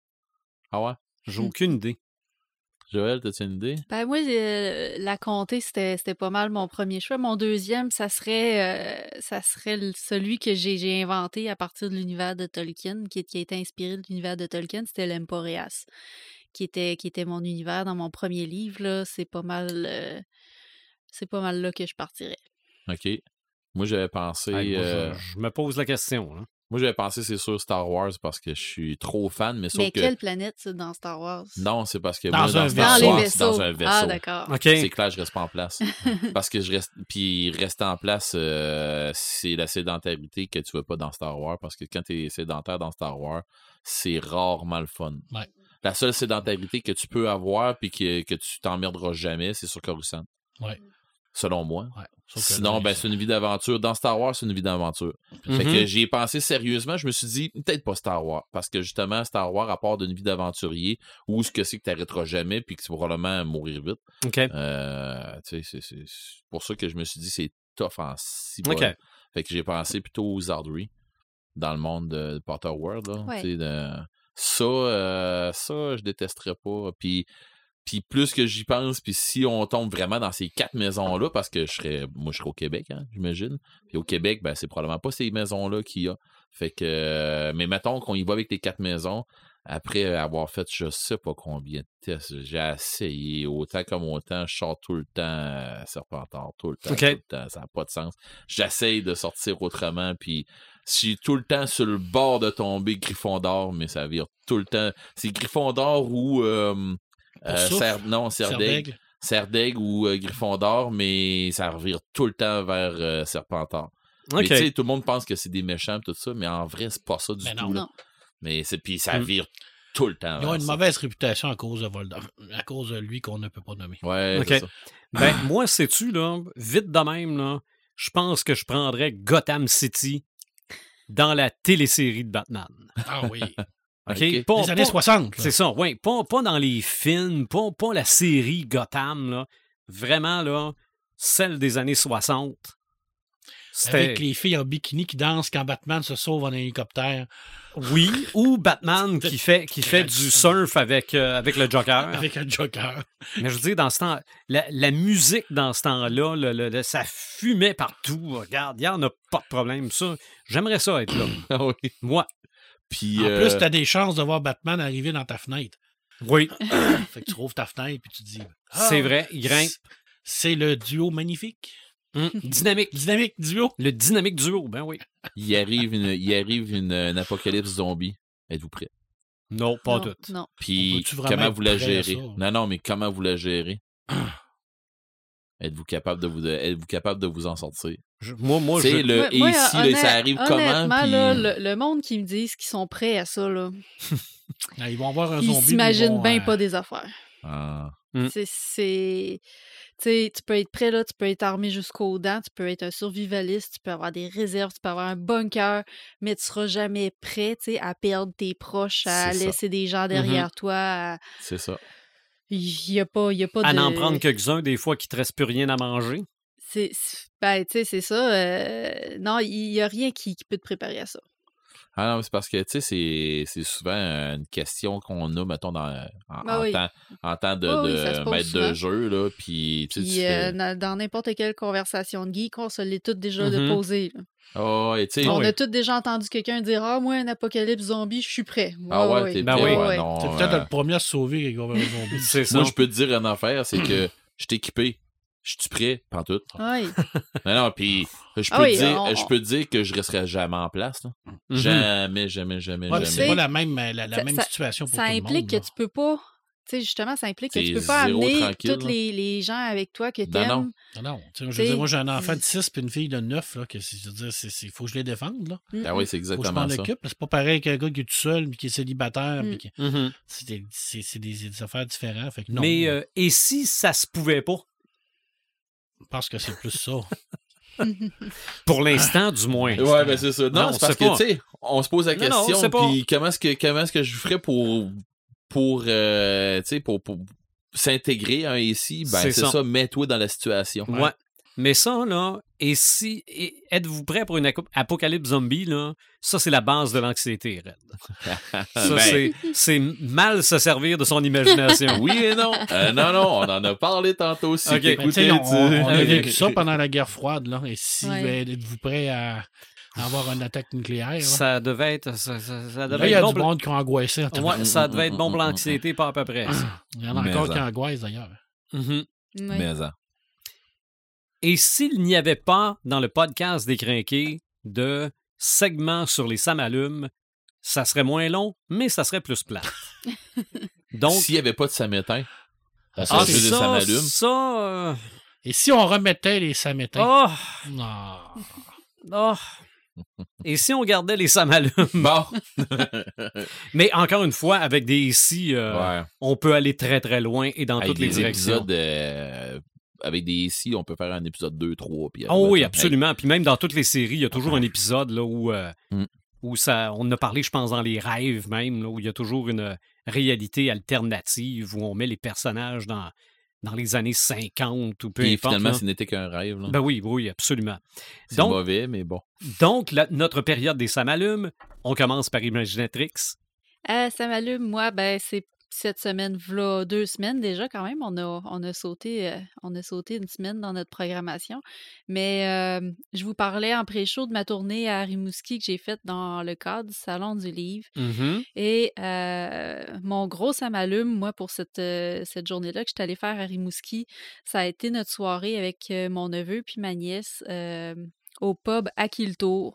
Ah ouais? J'ai aucune idée. Joël, t'as-tu une idée? Ben moi, euh, la comté, c'était c'était pas mal mon premier choix. Mon deuxième, ça serait euh, ça serait le- celui que j'ai j'ai inventé à partir de l'univers de Tolkien, qui, qui a été inspiré de l'univers de Tolkien, c'était l'Emporias, qui était, qui était mon univers dans mon premier livre. Là. C'est pas mal euh, c'est pas mal là que je partirais. OK. Moi, j'avais pensé... Hey, moi, je- euh, je, me pose la question. Là. Moi, j'avais pensé, c'est sûr, Star Wars, parce que je suis trop fan, mais sauf Mais que... quelle planète, ça, dans Star Wars? Non, c'est parce que Dans moi, dans un Star Dans les Wars, c'est vaisseaux. dans un vaisseau. Ah, d'accord. OK. C'est clair, je reste pas en place. Parce que je reste. Puis rester en place, euh, c'est la sédentarité que tu veux pas dans Star Wars. Parce que quand tu es sédentaire dans Star Wars, c'est rarement le fun. Ouais. La seule sédentarité que tu peux avoir puis que, que tu t'emmerderas jamais, c'est sur Coruscant. Ouais. Selon moi. Ouais. Sauf que Sinon, là, ben, ça- c'est une vie d'aventure. Dans Star Wars, c'est une vie d'aventure. Fait Mhm. que j'y ai pensé sérieusement. Je me suis dit, peut-être pas Star Wars. Parce que justement, Star Wars, à part d'une vie d'aventurier, où ce que c'est que tu n'arrêteras jamais puis que tu vas probablement mourir vite. OK. Euh, tu sais, c'est, c'est c'est pour ça que je me suis dit, c'est tough en si bol. OK. Fait que j'ai pensé plutôt aux Ardry dans le monde de, de Potter World. Là, Ouais. tu sais, de- ça, euh, ça, je détesterais pas. Puis. Puis plus que j'y pense, puis si on tombe vraiment dans ces quatre maisons-là, parce que je serais, moi je serais au Québec, hein, j'imagine. Puis au Québec, ben c'est probablement pas ces maisons-là qu'il y a. Fait que, euh, mais mettons qu'on y va avec les quatre maisons, après avoir fait je sais pas combien de tests, j'ai essayé autant comme autant, je sors tout le temps euh, Serpentard, tout le temps, OK. tout le temps, ça n'a pas de sens. J'essaye de sortir autrement, puis je suis tout le temps sur le bord de tomber Gryffondor, mais ça vire tout le temps. C'est Gryffondor ou... Euh, Euh, Poursoufle? Cer- non, Cerdaigle. Cerdaigle. Cerdaigle ou euh, Gryffondor, mais ça revire tout le temps vers euh, Serpentard. Mais OK. tu sais, tout le monde pense que c'est des méchants tout ça, mais en vrai, c'est pas ça du Ben tout. non. Là. Non. Mais c'est puis ça Mm. vire tout le temps. Ils ont vers une ça. mauvaise réputation à cause de Voldemort, à cause de lui qu'on ne peut pas nommer. Ouais, OK. c'est ça. Ben, moi, sais-tu, là, vite de même, là, je pense que je prendrais Gotham City dans la télésérie de Batman. Ah oui. OK? OK. Pas- Les années pas- soixante. là. C'est ça, oui. Pas, pas dans les films, pas, pas la série Gotham, là. Vraiment, là, celle des années soixante. C'était... Avec les filles en bikini qui dansent quand Batman se sauve en hélicoptère. Oui, ou Batman qui fait, qui fait du surf avec, euh, avec le Joker. Avec un Joker. Mais je veux dire, dans ce temps, la, la musique dans ce temps-là, le- le- le- ça fumait partout. Regarde, il n'y en a pas de problème. Ça, j'aimerais ça être là. Ah oui. Moi, Puis, En euh, plus, t'as des chances de voir Batman arriver dans ta fenêtre. oui, Fait que tu rouvres ta fenêtre puis tu te dis... c'est Ah, vrai, il grimpe. C'est le duo magnifique. Hum, dynamique. Dynamique duo. Le dynamique duo, ben oui. il arrive, une, il arrive une, une apocalypse zombie. Êtes-vous prêts? Non, pas non, tout. Non. Puis, On peut-tu vraiment comment être vous la prêt à gérez? ça? Non, non, mais comment vous la gérez? êtes-vous capable de vous, de, êtes-vous capable de vous en sortir? Je- moi, moi, Tu je... sais, le Moi- et moi, ici, là, honnête- ça arrive comment? Honnêtement, Puis... là, le, le monde qui me disent qu'ils sont prêts à ça, là, Ah, ils vont avoir un ils zombie. puis s'imaginent vont, bien euh, pas des affaires. Ah. Mm. C'est, c'est... Tu sais, tu peux être prêt, là, tu peux être armé jusqu'aux dents, tu peux être un survivaliste, tu peux avoir des réserves, tu peux avoir un bunker, mais tu seras jamais prêt, tu sais, à perdre tes proches, à C'est ça. laisser des gens derrière toi. à- C'est ça. Il y a pas, il y a pas À de... en prendre quelques-uns, des fois, qui te reste plus rien à manger. C'est, c'est- ben, tu sais, c'est ça. euh, Non, il y a rien qui, qui peut te préparer à ça. Ah non, mais c'est parce que, tu sais, c'est, c'est souvent une question qu'on a, mettons, dans, en, Ah en oui. temps, en temps de, Ah oui, de ça se pose maître souvent. de jeu, là, puis, tu sais, tu Puis fais... euh, na- dans n'importe quelle conversation de geek, on se l'est toutes déjà Mhm. déposé. là. Ah ouais, tu sais... On oui. a tous déjà entendu quelqu'un dire « Ah, moi, un apocalypse zombie, je suis prêt. » Ah ouais, t'es Ben prêt? oui. Ouais, ouais. non, C'est peut-être euh, le premier à se sauver avec un zombie. C'est ça. Moi, je peux te dire une affaire, c'est que je suis équipé. Je suis prêt, pantoute. Oui. Mais non, puis je peux, Ah oui, te dire, on- je peux te dire que je resterai jamais en place. Là. Mhm. Jamais, jamais, jamais, Ouais, mais jamais. c'est pas la même, la, la Ça- même ça- situation pour Ça tout le implique monde, que là. tu peux pas... Tu sais, justement, ça implique que C'est tu peux pas zéro amener tranquille, tous là. les, les gens avec toi que Non, t'aimes. non. Non, non. Tu sais, je veux T'sais, dire, moi, j'ai un enfant de six puis une fille de neuf. Là, que c'est- je veux dire, c'est, c'est- faut que je les défende. Là. Mm, Ah oui, c'est Faut que je exactement m'en ça. occupe. C'est pas pareil qu'un gars qui est tout seul puis qui est célibataire. Mm. puis qui- Mhm. C'est, des, c'est, c'est des, des affaires différentes. Fait que non, Mais euh, et si ça se pouvait pas? je pense que c'est plus ça. Pour l'instant, du moins. Ouais, ben c'est ça. Non, Non, c'est parce c'est pas. que, tu sais, on se pose la Non, non, question, c'est pas. puis comment est-ce que, comment est-ce que je ferais pour, pour, euh, tu sais, pour, pour s'intégrer à un ici? Ben, C'est c'est ça. ça, mets-toi dans la situation. Ouais. Mais ça, là, et si. et êtes-vous prêt pour une aco- apocalypse zombie, là? Ça, c'est la base de l'anxiété, Red. Ça, Ben, c'est, c'est mal se servir de son imagination. Oui et non. Euh, non, non, on en a parlé tantôt aussi. Ok. Ben, tu sais, Écoutez, on, on- on a Ok. vécu ça pendant la guerre froide. Là, et si Ouais. ben, êtes-vous prêt à, à avoir une attaque nucléaire? Là? Ça devait être. Ça, ça- ça Là, devait il y être a bon du pour- monde qui a angoissé. en tout cas. Ouais, ça devait être bon pour l'anxiété, pas à peu près. ça. Il y en a Mais encore qui en- angoissent d'ailleurs. Mhm. Oui. Mais, hein. Et s'il n'y avait pas dans le podcast des Crinqués de segments sur les samalumes, ça serait moins long, mais ça serait plus plat. Donc, S'il n'y avait pas de samétain, on Ah, serait ah, juste des ça, samalumes. ça, euh, Et si on remettait les samétins? oh, Non. oh. Et si on gardait les samalumes? Bon. Mais encore une fois, avec des ici, euh, Ouais. on peut aller très très loin et dans Avec toutes les des directions. épisodes, euh, avec des ici, on peut faire un épisode deux, trois. Puis Oh oui, hey, absolument. Puis même dans toutes les séries, il y a toujours un épisode là, où, euh, Mm. où ça, on en a parlé, je pense, dans les rêves même, là, où il y a toujours une réalité alternative, où on met les personnages dans, dans les années cinquante ou peu Puis importe. finalement, là. ce n'était qu'un rêve. là. Ben oui, oui, absolument. C'est donc- mauvais, mais bon. Donc, la- notre période des samalumes, on commence par Imaginatrix. Euh, ça m'allume, moi, ben c'est cette semaine, v'là deux semaines déjà quand même. On a, on a sauté, euh, on a sauté une semaine dans notre programmation. Mais euh, je vous parlais en pré-show de ma tournée à Rimouski que j'ai faite dans le cadre du Salon du Livre. Mhm. Et euh, mon gros ça m'allume, moi, pour cette, euh, cette journée-là que je suis allée faire à Rimouski, ça a été notre soirée avec euh, mon neveu puis ma nièce euh, au pub à Kiltour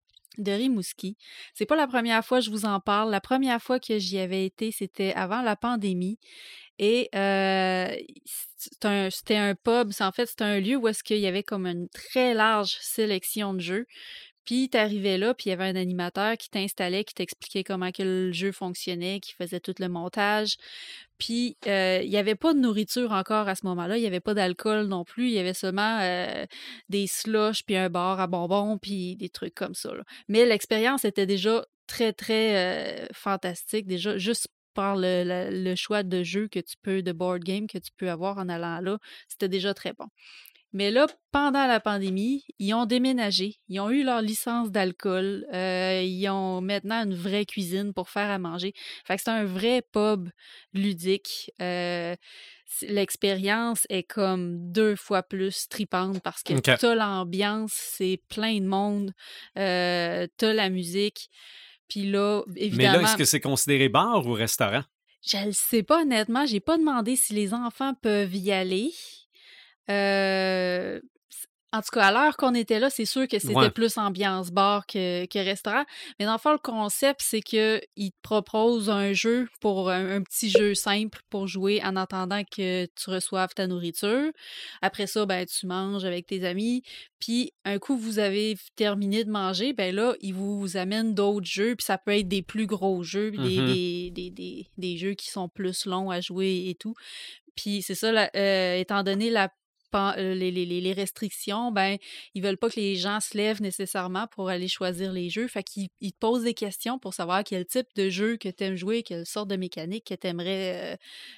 de Rimouski. C'est pas la première fois que je vous en parle. La première fois que j'y avais été, c'était avant la pandémie. Et euh, c'est un- c'était un pub, c'est- en fait, c'était un lieu où est-ce qu'il y avait comme une très large sélection de jeux. Puis t'arrivais là, puis il y avait un animateur qui t'installait, qui t'expliquait comment que le jeu fonctionnait, qui faisait tout le montage. Puis euh, il n'y avait pas de nourriture encore à ce moment-là, il n'y avait pas d'alcool non plus, il y avait seulement euh, des slushs, puis un bar à bonbons, puis des trucs comme ça, là. Mais l'expérience était déjà très, très euh, fantastique, déjà juste par le, le- le choix de jeux que tu peux, de board game que tu peux avoir en allant là, c'était déjà très bon. Mais là, pendant la pandémie, ils ont déménagé. Ils ont eu leur licence d'alcool. Euh, ils ont maintenant une vraie cuisine pour faire à manger. Fait que c'est un vrai pub ludique. Euh, c- l'expérience est comme deux fois plus tripante parce que Ok. t'as l'ambiance, c'est plein de monde, euh, t'as la musique. Puis là, Mais évidemment... là, est-ce que c'est considéré bar ou restaurant? Je le sais pas, honnêtement. J'ai pas demandé si les enfants peuvent y aller. Euh, En tout cas, à l'heure qu'on était là, c'est sûr que c'était Ouais. plus ambiance bar que, que restaurant. Mais dans le fond, le concept, c'est qu'ils te proposent un jeu pour un, un petit jeu simple pour jouer en attendant que tu reçoives ta nourriture. Après ça, ben, tu manges avec tes amis. Puis, un coup, vous avez terminé de manger, ben là, ils vous amènent d'autres jeux. Puis, ça peut être des plus gros jeux, puis des, Mhm. des, des, des, des jeux qui sont plus longs à jouer et tout. Puis, c'est ça, là, euh, étant donné la pen- euh, les, les- les- les restrictions, ben, ils veulent pas que les gens se lèvent nécessairement pour aller choisir les jeux. Fait qu'ils ils te posent des questions pour savoir quel type de jeu que tu aimes jouer, quelle sorte de mécanique que tu aimerais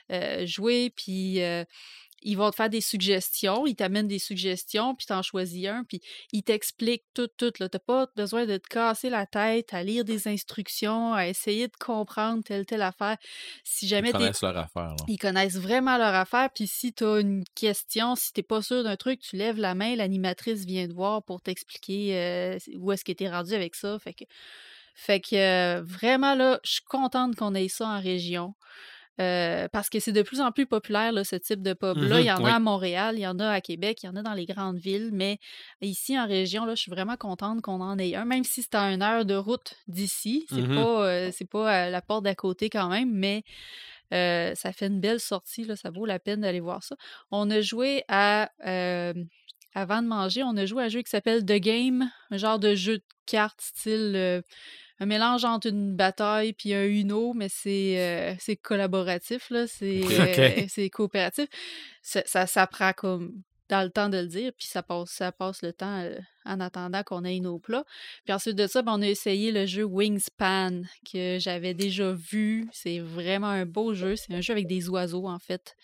jouer. Puis euh, ils vont te faire des suggestions, ils t'amènent des suggestions, puis t'en choisis un, puis ils t'expliquent tout, tout. Tu n'as pas besoin de te casser la tête à lire des instructions, à essayer de comprendre telle, telle affaire. Si Ils jamais t'es connaissent leur affaire. Là. ils connaissent vraiment leur affaire, puis si tu as une question, si t'es pas sûr d'un truc, tu lèves la main, l'animatrice vient te voir pour t'expliquer euh, où est-ce que t'es rendu avec ça. Fait que, fait que euh, vraiment, là, je suis contente qu'on ait ça en région. Euh, parce que c'est de plus en plus populaire, là, ce type de pub-là. Mhm, Il y en oui. a à Montréal, il y en a à Québec, il y en a dans les grandes villes, mais ici, en région, là, je suis vraiment contente qu'on en ait un, même si c'est à une heure de route d'ici. C'est Mhm. pas, euh, c'est pas à la porte d'à côté quand même, mais euh, ça fait une belle sortie, là, ça vaut la peine d'aller voir ça. On a joué à... euh, avant de manger, on a joué à un jeu qui s'appelle The Game, un genre de jeu de cartes style... euh, un mélange entre une bataille puis un Uno, mais c'est euh, c'est collaboratif, là, c'est Ok. euh, c'est coopératif. Ça, ça, ça prend comme dans le temps de le dire, puis ça passe, ça passe le temps euh, en attendant qu'on ait nos plats. Puis ensuite de ça, ben, on a essayé le jeu Wingspan, que j'avais déjà vu. C'est vraiment un beau jeu. C'est un jeu avec des oiseaux, en fait.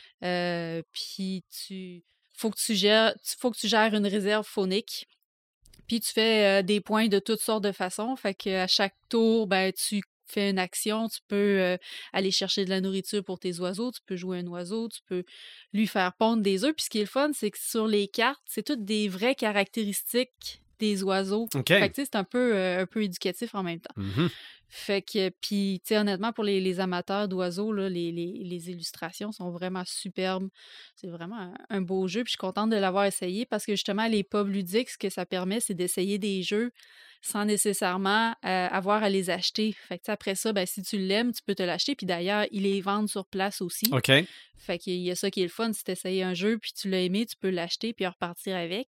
Euh, puis tu... Faut que tu gères, faut que tu gères une réserve faunique. Puis tu fais euh, des points de toutes sortes de façons. Fait qu'à chaque tour, ben, tu fais une action. Tu peux euh, aller chercher de la nourriture pour tes oiseaux. Tu peux jouer un oiseau. Tu peux lui faire pondre des œufs. Puis ce qui est le fun, c'est que sur les cartes, c'est toutes des vraies caractéristiques des oiseaux. OK. Fait que tu sais, c'est un peu, euh, un peu éducatif en même temps. Mhm. Fait que, puis, tu sais, honnêtement, pour les, les amateurs d'oiseaux, là, les, les, les illustrations sont vraiment superbes. C'est vraiment un, un beau jeu. Puis je suis contente de l'avoir essayé parce que justement, les pubs ludiques, ce que ça permet, c'est d'essayer des jeux sans nécessairement euh, avoir à les acheter. Fait que, tu sais, après ça, ben, si tu l'aimes, tu peux te l'acheter. Puis d'ailleurs, ils les vendent sur place aussi. OK. Fait qu'il y a ça qui est le fun. Si tu essayes un jeu puis tu l'as aimé, tu peux l'acheter puis repartir avec.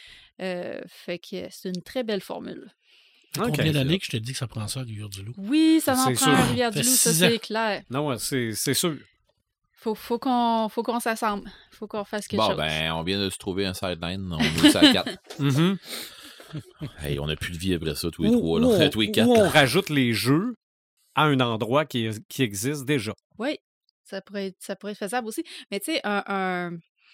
Euh, fait que c'est une très belle formule. OK. Combien d'années que je te dis que ça prend ça à Rivière-du-Loup? Oui, ça m'en C'est prend sûr. un Rivière-du-Loup, Fait ça six ans. c'est clair. Non, ouais, c'est c'est sûr. Faut, faut qu'on faut qu'on s'assemble. Faut qu'on fasse quelque Bon, chose. ben, on vient de se trouver un sideline. On joue ça à quatre. Mhm. Hey, on n'a plus de vie après ça, tous les Ou- trois. ou Là. on- tous les ou quatre. on là. rajoute les jeux à un endroit qui, qui existe déjà. Oui, ça pourrait, être, ça pourrait être faisable aussi. Mais tu sais, un, un,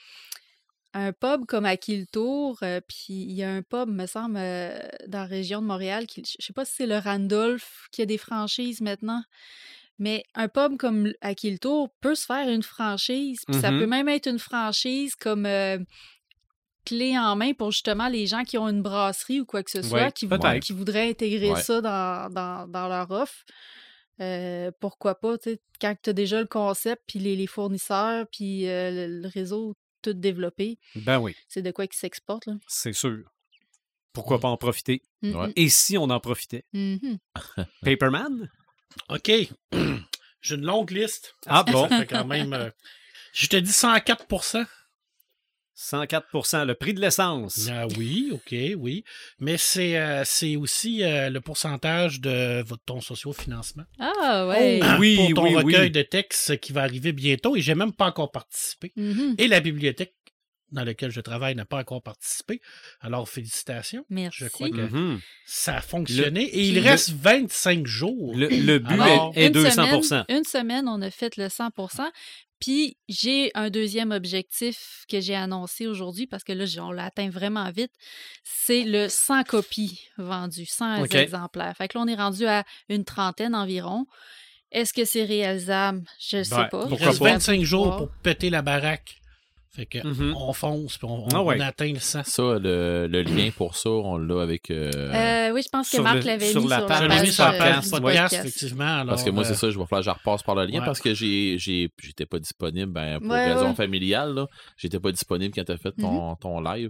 un pub comme à Kiltour, euh, puis il y a un pub, me semble, euh, dans la région de Montréal, qui, je sais pas si c'est le Randolph qui a des franchises maintenant, mais un pub comme à Kiltour peut se faire une franchise, puis ça Mhm. peut même être une franchise comme... euh, clé en main pour justement les gens qui ont une brasserie ou quoi que ce soit, Ouais, qui, vou- peut-être. qui voudraient intégrer Ouais. ça dans, dans, dans leur offre. Euh, pourquoi pas, tu sais, quand tu as déjà le concept, puis les, les fournisseurs, puis euh, le, le réseau tout développé, Ben oui, c'est de quoi qui s'exporte, là. c'est sûr. Pourquoi pas en profiter? Mhm, Ouais. Et si on en profitait? mhm. Paperman? OK. J'ai une longue liste. Ah bon? Ça fait quand même... euh, je te dis cent quatre pour cent. cent quatre pour cent, le prix de l'essence. Ah oui, OK, oui. Mais c'est euh, c'est aussi euh, le pourcentage de votre, ton socio-financement. Ah, ouais. Oh, oui, pour ton oui, recueil oui. de textes qui va arriver bientôt et j'ai même pas encore participé. Mhm. Et la bibliothèque dans laquelle je travaille n'a pas encore participé. Alors, félicitations. Merci. Je crois que Mhm. ça a fonctionné. et il le- reste vingt-cinq jours. Le, le but Alors, est, est Une deux cents pour cent. semaine, une semaine, on a fait le cent pour cent. Puis j'ai un deuxième objectif que j'ai annoncé aujourd'hui parce que là, j- on l'a atteint vraiment vite. C'est le cent copies vendues, cent OK. exemplaires. Fait que là, on est rendu à une trentaine environ. Est-ce que c'est réalisable? Je ne sais Ben, pas. il pourquoi reste pas? vingt-cinq jours voir. pour péter la baraque. Fait que Mhm. on fonce puis on, on- Ah ouais. on atteint le cent. Ça, le, le lien pour ça, on l'a avec. euh, Euh, oui, je pense que sur Marc le- l'avait sur mis la sur page- Je la l'ai page, mis sur la euh, page du podcast, podcast. effectivement. Alors, Parce que moi, euh, c'est ça, je vais falloir que je repasse par le lien ouais. parce que j'ai, j'ai, j'étais pas disponible ben, pour Ouais, raison ouais. familiale. Là. J'étais pas disponible quand tu as fait ton, ton live.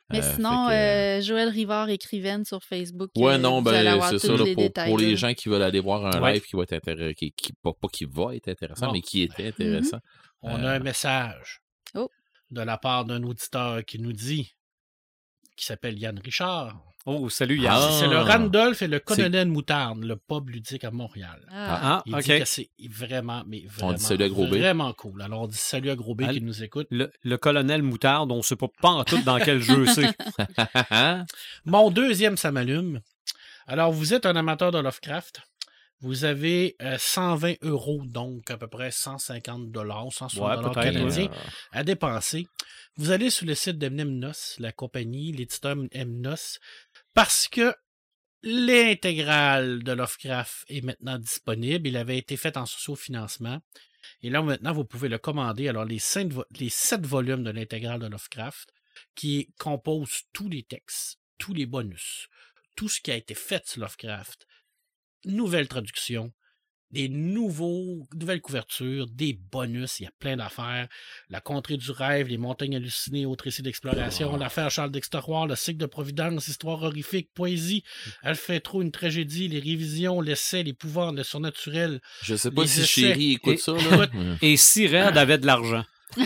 Mais Euh, sinon, fait que- euh, Joël Rivard, écrivaine sur Facebook. Ouais, euh, non, vous allez ben, avoir c'est tous ça, là, les pour, détails, pour les là. gens qui veulent aller voir un Ouais. live qui va être intéressant, qui, qui, pas, pas qui va être intéressant, Bon. mais qui était intéressant. On Euh, a un message Oh. de la part d'un auditeur qui nous dit, qui s'appelle Yann Richard. Oh, salut Yann. Ah. C'est le Randolph et le C'est- Colonel Moutarde, le pub ludique à Montréal. Ah. Ah, Il OK. dit que c'est vraiment, mais vraiment, dit salut à Gros B. vraiment cool. Alors, on dit salut à Gros B Al- qui nous écoute. Le, le colonel Moutarde, on ne sait pas, pas en tout dans quel jeu c'est. Mon deuxième, ça m'allume. Alors, vous êtes un amateur de Lovecraft. Vous avez euh, cent vingt euros, donc à peu près cent cinquante dollars, cent soixante Ouais, dollars peut-être, canadiens euh, à dépenser. Vous allez sur le site de Mnemnos, la compagnie, l'éditeur Mnemnos, parce que l'intégrale de Lovecraft est maintenant disponible. Il avait été fait en socio-financement. Et là, maintenant, vous pouvez le commander. Alors, les cinq, vo- les sept volumes de l'intégrale de Lovecraft qui composent tous les textes, tous les bonus, tout ce qui a été fait sur Lovecraft, nouvelles traductions, des nouveaux, nouvelles couvertures, des bonus, il y a plein d'affaires. La contrée du rêve, les montagnes hallucinées, autres récits d'exploration, l'affaire Charles d'Exterroir, le cycle de Providence, histoire horrifique, poésie, Alphétro, une tragédie, les révisions, l'essai, l'épouvante, le surnaturel. Je sais pas Les si essais. Chéri écoute Et- ça, là. Et si Red avait de l'argent.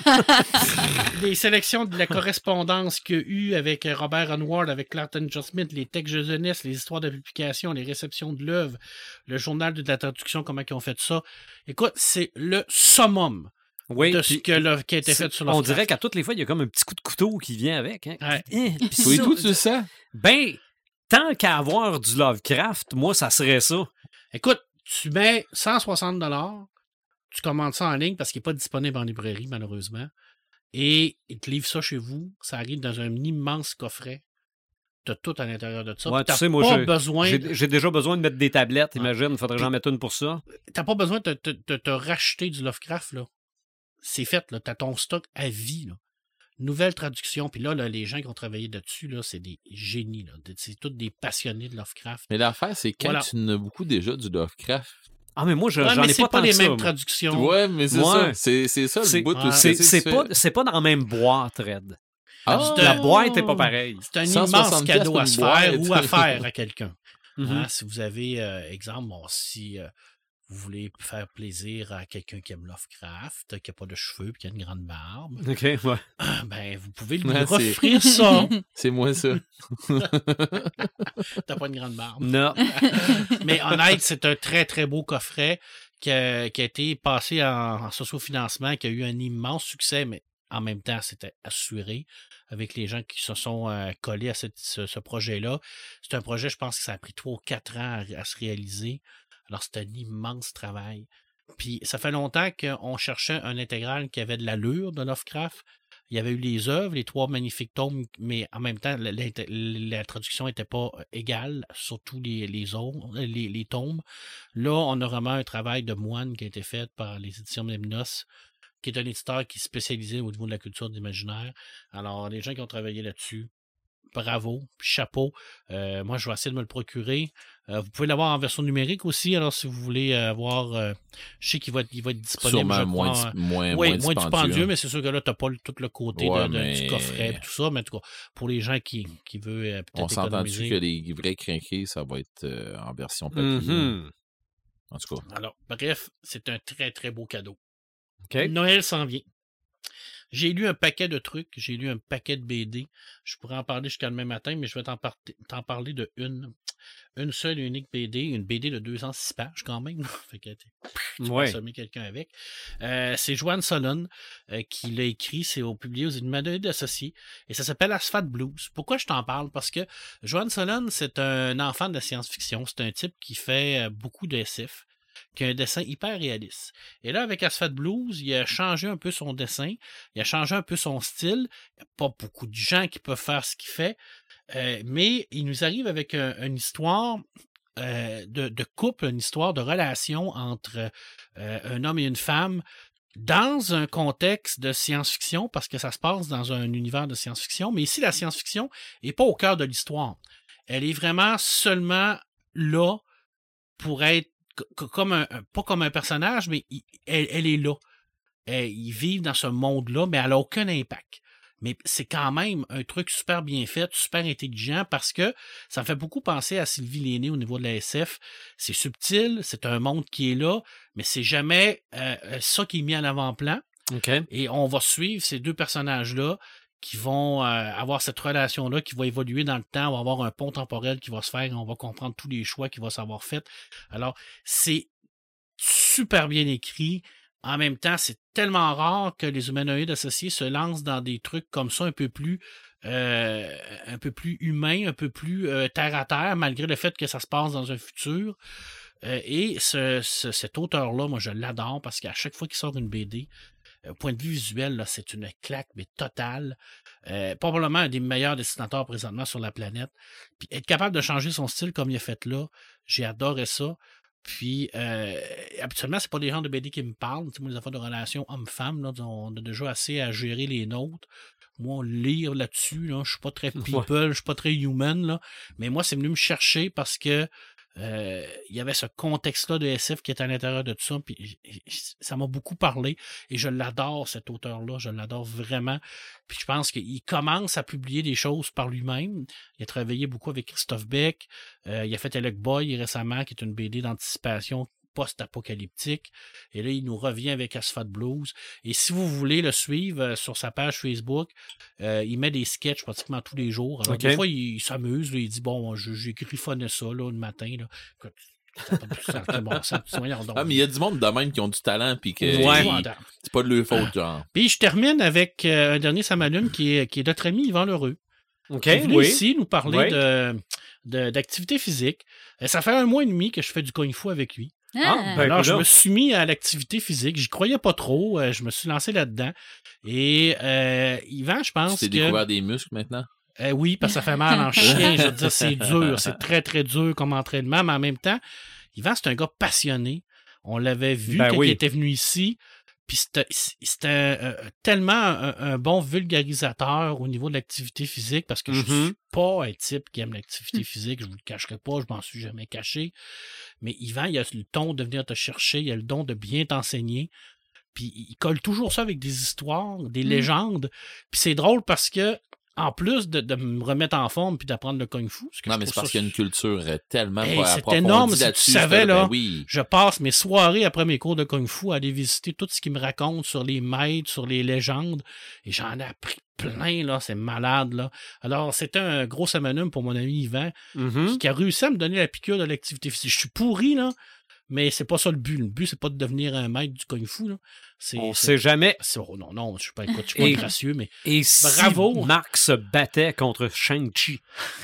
Les sélections de la correspondance qu'il y a eu avec Robert Onward, avec Clarton John Smith, les textes de jeunesse, les histoires de publication, les réceptions de l'œuvre, le journal de la traduction, comment ils ont fait ça. Écoute, c'est le summum Oui, de ce puis- que le- qui a été c'est- fait sur on Lovecraft. dirait qu'à toutes les fois, il y a comme un petit coup de couteau qui vient avec. Hein. Ouais. Hein, puis Toi et ça, tout, tu le sais? Ben, tant qu'à avoir du Lovecraft, moi, ça serait ça. Écoute, tu mets cent soixante dollars, tu commandes ça en ligne parce qu'il n'est pas disponible en librairie, malheureusement, et ils te livrent ça chez vous. Ça arrive dans un immense coffret. Tu as tout à l'intérieur de ça. Ouais, Puis t'as tu sais, moi, pas j'ai- besoin, J'ai j'ai déjà besoin de mettre des tablettes, Ouais. imagine. Il faudrait que j'en mette une pour ça. t'as pas besoin de te, te- te racheter du Lovecraft, là. C'est fait, là. T'as ton stock à vie, là. Nouvelle traduction. Puis là, là, les gens qui ont travaillé là-dessus, là, c'est des génies, là. C'est tous des passionnés de Lovecraft. Mais l'affaire, c'est quand Voilà. tu en as beaucoup déjà du Lovecraft. Ah, mais moi, je- Ouais, j'en mais ai c'est pas pas tant les que ça, mêmes moi. traductions. Ouais, mais c'est Ouais. ça. C'est c'est ça C'est- le bout ouais. aussi. C'est Tu sais, c'est tu pas, fais- c'est pas dans la même boîte, Red. Ah, C'est La un- boîte est pas pareille. C'est un cent immense soixante cadeau à piastres se pour une faire boîte. ou à faire à quelqu'un. Mhm. Hein, si vous avez, euh, exemple, bon, si euh, vous voulez faire plaisir à quelqu'un qui aime Lovecraft, qui n'a pas de cheveux et qui a une grande barbe, OK, ouais. ben, vous pouvez lui Ouais, c'est- offrir ça. C'est moi ça. T'as pas une grande barbe. Non. Mais honnête, c'est un très, très beau coffret qui a, qui a été passé en, en socio-financement, qui a eu un immense succès, mais en même temps, c'était assuré avec les gens qui se sont euh, collés à cette- ce, ce projet-là. C'est un projet, je pense que ça a pris trois ou quatre ans à, à se réaliser. Alors, c'est un immense travail. Puis, ça fait longtemps qu'on cherchait un intégral qui avait de l'allure de Lovecraft. Il y avait eu les œuvres, les trois magnifiques tomes, mais en même temps, la, la- la traduction n'était pas égale sur tous les, les, autres, les, les tomes. Là, on a vraiment un travail de moine qui a été fait par les éditions Mnemnos, qui est un éditeur qui est spécialisé au niveau de la culture de l'imaginaire. Alors, les gens qui ont travaillé là-dessus, bravo, puis chapeau. Euh, moi, je vais essayer de me le procurer. Euh, vous pouvez l'avoir en version numérique aussi, alors si vous voulez avoir... euh, je sais qu'il va, être- il va être disponible, Sûrement je moins, crois, dis- moins, oui, moins moins dispendieux. dispendieux, mais c'est sûr que là, tu n'as pas le- tout le côté Ouais, de, de- mais- du coffret et tout ça. Mais en tout cas, pour les gens qui, qui veulent euh, On peut-être s'entend-tu économiser. que les vrais crinqués, ça va être euh, en version papier. Mhm. En tout cas. Alors, bref, c'est un très, très beau cadeau. OK. Noël s'en vient. J'ai lu un paquet de trucs, j'ai lu un paquet de B D. Je pourrais en parler jusqu'à demain matin, mais je vais t'en, par- t'en parler de une. Une seule et unique B D, une B D de deux cent six pages quand même. Fait que tu peux Ouais. assommer quelqu'un avec. Euh, c'est Joanne Solon euh, qui l'a écrit, c'est au, publié aux Éditions d'associés, et ça s'appelle Asphalt Blues. Pourquoi je t'en parle? Parce que Joanne Solon, c'est un enfant de la science-fiction. C'est un type qui fait euh, beaucoup de S F, qui a un dessin hyper réaliste. Et là, avec Asphalt Blues, il a changé un peu son dessin, il a changé un peu son style. Il n'y a pas beaucoup de gens qui peuvent faire ce qu'il fait, euh, mais il nous arrive avec un- une histoire euh, de, de couple, une histoire de relation entre euh, un homme et une femme dans un contexte de science-fiction, parce que ça se passe dans un univers de science-fiction, mais ici, la science-fiction n'est pas au cœur de l'histoire. Elle est vraiment seulement là pour être c- comme un, un- pas comme un personnage, mais il- elle, elle est là. Elle- ils vivent dans ce monde-là, mais elle n'a aucun impact. mais c'est quand même un truc super bien fait, super intelligent, parce que ça me fait beaucoup penser à Sylvie Lenné au niveau de la S F. C'est subtil, c'est un monde qui est là, mais c'est jamais euh, ça qui est mis en avant-plan. OK. Et on va suivre ces deux personnages-là qui vont euh, avoir cette relation-là, qui va évoluer dans le temps, on va avoir un pont temporel qui va se faire, on va comprendre tous les choix qu'il va s'avoir fait. Alors, c'est super bien écrit. En même temps, c'est tellement rare que les humanoïdes associés se lancent dans des trucs comme ça un peu plus euh, un peu plus humains, un peu plus euh, terre à terre, malgré le fait que ça se passe dans un futur. Euh, et ce, ce, cet auteur-là, moi, je l'adore parce qu'à chaque fois qu'il sort une B D, au point de vue visuel, là, c'est une claque, mais totale. Euh, probablement un des meilleurs dessinateurs présentement sur la planète. Puis être capable de changer son style comme il a fait là, j'ai adoré ça. Puis, euh, habituellement, c'est pas des gens de B D qui me parlent. Tu sais, moi, les affaires de relations homme-femme, là, on a déjà assez à gérer les nôtres. Moi, lire là-dessus, là, je suis pas très people, ouais. Je suis pas très human, là. Mais moi, c'est venu me chercher parce que Euh, il y avait ce contexte-là de S F qui est à l'intérieur de tout ça, puis ça m'a beaucoup parlé, et je l'adore, cet auteur-là, je l'adore vraiment, puis je pense qu'il commence à publier des choses par lui-même. Il a travaillé beaucoup avec Christophe Beck, euh, il a fait Alec Boy récemment, qui est une B D d'anticipation post-apocalyptique, et là, il nous revient avec Asphalt Blues, et si vous voulez le suivre euh, sur sa page Facebook, euh, il met des sketchs pratiquement tous les jours. Alors, okay. Des fois, il, il s'amuse, là, il dit, bon, j'ai griffonné ça, là, le matin, là. Ça pas ça, bon, ça, ah, mais il y a du monde de même qui ont du talent, puis que ouais. C'est pas de leur faute, genre. Puis je termine avec euh, un dernier Samalume qui est, qui est notre ami Yvan Lheureux. OK, qui est venu oui. ici nous parler oui. de, de, d'activité physique. Et ça fait un mois et demi que je fais du kung-fu avec lui. Ah, ben, alors, je me suis mis à l'activité physique. J'y croyais pas trop. Euh, je me suis lancé là-dedans. Et euh, Yvan, je pense tu t'es que... découvert des muscles maintenant? Euh, oui, parce que ça fait mal en chien. Je veux dire, c'est dur. C'est très, très dur comme entraînement. Mais en même temps, Yvan, c'est un gars passionné. On l'avait vu ben quand oui. il était venu ici. Puis c'était, c'était euh, tellement un, un bon vulgarisateur au niveau de l'activité physique, parce que mm-hmm. je suis pas un type qui aime l'activité mm. physique, je vous le cacherai pas, je m'en suis jamais caché. Mais Yvan, il a le don de venir te chercher, il a le don de bien t'enseigner. Puis il colle toujours ça avec des histoires, des mm. légendes. Puis c'est drôle parce que en plus de, de me remettre en forme puis d'apprendre le kung-fu. Non, mais c'est parce qu'il y a une culture tellement hey, c'est énorme, si tu savais, là, ben oui. Je passe mes soirées après mes cours de kung-fu à aller visiter tout ce qu'il me raconte sur les maîtres, sur les légendes, et j'en ai appris plein, là, c'est malade, là. Alors, c'était un gros samanum pour mon ami Yvan, mm-hmm. qui, qui a réussi à me donner la piqûre de l'activité physique. Je suis pourri, là, mais c'est pas ça le but. Le but, c'est pas de devenir un maître du kung-fu, là. C'est, on c'est, sait jamais. C'est, oh non, non, je suis pas, écoute, je suis pas gracieux, mais et bravo. Si Marc se battait contre Shang-Chi.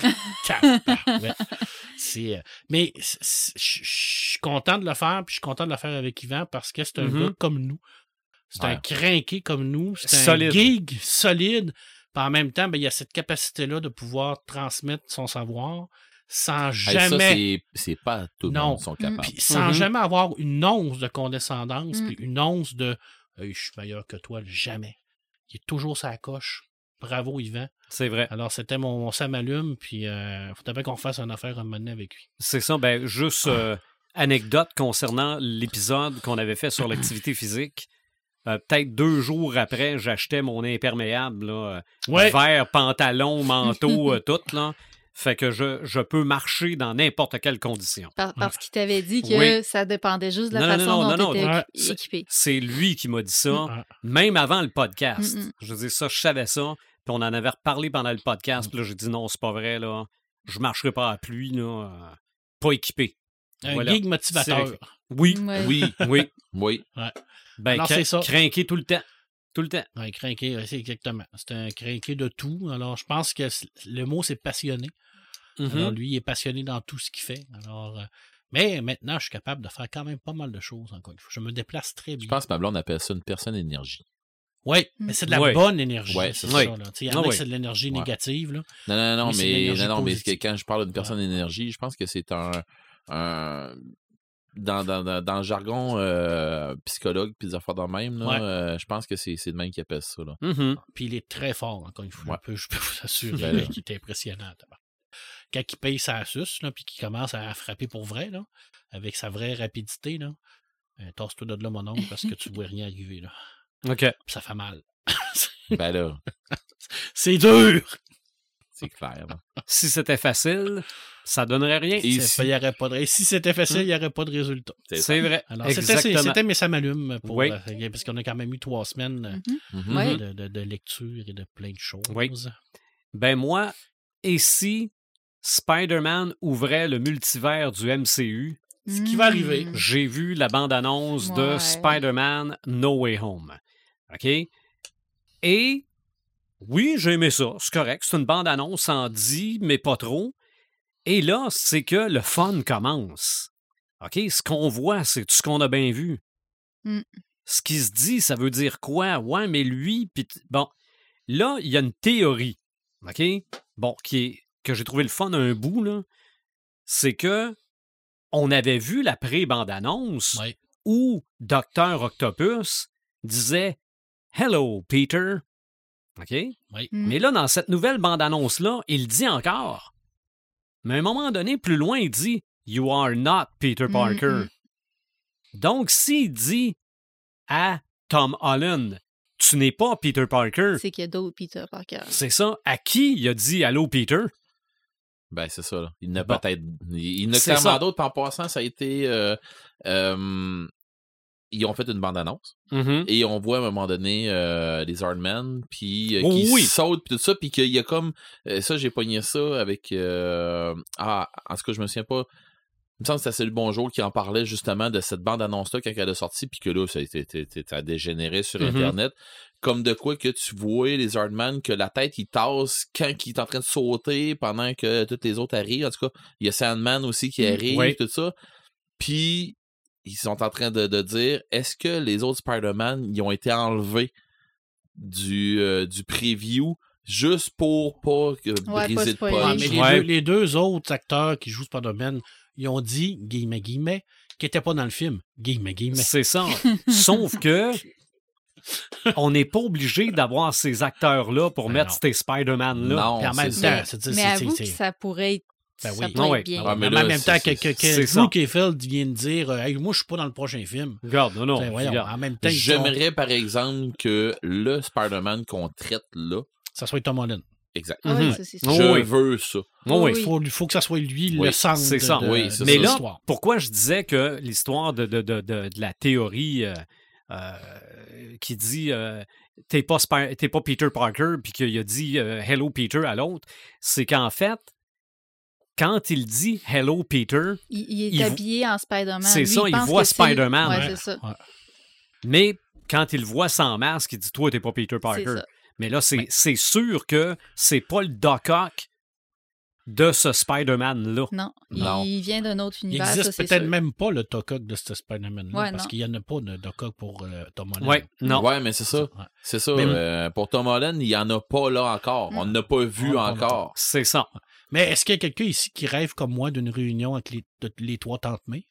ouais. c'est, euh, mais je suis content de le faire, puis je suis content de le faire avec Yvan parce que c'est un mm-hmm. gars comme nous. C'est ouais. un crinqué comme nous. C'est solide. Un geek solide. Puis en même temps, ben, il y a cette capacité-là de pouvoir transmettre son savoir sans jamais... Hey, ça, c'est, c'est pas tout le non. monde sont capables. Puis sans mm-hmm. jamais avoir une once de condescendance, mm. puis une once de hey, « je suis meilleur que toi », jamais. Il est toujours sa coche. Bravo, Yvan. C'est vrai. Alors, c'était mon, mon Samalume, puis il euh, faudrait bien qu'on fasse une affaire à un moment donné avec lui. C'est ça. Ben, juste euh, anecdote concernant l'épisode qu'on avait fait sur l'activité physique. Euh, peut-être deux jours après, j'achetais mon imperméable, là, ouais. vert, pantalon, manteau, euh, tout, là. Fait que je, je peux marcher dans n'importe quelle condition. Par, parce qu'il t'avait dit que oui. ça dépendait juste de la non, façon non, non, dont non, tu étais non. équipé. C'est, c'est lui qui m'a dit ça, Mm-mm. même avant le podcast. Mm-mm. Je veux dire, ça, je savais ça. Puis on en avait reparlé pendant le podcast. Mm-hmm. Puis là, j'ai dit non, c'est pas vrai, là. Je marcherai pas à la pluie, là. Euh, pas équipé. Un voilà. geek motivateur. C'est... Oui, ouais. oui, oui, oui. Ouais. Ben, alors, cra- c'est ça. Crinquer tout le temps. Tout le temps. Un crinqué, c'est exactement. C'est un crinqué de tout. Alors, je pense que le mot, c'est passionné. Mm-hmm. Alors, lui, il est passionné dans tout ce qu'il fait. Alors, euh, mais maintenant, je suis capable de faire quand même pas mal de choses, encore une fois. Je me déplace très bien. Je pense que ma blonde appelle ça une personne énergie. Oui, mais c'est de la ouais. bonne énergie. Ouais, c'est c'est ça. ça. Là. Il y en a ah, que ouais. c'est de l'énergie négative. Là. Non, non, non, oui, mais, non, non mais positive. quand je parle d'une personne ouais. d'énergie, je pense que c'est un... un... Dans, dans, dans, dans le jargon euh, psychologue puis des affaires de même, là, ouais. euh, je pense que c'est, c'est de même qui appelle ça. Là. Mm-hmm. Puis il est très fort, encore une fois. Ouais. Je, peux, je peux vous assurer ben, qu'il est impressionnant. Quand il paye sa suce, là, puis qu'il commence à frapper pour vrai, là, avec sa vraie rapidité, là, euh, tasse-toi de là, mon oncle, parce que tu ne vois rien arriver. Là. OK. Puis ça fait mal. Ben là, C'est dur! c'est clair. Là. Si c'était facile, ça donnerait rien. Et C'est si- pas- il y aurait pas de... Et si c'était facile, il n'y aurait pas de résultat. C'est ça. C'est vrai. Alors, c'était, c'est- Exactement. c'était, mais ça m'allume. Pour, Oui. euh, parce qu'on a quand même eu trois semaines euh, Mhm. Ouais. de, de- de lecture et de plein de choses. Oui. Ben moi, et si Spider-Man ouvrait le multivers du M C U, Ce qui va arriver. Mm. j'ai vu la bande-annonce de Ouais. Spider-Man No Way Home. OK? Et oui, j'ai aimé ça. C'est correct. C'est une bande-annonce en dit, mais pas trop. Et là, c'est que le fun commence. OK? Ce qu'on voit, c'est tout ce qu'on a bien vu. Mm. Ce qui se dit, ça veut dire quoi? Ouais, mais lui, pis t- bon. Là, il y a une théorie. OK? Bon, qui est, que j'ai trouvé le fun un bout, là. C'est que on avait vu la pré-bande-annonce Ouais. où Docteur Octopus disait « Hello, Peter ». OK? Oui. Mm. Mais là, dans cette nouvelle bande-annonce-là, il dit encore. Mais à un moment donné, plus loin, il dit « You are not Peter Parker ». Mm, Donc, s'il dit à Tom Holland « Tu n'es pas Peter Parker C'est qu'il y a d'autres Peter Parker. », c'est ça. À qui il a dit « Allô, Peter Ben, c'est ça. Là. Il n'a Bon. peut-être. Il il n'a C'est clairement ça. d'autres. En passant, ça a été. Euh, euh, ils ont fait une bande-annonce. Mhm. Et on voit à un moment donné euh, les Hardmen, puis euh, Oh, qui oui. sautent, puis tout ça, puis qu'il y a comme. euh, ça, j'ai pogné ça avec. euh, ah, en tout cas, je me souviens pas. Il me semble que c'était Salut Bonjour qui en parlait justement de cette bande-annonce-là quand elle a sorti, puis que là, ça a, été, été- été- ça a dégénéré sur Mhm. Internet. Comme de quoi que tu vois les Hardman, que la tête, il tasse quand il est en train de sauter pendant que toutes les autres arrivent. En tout cas, il y a Sandman aussi qui Mm. arrive, Oui. tout ça. Puis, ils sont en train de, de dire, est-ce que les autres Spider-Man, ils ont été enlevés du, euh, du preview juste pour pas que pas briser le spoiler. Ouais, punch? mais les, Ouais. deux, les deux autres acteurs qui jouent Spider-Man, ils ont dit, guillemets, guillemets, qu'ils n'étaient pas dans le film. Guillemets, guillemets. C'est ça. Sauf que on n'est pas obligé d'avoir ces acteurs-là pour Ben mettre non. ces Spider-Man-là. Non, Puis en même c'est temps, ça. c'est, c'est, Mais c'est, avoue c'est- que ça pourrait être, Ben ça oui. peut Ah ouais. être bien. Ah, mais mais là, en même c'est- temps, que, c'est- que, que c'est ça. Drew Kayfield vient de dire euh, hey, moi, je suis pas dans le prochain film. Regarde, non, non. T'sais, voyons, regarde. en même temps, ils sont- J'aimerais, par exemple, que le Spider-Man qu'on traite là, ça soit Tom Holland. exact. Ah ouais, Mhm. ça, c'est Oh, sûr. Je oui. veux ça. Oh oui. Il faut, il faut que ça soit lui Oui, le centre c'est de, ça. de- Oui, c'est de Mais là, l'histoire. pourquoi je disais que l'histoire de, de, de, de, de la théorie euh, euh, qui dit euh, t'es pas, Spi- t'es pas Peter Parker, puis qu'il a dit euh, Hello Peter à l'autre, c'est qu'en fait, quand il dit Hello Peter, Il, il est Il vo- habillé en Spider-Man. C'est Lui, ça, il pense voit que c'est- Spider-Man. Ouais, Ouais. c'est ça. Ouais. mais quand il le voit sans masque, il dit toi, t'es pas Peter C'est Parker. ça. Mais là, c'est, c'est sûr que c'est pas le Doc Ock de ce Spider-Man-là. Non, Non. il vient d'un autre Il univers, ça, n'existe c'est peut-être sûr. même pas le Doc Ock de ce Spider-Man-là, Ouais, parce non. qu'il n'y en a pas de Doc Ock pour euh, Tom Holland. Ouais, non. Ouais, mais c'est ça. Ouais. C'est ça. Mais- euh, pour Tom Holland, il n'y en a pas là encore. On n'a pas vu On l'a pas encore. C'est ça. Mais est-ce qu'il y a quelqu'un ici qui rêve comme moi d'une réunion avec les, de- les trois tantes May?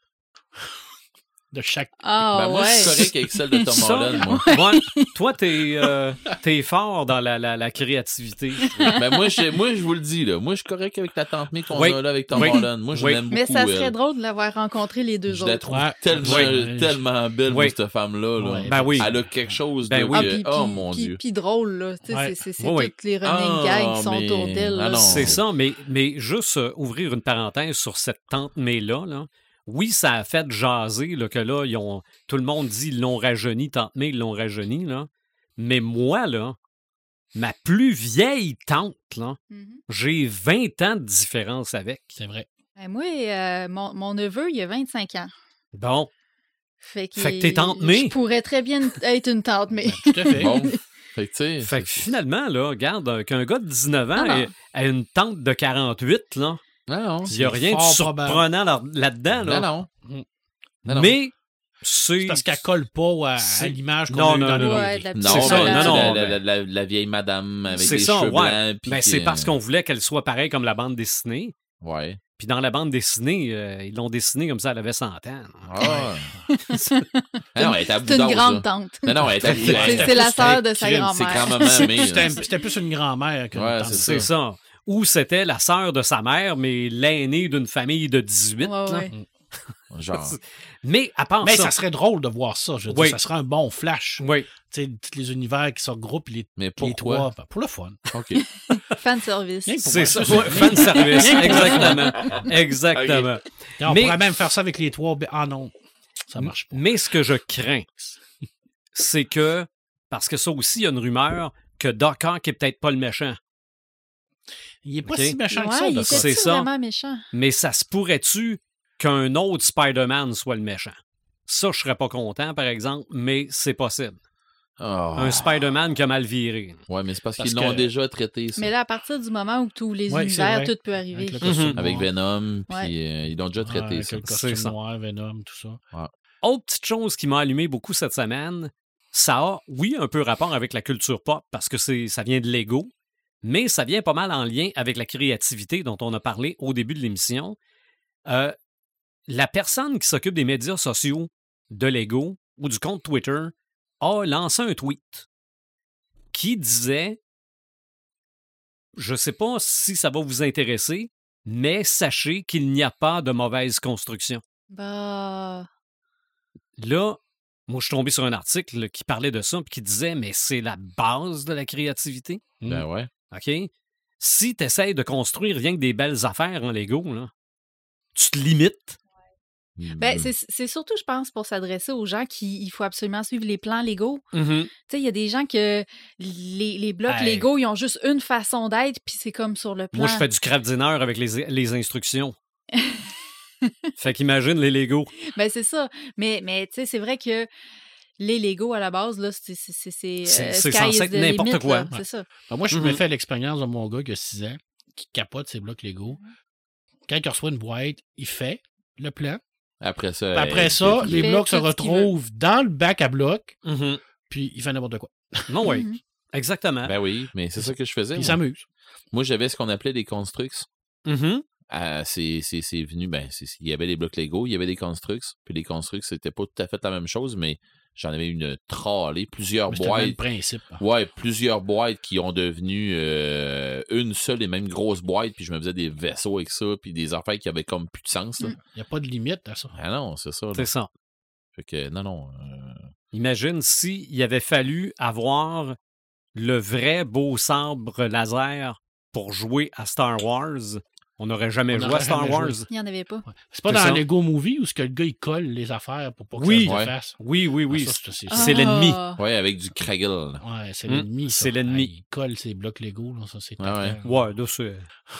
De chaque... Ah Ben, moi, je suis ouais. correct avec celle de Tom Ça, Holland, moi. Ouais, toi, t'es, euh, t'es fort dans la, la, la créativité. Ben, moi, je, moi, je vous le dis, là. Moi, je suis correct avec la tante May qu'on Oui. a là avec Tom Oui. Holland. Moi, je Oui. l'aime beaucoup. Mais ça serait elle. drôle de l'avoir rencontré les deux Je la autres. trouve Ouais. tellement, Oui. tellement belle, Oui. moi, cette femme-là. Là. Ouais. Ben oui. Elle a quelque chose Ben de... oui. Ah, que- puis, oh, puis- mon puis- Dieu. puis drôle, là. Tu sais, Ouais. C'est, c'est, c'est Oui, oui. toutes les running Ah, gags qui sont mais- autour d'elle. là. Ah non. C'est ça, mais, mais juste euh, ouvrir une parenthèse sur cette tante May-là, là. Oui, ça a fait jaser là, que là, ils ont, tout le monde dit ils l'ont rajeuni, tante May, ils l'ont rajeuni, là. Mais moi, là, ma plus vieille tante, là, Mhm. j'ai vingt ans de différence avec. C'est vrai. Ben, moi, euh, mon, mon neveu, il a vingt-cinq ans. Bon, Fait, Fait que t'es tante May. Je pourrais très bien être une tante May. Ben, tout à fait. Bon. Fait que, tu sais... fait que finalement, là, regarde, euh, qu'un gars de dix-neuf ans Ah non. ait- ait une tante de quarante-huit, là, Non, non. il n'y a C'est rien de fort surprenant là- là-dedans, là. Non, non. Non, non. Mais c'est... C'est parce qu'elle colle pas à, à C'est- l'image qu'on Non, a eue non, dans non, les non. Ouais, de la Non, petite C'est ça, ben, non, tu sais, non, la, ben- la, la, la vieille madame avec C'est les ça, cheveux ouais. blancs. puis Ben, qui, c'est parce euh, qu'on voulait qu'elle soit pareille comme la bande dessinée. Ouais. Puis dans la bande dessinée, euh, ils l'ont dessinée comme ça, elle avait cent ans. Ah. Ah non, elle est à bout C'est une d'os, grande là. tante. Non, non, elle est à bout C'est, d'os. c'est la sœur de sa crime, C'est grand-mère. grand-maman May. C'était, là. c'était plus une grand-mère qu'une Ouais, tante. c'est C'est ça. Ou c'était la sœur de sa mère, mais l'aînée d'une famille de dix-huit. Ouais, là. ouais. Genre. Mais à part Mais ça... ça serait drôle de voir ça. Je veux Oui. dire, ça serait un bon flash. Oui. Tu sais, tous les univers qui se regroupent, les, Mais les pourquoi? trois. ben, pour le fun. OK. Fan service. Rien que pour C'est moi, ça. Ouais, fan service. Rien que pour Exactement. Exactement. Et on Mais- pourrait même faire ça avec les trois. Ah non, ça marche pas. Mais ce que je crains, c'est que, parce que ça aussi, il y a une rumeur que Doc Ock est peut-être pas le méchant. Il est pas Ok. si méchant que Ouais, ça, il Doc était Ock. C'est ça. vraiment méchant. Mais ça se pourrait-tu qu'un autre Spider-Man soit le méchant? Ça, je serais pas content, par exemple, mais c'est possible. Ah. Un Spider-Man qui a mal viré. Ouais, mais c'est parce, Parce qu'ils l'ont que- déjà traité, ça. Mais là, à partir du moment où tous les Ouais, c'est univers, vrai. tout peut arriver. Avec le costume Mhm. Avec noir. Venom, puis Ouais. euh, ils l'ont déjà Ouais, traité, avec ça. le C'est costume ça. noir, Venom, tout ça. Autre petite chose qui m'a allumé beaucoup cette semaine, ça a, oui, un peu rapport avec la culture pop, parce que c'est, ça vient de Lego, mais ça vient pas mal en lien avec la créativité dont on a parlé au début de l'émission. Euh, la personne qui s'occupe des médias sociaux de Lego ou du compte Twitter a lancé un tweet qui disait, je sais pas si ça va vous intéresser, mais sachez qu'il n'y a pas de mauvaise construction. Bah. Là, moi, je suis tombé sur un article qui parlait de ça, puis qui disait, mais c'est la base de la créativité. Ben ouais. OK? Si tu essaies de construire rien que des belles affaires en Lego, là, tu te limites. Ben, Mm. c'est c'est surtout, je pense, pour s'adresser aux gens qui il faut absolument suivre les plans Lego. Mhm. Tu sais, il y a des gens que les, les blocs Hey. Lego, ils ont juste une façon d'être, puis c'est comme sur le plan. Moi, je fais du craft dinner avec les, les instructions. Fait qu'imagine les Lego. Ben, c'est ça. Mais, mais tu sais, c'est vrai que les Lego, à la base, là, c'est c'est- c'est- c'est, C'est- euh, c'est sky censé is être the n'importe limit, quoi. là, C'est ça. Ben, moi, je Mhm. me fais l'expérience de mon gars qui a six ans, qui capote ses blocs Lego. Quand il reçoit une boîte, il fait le plan. Après ça. Puis après euh, ça, il les fait blocs se tout ce qu'il retrouvent dans le bac à blocs, Mhm. puis il fait n'importe quoi. Non, oui. Mhm. Exactement. Ben oui, mais c'est ça que je faisais. Puis il moi. s'amuse. Moi, j'avais ce qu'on appelait des constructs. Mhm. Euh, c'est, c'est, c'est venu, ben, c'est, il y avait des blocs Lego, il y avait des constructs. Puis les constructs, c'était pas tout à fait la même chose, mais j'en avais une tralée, plusieurs Mais C'est le même boîtes. principe. Ouais, plusieurs boîtes qui ont devenu euh, une seule et même grosse boîte, puis je me faisais des vaisseaux avec ça, puis des affaires qui avaient comme plus de sens. Là. Mm. Il n'y a pas de limite à ça. Ah non, c'est ça. là. C'est ça. Fait que, non, non. euh, Imagine s'il avait fallu avoir le vrai beau sabre laser pour jouer à Star Wars. On n'aurait jamais On joué à n'aurait Star jamais Wars. joué. Il n'y en avait pas. Ouais. C'est pas C'est dans ça. Lego Movie où ce que le gars il colle les affaires pour pas que Oui. ça se Ouais. défasse. Oui, oui, oui. Ah, ça, c'est, Ah. C'est l'ennemi. Ouais, avec du Kraggle. Ouais, c'est Mm, l'ennemi. ça. c'est l'ennemi. Ah, il colle ses blocs Lego, là, ça c'est Ah ouais. clair. Ouais, là, c'est...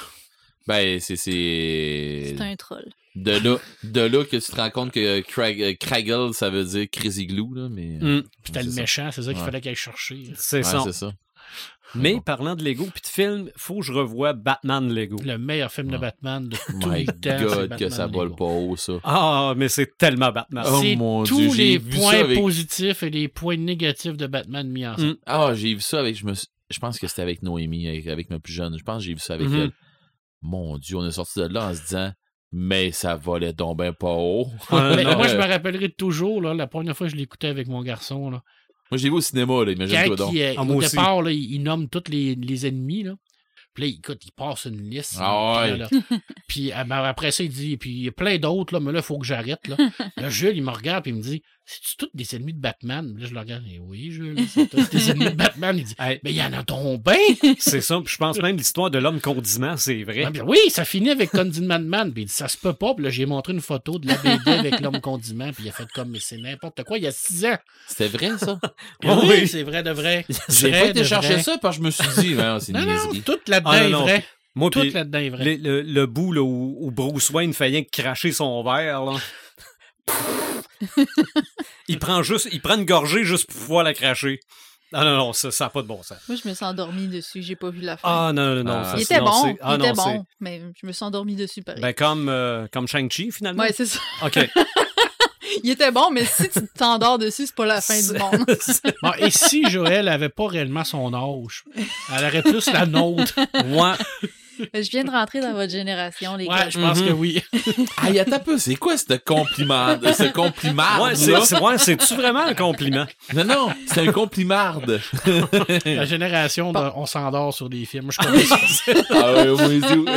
Ben, c'est. C'est, C'est un troll. de, là, de là que tu te rends compte que Krag- euh, Kraggle, ça veut dire Crazy Glue, là, mais. Mm, Puis c'était C'est le ça. méchant, c'est ça qu'il Ouais. fallait qu'elle chercher. c'est Ouais, ça. c'est ça. Mais Bon. parlant de Lego puis de film, faut que je revoie Batman Lego. Le meilleur film de Ouais. Batman de tous My les temps. c'est God, Batman que ça Lego. vole pas haut, ça. Ah, mais c'est tellement Batman. Oh C'est mon tous Dieu, j'ai les vu ça points avec- positifs et les points négatifs de Batman mis ensemble. Mm. Ah, j'ai vu ça avec. Je, me, suis- je pense que c'était avec Noémie, avec, avec ma plus jeune. Je pense que j'ai vu ça avec Mhm. elle. Mon Dieu, on est sorti de là en se disant, mais ça volait donc ben pas haut. Ah, Mais non, moi, je euh, me rappellerai toujours, là, la première fois que je l'écoutais avec mon garçon, là, Moi, je l'ai vu au cinéma, là, imagine-toi quand donc. il, euh, Ah, moi au aussi. départ, là, il, il nomme tous les, les ennemis, là. Puis là, écoute, il passe une liste. Ah là, ouais. là, là. Puis euh, ben, après ça, il dit, puis il y a plein d'autres, là, mais là, il faut que j'arrête. Là. Là, Jules, il me regarde, puis il me dit, c'est-tu tous des ennemis de Batman? Là, je le regarde, et oui, Jules, c'est tous des ennemis de Batman. Il dit, Hey, mais il y en a donc bien! c'est ça. Puis je pense même l'histoire de l'homme condiment, c'est vrai. Ah, bien, oui, ça finit avec Condiment Man. Puis il dit, ça se peut pas. Puis là, j'ai montré une photo de la B D avec l'homme condiment. Puis il a fait comme, mais c'est n'importe quoi, il y a six ans. C'était vrai, ça? Oh, oui, oui. c'est vrai de vrai. J'ai Vrai pas été de chercher vrai. ça parce que je me suis dit, ouais, c'est une Non, non, niaiserie. tout là-dedans Ah, non, est non. vrai. Moi, Tout puis là-dedans est vrai. le, le, le bout là, où, où Bruce Wayne fait rien que cracher son verre, là. il prend juste, il prend une gorgée juste pour pouvoir la cracher. Ah non, non, ça n'a pas de bon sens. Moi, je me suis endormie dessus. J'ai pas vu la fin. Ah non, non, non. Ah. ça, il sinon, était bon. c'est- ah, il était non, c'est- bon. Mais je me suis endormie dessus, pareil. Ben, comme, euh, comme Shang-Chi, finalement. Ouais, c'est ça. OK. Il était bon, mais si tu t'endors dessus, c'est pas la fin du monde. Bon, et si Joël avait pas réellement son âge, elle aurait plus la nôtre. Moi, Je viens de rentrer dans votre génération, les Ouais, gars. je pense Mhm. que oui. Ah, attends un peu, c'est quoi ce compliment? Ce compliment? Ouais, c'est, c'est, ouais, c'est-tu vraiment un compliment? Non, non, c'est un complimarde. La génération de on s'endort sur des films, je connais ça. Ah ouais, moi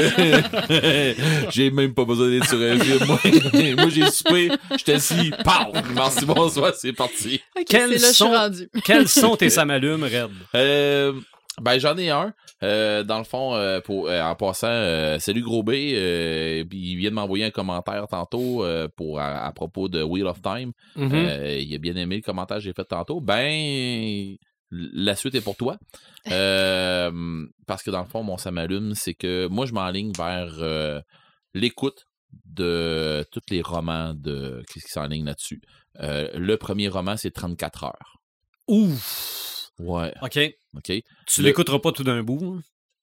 aussi. J'ai même pas besoin d'être sur un film. Moi, moi j'ai soupé, j'étais assis, paf! Merci, bonsoir, c'est parti. Ok, Quels c'est là que je suis sont- rendu. Quels sont tes samalumes, Red? Euh, ben, j'en ai un. Euh, dans le fond, euh, pour, euh, en passant, euh, salut Gros B. Euh, il vient de m'envoyer un commentaire tantôt euh, pour, à, à propos de Wheel of Time. Mhm. Euh, il a bien aimé le commentaire que j'ai fait tantôt. Ben, la suite est pour toi. Euh, parce que dans le fond, mon ça m'allume, c'est que moi, je m'enligne vers euh, l'écoute de tous les romans de qui s'enlignent là-dessus. Euh, le premier roman, c'est trente-quatre heures. Ouf! Ouais, OK. OK. Tu Le- l'écouteras pas tout d'un bout.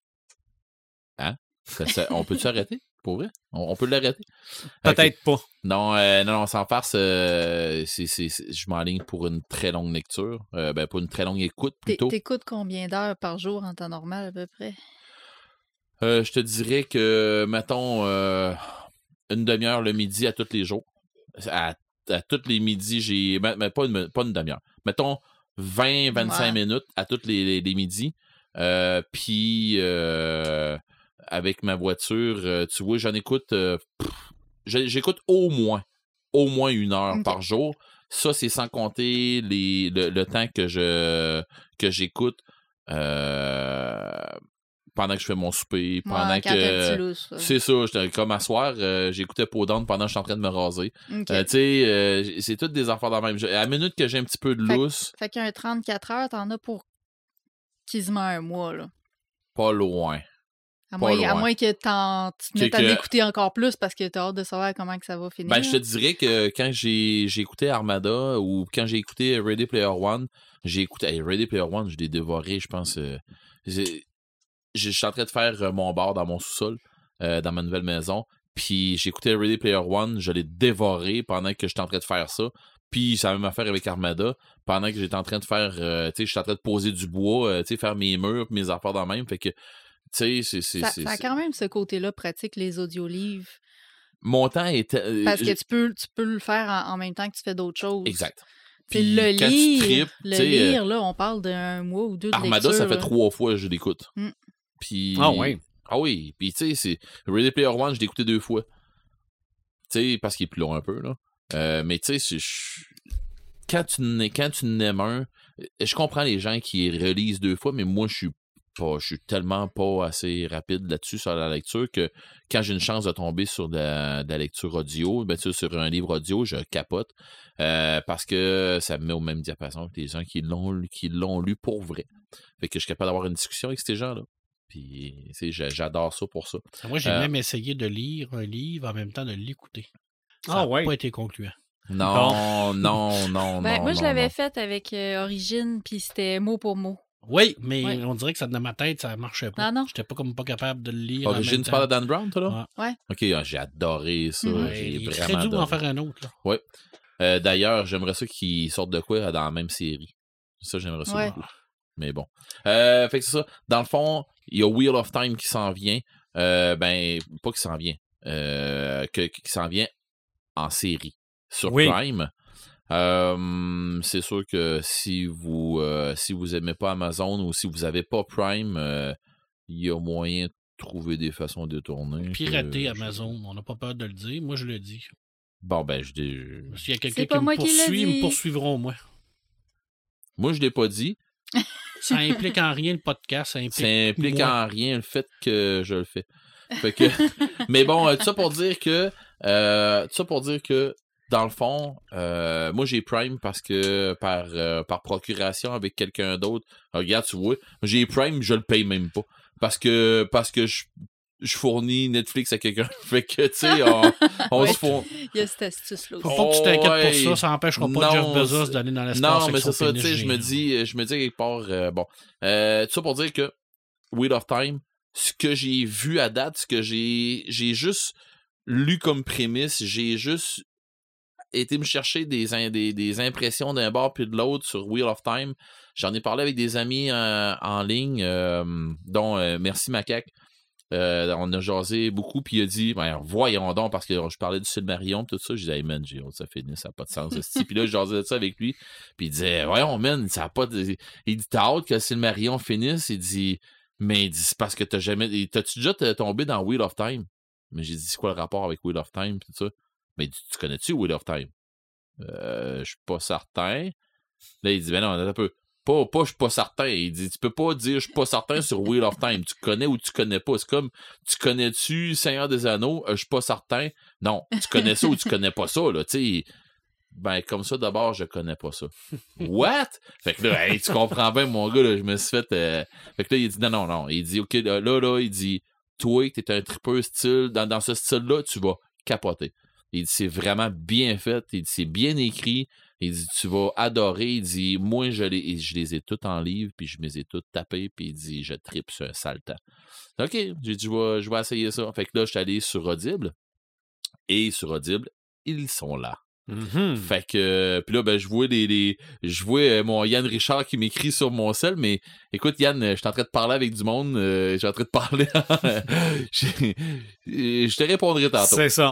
hein? Ça- ça- on peut-tu arrêter? Pour vrai? On, on peut l'arrêter? Peut-être Ok. pas. Non, euh, non, non, sans farce, euh, c'est, c'est, c'est- je m'enligne pour une très longue lecture. Euh, ben, pour une très longue écoute, T'é- plutôt. T'écoutes combien d'heures par jour en temps normal, à peu près? Euh, je te dirais que, mettons, euh, une demi-heure le midi à tous les jours. À, à tous les midis, j'ai... Mais, mais pas, une, pas une demi-heure. Mettons vingt à vingt-cinq Ouais. minutes à tous les, les, les midis. Euh, Puis, euh, avec ma voiture, euh, tu vois, j'en écoute... euh, pff, j'ai- j'écoute au moins, au moins une heure Ok. par jour. Ça, c'est sans compter les, le, le temps que je que j'écoute euh, pendant que je fais mon souper, pendant Ouais, quand t'as un que... petit lousse. ouais. C'est ça, j'étais comme à soir, euh, j'écoutais Peau d'Âne pendant que je suis en train de me raser. Ok. Euh, tu sais, euh, c'est toutes des affaires dans la même. À la minute que j'ai un petit peu de Fait que- lousse, Fait qu'un trente-quatre heures, t'en as pour quasiment un mois, là. pas loin. À Pas moins, à loin. moins que t'en, tu te Que- mettes à que- l'écouter encore plus parce que t'as hâte de savoir comment que ça va finir. Ben, je te dirais que quand j'ai, j'ai écouté Armada ou quand j'ai écouté Ready Player One, j'ai écouté hey, Ready Player One, je l'ai dévoré, je pense. Euh, j'ai- je suis en train de faire euh, mon bar dans mon sous-sol, euh, dans ma nouvelle maison. Puis j'écoutais Ready Player One, je l'ai dévoré pendant que j'étais en train de faire ça. Puis ça a même affaire avec Armada, pendant que j'étais en train de faire, euh, tu sais, j'étais en train de poser du bois, euh, tu sais, faire mes murs, puis mes affaires dans le même. Fait que, tu sais, c'est, c'est, ça, c'est, ça a c'est- quand même ce côté-là pratique, les audiolivres. Mon temps était... euh, Parce que j- tu peux, tu peux le faire en, en même temps que tu fais d'autres choses. Exact. Puis Puis le quand tu lire, tripes, le tu sais, euh, lire, là, on parle d'un mois ou deux de Armada, lecture. ça fait là. trois fois que je l'écoute. Mm. Puis... Ah ouais. Ah oui. Puis tu sais, c'est... Ready Player One, je l'ai écouté deux fois. Tu sais, parce qu'il est plus long un peu, là. Euh, mais tu sais, c'est... je- quand tu n'es quand tu n'aimes un, je comprends les gens qui relisent deux fois, mais moi, je suis pas... Je suis tellement pas assez rapide là-dessus, sur la lecture, que quand j'ai une chance de tomber sur de la, de la lecture audio, ben, tu sais, sur un livre audio, je capote. Euh, parce que ça me met au même diapason que les gens qui l'ont, qui l'ont lu pour vrai. Fait que je suis capable d'avoir une discussion avec ces gens-là. Puis, tu sais, j'a- j'adore ça pour ça. Moi, j'ai Euh, même essayé de lire un livre en même temps de l'écouter. Ça Ah n'a ouais. pas été concluant. Non, non, non, Ben, non. moi, je non, l'avais non. fait avec euh, Origine, puis c'était mot pour mot. Oui, mais Ouais. on dirait que ça dans ma tête, ça marchait pas. Non, non. J'étais pas comme pas capable de le lire. en Origine, même tu temps. parles de Dan Brown, toi, là? Ouais. Ok, ah, j'ai adoré ça. Mhm. Ouais, J'ai il est vraiment très dur d'en adoré. faire un autre. Là. Euh, D'ailleurs, j'aimerais ça qu'ils sortent de quoi dans la même série. Ça, j'aimerais ça Ouais. beaucoup. Mais bon. Euh, fait que c'est ça. Dans le fond, il y a Wheel of Time qui s'en vient. Euh, ben, pas qui s'en vient. Euh, que, qui s'en vient en série sur Oui. Prime. Euh, c'est sûr que si vous euh, si vous aimez pas Amazon ou si vous avez pas Prime, euh, il y a moyen de trouver des façons de tourner. Pirater que- Amazon, on n'a pas peur de le dire. Moi, je le dis. Bon, ben, je l'ai- S'il y a quelqu'un C'est qui pas me moi qui l'ai poursuit, ils me dit. poursuiveront, moi. moi, je l'ai pas dit. Ça implique en rien le podcast. Ça implique, Ça implique moi. en rien le fait que je le fais. Fait que, mais bon, euh, tout ça pour dire que, euh, tout ça pour dire que, dans le fond, euh, moi j'ai Prime parce que par euh, par procuration avec quelqu'un d'autre. Regarde, tu vois, j'ai Prime, je le paye même pas parce que parce que je je fournis Netflix à quelqu'un. Fait que tu sais, on, on Ouais. se fourn... Il y a cette astuce-là Faut aussi. pas que tu t'inquiètes ouais. pour ça. Ça n'empêchera pas Non, Jeff Bezos c'est- d'aller dans l'espace. Non, avec mais son c'est ça, tu pénis sais, je me géant. dis, je me dis quelque part, euh, bon, euh, tout ça pour dire que Wheel of Time, ce que j'ai vu à date, ce que j'ai, j'ai juste lu comme prémisse, j'ai juste été me chercher des, in- des, des impressions d'un bord puis de l'autre sur Wheel of Time. J'en ai parlé avec des amis euh, en ligne, euh, dont euh, Merci Macaque. Euh, on a jasé beaucoup, puis il a dit, ben, voyons donc, parce que je parlais du Silmarillion, tout ça. Je disais, hey, man, j'ai ça finit, ça n'a pas de sens. Puis là, je jasais de ça avec lui, puis il disait, voyons, man, ça n'a pas de. Il dit, t'as hâte que le Silmarillion finisse? Il dit, mais il dit, c'est parce que t'as jamais. T'as-tu déjà tombé dans Wheel of Time? Mais j'ai dit, c'est quoi le rapport avec Wheel of Time, tout ça? Mais il dit, tu connais-tu Wheel of Time? Euh, je suis pas certain. Là, il dit, ben non, un peu. Pas, pas, je suis pas certain. Il dit, tu peux pas dire, je suis pas certain sur Wheel of Time. Tu connais ou tu connais pas. C'est comme, tu connais-tu Seigneur des Anneaux? Euh, je suis pas certain. Non, tu connais ça ou tu connais pas ça, là, tu sais. Ben, comme ça, d'abord, je connais pas ça. What? Fait que là, hey, tu comprends bien, mon gars, là, je me suis fait... Euh... Fait que là, il dit, non, non, non. Il dit, OK, là, là, là il dit, toi, t'es un tripeux style, dans, dans ce style-là, tu vas capoter. Il dit, c'est vraiment bien fait. Il dit, c'est bien écrit. Il dit, tu vas adorer. Il dit, moi, je les, je les ai tous en livre, puis je me les ai tous tapés, puis il dit, je tripe sur un sale temps. OK, j'ai dit, je vais, je vais essayer ça. Fait que là, je suis allé sur Audible, et sur Audible, ils sont là. Mm-hmm. Fait que, euh, puis là, ben, je vois les, les je vois euh, mon Yann Richard qui m'écrit sur mon sel, mais écoute, Yann, je suis en train de parler avec du monde, euh, je suis en train de parler, je, je te répondrai tantôt. C'est ça.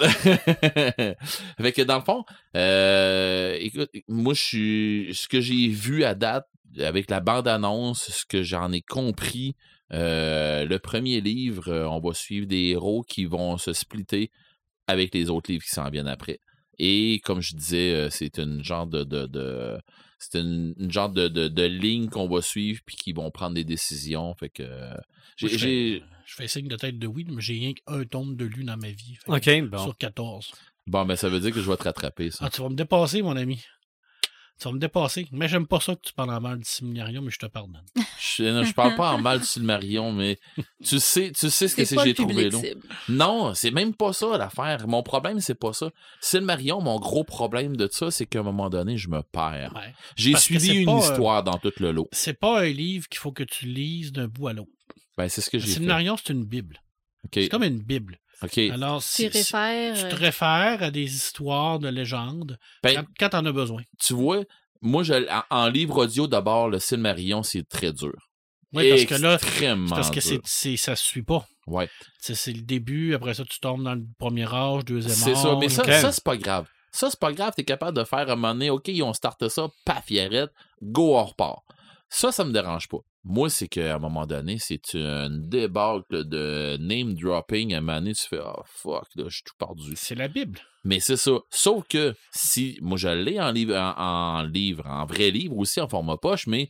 Fait que dans le fond, euh, écoute, moi, je suis, ce que j'ai vu à date, avec la bande-annonce, ce que j'en ai compris, euh, le premier livre, euh, on va suivre des héros qui vont se splitter avec les autres livres qui s'en viennent après. Et comme je disais, c'est une genre de, de, de c'est une, une genre de, de, de ligne qu'on va suivre puis qui vont prendre des décisions. Fait que j'ai, je, j'ai... fais, je fais signe de tête de oui, mais j'ai rien qu'un tome de lu dans ma vie. OK, bon. Sur quatorze. Bon, ben ça veut dire que je vais te rattraper, ça. Ah, tu vas me dépasser, mon ami. Tu vas me dépasser. Mais j'aime pas ça que tu parles en mal du Silmarillion, mais je te pardonne. Je, non, je parle pas en mal du Silmarillion, mais tu sais, tu sais ce que c'est, c'est que j'ai trouvé là. Non, c'est même pas ça l'affaire. Mon problème, c'est pas ça. Silmarillion, mon gros problème de ça, c'est qu'à un moment donné, je me perds. Ouais. J'ai Parce suivi une pas, histoire euh, dans tout le lot. C'est pas un livre qu'il faut que tu lises d'un bout à l'autre. Ben, c'est ce que j'ai fait. Silmarillion, c'est une Bible. Okay. C'est comme une Bible. Okay. Alors, si, tu, réfères... si, tu te réfères à des histoires de légendes ben, quand, quand t'en as besoin. Tu vois, moi, je, en, en livre audio, d'abord, le Silmarillion, c'est très dur. Oui, parce que là, c'est parce que c'est, c'est, ça se suit pas. Ouais. C'est, c'est le début, après ça, tu tombes dans le premier âge, deuxième âge. C'est ça, mais ça, okay. ça, c'est pas grave. Ça, c'est pas grave, t'es capable de faire à un moment donné, OK, ils ont starté ça, paf, il arrête, go, on repart. Ça, ça me dérange pas. Moi, c'est qu'à un moment donné, c'est une débâcle de name dropping. À un moment donné, tu fais, oh fuck, là, je suis tout perdu. C'est la Bible. Mais c'est ça. Sauf que si, moi, je l'ai en livre, en, en livre, en vrai livre aussi, en format poche, mais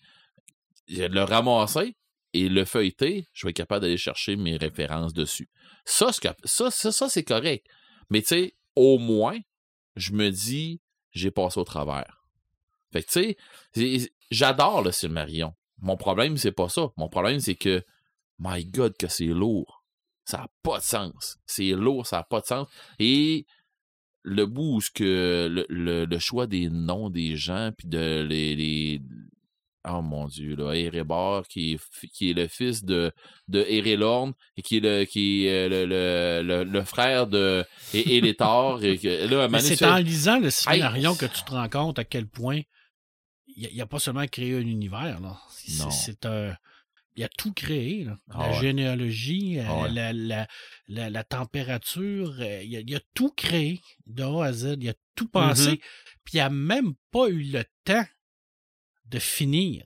le ramasser et le feuilleter, je vais être capable d'aller chercher mes références dessus. Ça, c'est, ça, ça, ça, c'est correct. Mais tu sais, au moins, je me dis, j'ai passé au travers. Fait que tu sais, j'adore le Silmarillion. Mon problème, c'est pas ça. Mon problème, c'est que, my God, que c'est lourd. Ça n'a pas de sens. C'est lourd, ça n'a pas de sens. Et le bout où que le, le, le choix des noms des gens, puis de les, les... Oh mon Dieu, là, Erebor, qui est, qui est le fils de, de Erelorn, et qui est le, qui est le, le, le, le frère de Elétor. Et que, là, Mais c'est fait... en lisant le Silmarillion hey. que tu te rends compte à quel point il n'a pas seulement créé un univers, là. C'est, non. c'est un... Il a tout créé, là. La ah ouais. généalogie, ah ouais. la, la, la, la température, il a, il a tout créé de A à Z, il a tout pensé, mm-hmm. puis il n'a même pas eu le temps de finir.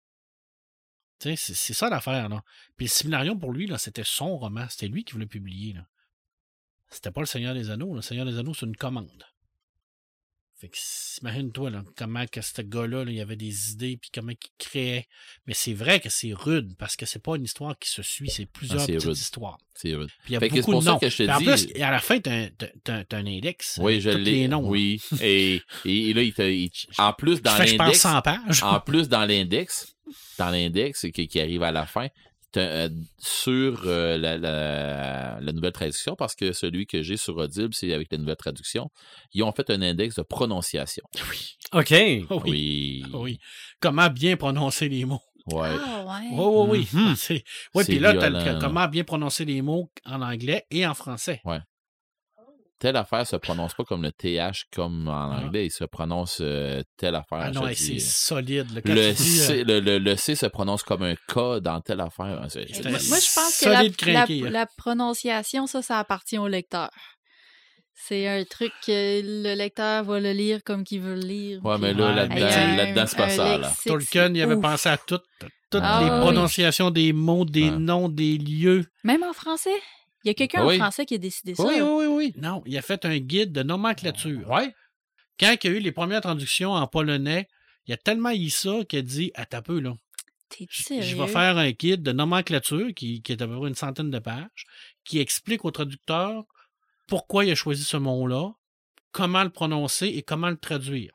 Tu sais, c'est, c'est ça l'affaire, là. Puis le Silmarillion, pour lui, là, c'était son roman, c'était lui qui voulait publier, là. C'était pas le Seigneur des Anneaux, le Seigneur des Anneaux, c'est une commande. Fait que, imagine-toi, là, comment que ce gars-là, là, il avait des idées, puis comment il créait. Mais c'est vrai que c'est rude, parce que c'est pas une histoire qui se suit, c'est plusieurs ah, c'est petites rude. histoires. C'est rude. Puis il y a fait beaucoup que c'est pour de ça noms. que je te puis dis... En plus, à la fin, t'as, t'as, t'as un index. Oui, je l'ai. Les noms, oui. et, et, et là, il, te, il en plus, dans fait, l'index... Je pense cent pages. En plus, dans l'index, dans l'index qui, qui arrive à la fin, Euh, sur euh, la, la, la nouvelle traduction, parce que celui que j'ai sur Audible, c'est avec la nouvelle traduction, ils ont fait un index de prononciation. Oui. OK. Oh oui. Oui. Oh oui. Comment bien prononcer les mots. Ouais. Ah, ouais. Oh, oui, oui. Mm-hmm. C'est... Oui, puis là, t'as le... comment bien prononcer les mots en anglais et en français. Ouais. telle affaire se prononce pas comme le T H comme en Ah. anglais, il se prononce euh, telle affaire. Ah non, je hey, dis. c'est solide. Là, quand Le tu dis, euh, C, le, le, le C se prononce comme un K dans telle affaire. C'est- C'est Moi, un moi, je pense que la, solide la, crinqué, hein. la prononciation, ça, ça appartient au lecteur. C'est un truc que le lecteur va le lire comme qu'il veut le lire. Ouais, mais puis- là, Ouais, là-dedans, Il y a un- là-dedans, c'est pas un ça, là. lexique, Tolkien, il avait ouf. pensé à tout, toutes Ah les oui. prononciations des mots, des Ouais. noms, des lieux. Même en français. Il y a quelqu'un Oui. en français qui a décidé ça. Oui, oui, oui, oui. Non, il a fait un guide de nomenclature. Ouais. Quand il y a eu les premières traductions en polonais, il a tellement eu ça qu'il a dit « Attends un peu, là. T'es Je sérieux? je vais faire un guide de nomenclature qui, qui est à peu près une centaine de pages, qui explique au traducteur pourquoi il a choisi ce mot-là, comment le prononcer et comment le traduire.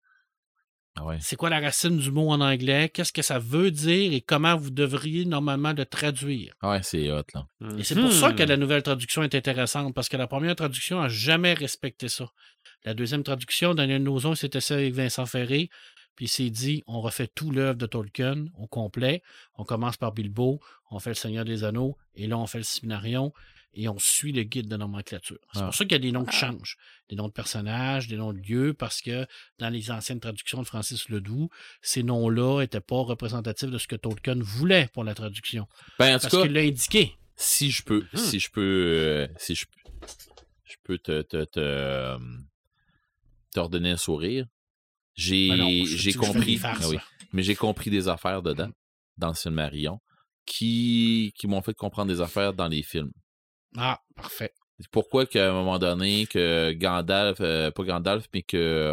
Ah ouais. C'est quoi la racine du mot en anglais, qu'est-ce que ça veut dire et comment vous devriez normalement le traduire. Ah ouais, c'est hot, là. Et c'est pour ça que Mhm. la nouvelle traduction est intéressante, parce que la première traduction n'a jamais respecté ça. La deuxième traduction, Daniel Lauzon s'est essayé avec Vincent Ferré, puis il s'est dit, on refait tout l'œuvre de Tolkien au complet. On commence par Bilbo, on fait le Seigneur des Anneaux, et là, on fait le Silmarillion, et on suit le guide de nomenclature. C'est Ah. pour ça qu'il y a des noms qui Ah. changent. Des noms de personnages, des noms de lieux, parce que dans les anciennes traductions de Francis Ledoux, ces noms-là n'étaient pas représentatifs de ce que Tolkien voulait pour la traduction. Ben, en tout Parce cas, qu'il l'a indiqué. si je peux, Hmm. si je peux, euh, si je, je peux te, te, te, euh, te redonner un sourire, j'ai, Ben non, je- j'ai tu veux que je fasse compris, des farces, ah oui, là. mais j'ai compris des affaires dedans, dans le Silmarillion, qui, qui m'ont fait comprendre des affaires dans les films. Ah, parfait. Pourquoi qu'à un moment donné, que Gandalf, euh, pas Gandalf, mais que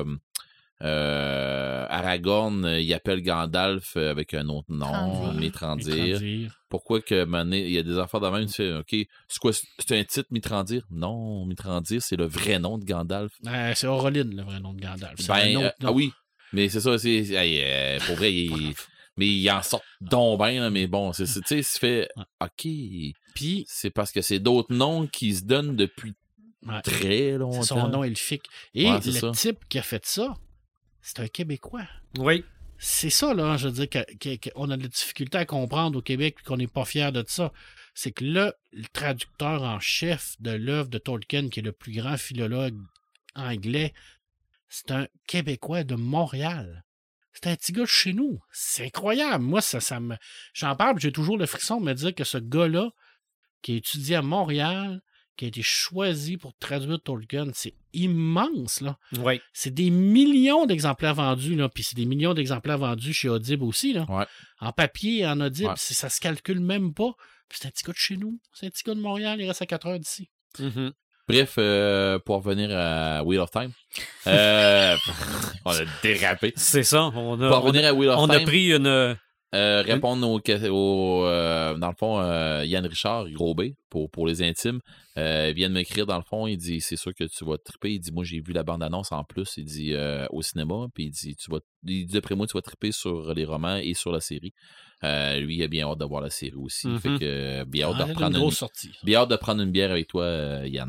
euh, Aragorn, euh, il appelle Gandalf euh, avec un autre nom, Trandir. Mitrandir. Mitrandir. Pourquoi que mané, il y a des affaires de même, tu fais, OK, c'est quoi, c'est un titre Mitrandir? Non, Mitrandir, c'est le vrai nom de Gandalf. Euh, c'est Auroline, le vrai nom de Gandalf. C'est Ben, un autre euh, nom. ah oui, mais c'est ça, c'est, hey, euh, pour vrai, il, mais il en sort donc bien, là, mais bon, c'est, c'est, tu sais, c'est fait, Ouais. OK, Puis, c'est parce que c'est d'autres noms qui se donnent depuis ouais, très longtemps. c'est son nom elfique. Et Ouais, c'est le ça. type qui a fait ça, c'est un Québécois. Oui. C'est ça, là, je veux dire, que- que- qu'on a de la difficulté à comprendre au Québec et qu'on n'est pas fier de ça. C'est que là, le traducteur en chef de l'œuvre de Tolkien, qui est le plus grand philologue anglais, c'est un Québécois de Montréal. C'est un petit gars de chez nous. C'est incroyable. Moi, ça, ça me. J'en parle, j'ai toujours le frisson de me dire que ce gars-là, qui a étudié à Montréal, qui a été choisi pour traduire Tolkien, c'est immense, là. Oui. C'est des millions d'exemplaires vendus, là, puis c'est des millions d'exemplaires vendus chez Audible aussi, là. Ouais. En papier et en Audible, Ouais. c'est- ça se calcule même pas. Puis c'est un petit gars de chez nous. C'est un petit gars de Montréal, il reste à quatre heures d'ici. Mhm. Bref, euh, pour revenir à Wheel of Time, euh, on a dérapé. C'est ça. On a, Pour on revenir a, à Wheel of on a Time, pris une. euh, répondre aux, que- aux, euh, dans le fond, euh, Yann Richard, gros B, pour, pour les intimes, euh, vient de m'écrire dans le fond, il dit, c'est sûr que tu vas triper, il dit, moi j'ai vu la bande-annonce en plus, il dit, euh, au cinéma, puis il dit, tu vas, il dit, d'après moi, tu vas triper sur les romans et sur la série. Euh, lui, il a bien hâte de voir la série aussi, Mhm. fait que, euh, bien hâte Ah, de une reprendre une, grosse sortie. bien hâte de prendre une bière avec toi, euh, Yann.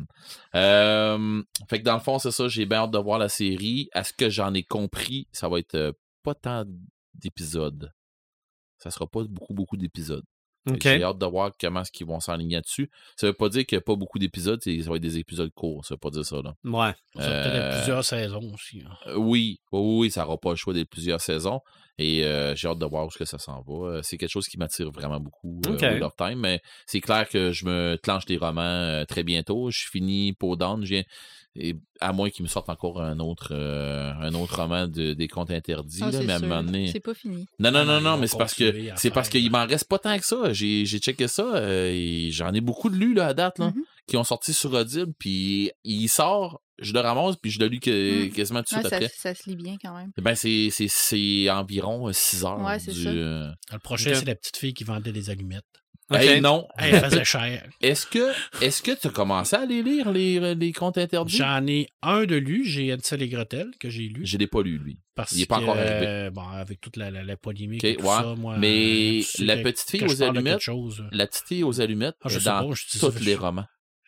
Euh, fait que dans le fond, c'est ça, j'ai bien hâte de voir la série. À ce que j'en ai compris, ça va être euh, pas tant d'épisodes. Ça sera pas beaucoup, beaucoup d'épisodes. Fait que OK. J'ai hâte de voir comment est-ce qu'ils vont s'enligner dessus. Ça veut pas dire qu'il n'y a pas beaucoup d'épisodes, c'est- ça va être des épisodes courts, ça veut pas dire ça, là. Ouais. Ça va peut-être être Euh, plusieurs saisons aussi. hein. Euh, oui, oui, oui, ça n'aura pas le choix d'être plusieurs saisons. Et euh, j'ai hâte de voir où est-ce que ça s'en va. Euh, C'est quelque chose qui m'attire vraiment beaucoup, euh, OK. Wheel of Time. Mais c'est clair que je me clenche des romans euh, très bientôt. Je finis Peau d'âne. Je viens- et à moins qu'il me sorte encore un autre, euh, un autre roman de, des contes interdits. Ah, là, c'est mais à un sûr. moment donné... C'est pas fini. Non, non, Ah, non, non, ils non, vont mais c'est parce continuer que à c'est parce faire, qu'il là. m'en reste pas tant que ça. J'ai j'ai checké ça. euh, et j'en ai beaucoup de lus là, à date, là, Mhm. qui ont sorti sur Audible. Puis il sort, je le ramasse, puis je le lis que- Mm. quasiment tout de Ouais, suite ça, après. ça se lit bien quand même. Ben, c'est, c'est, c'est environ six heures. Ouais, c'est du, ça. euh, Le prochain, Ok. c'est la petite fille qui vendait des allumettes. OK. Hey, non. Hey, elle faisait cher. Est-ce que est-ce que tu as commencé à les lire, les, les contes interdits? J'en ai un de lu, j'ai Hansel et Gretel, que j'ai lu. Je l'ai pas lu, lui. Parce il est pas que, encore arrivé. euh, bon, avec toute la, la, la polémique Ok, et tout ouais. ça, moi... Mais euh, tu sais la que- petite fille que je aux parle de allumettes, quelque chose. La petite fille aux allumettes Ah, je est sais dans pas, je dis ça, tous je- les romans.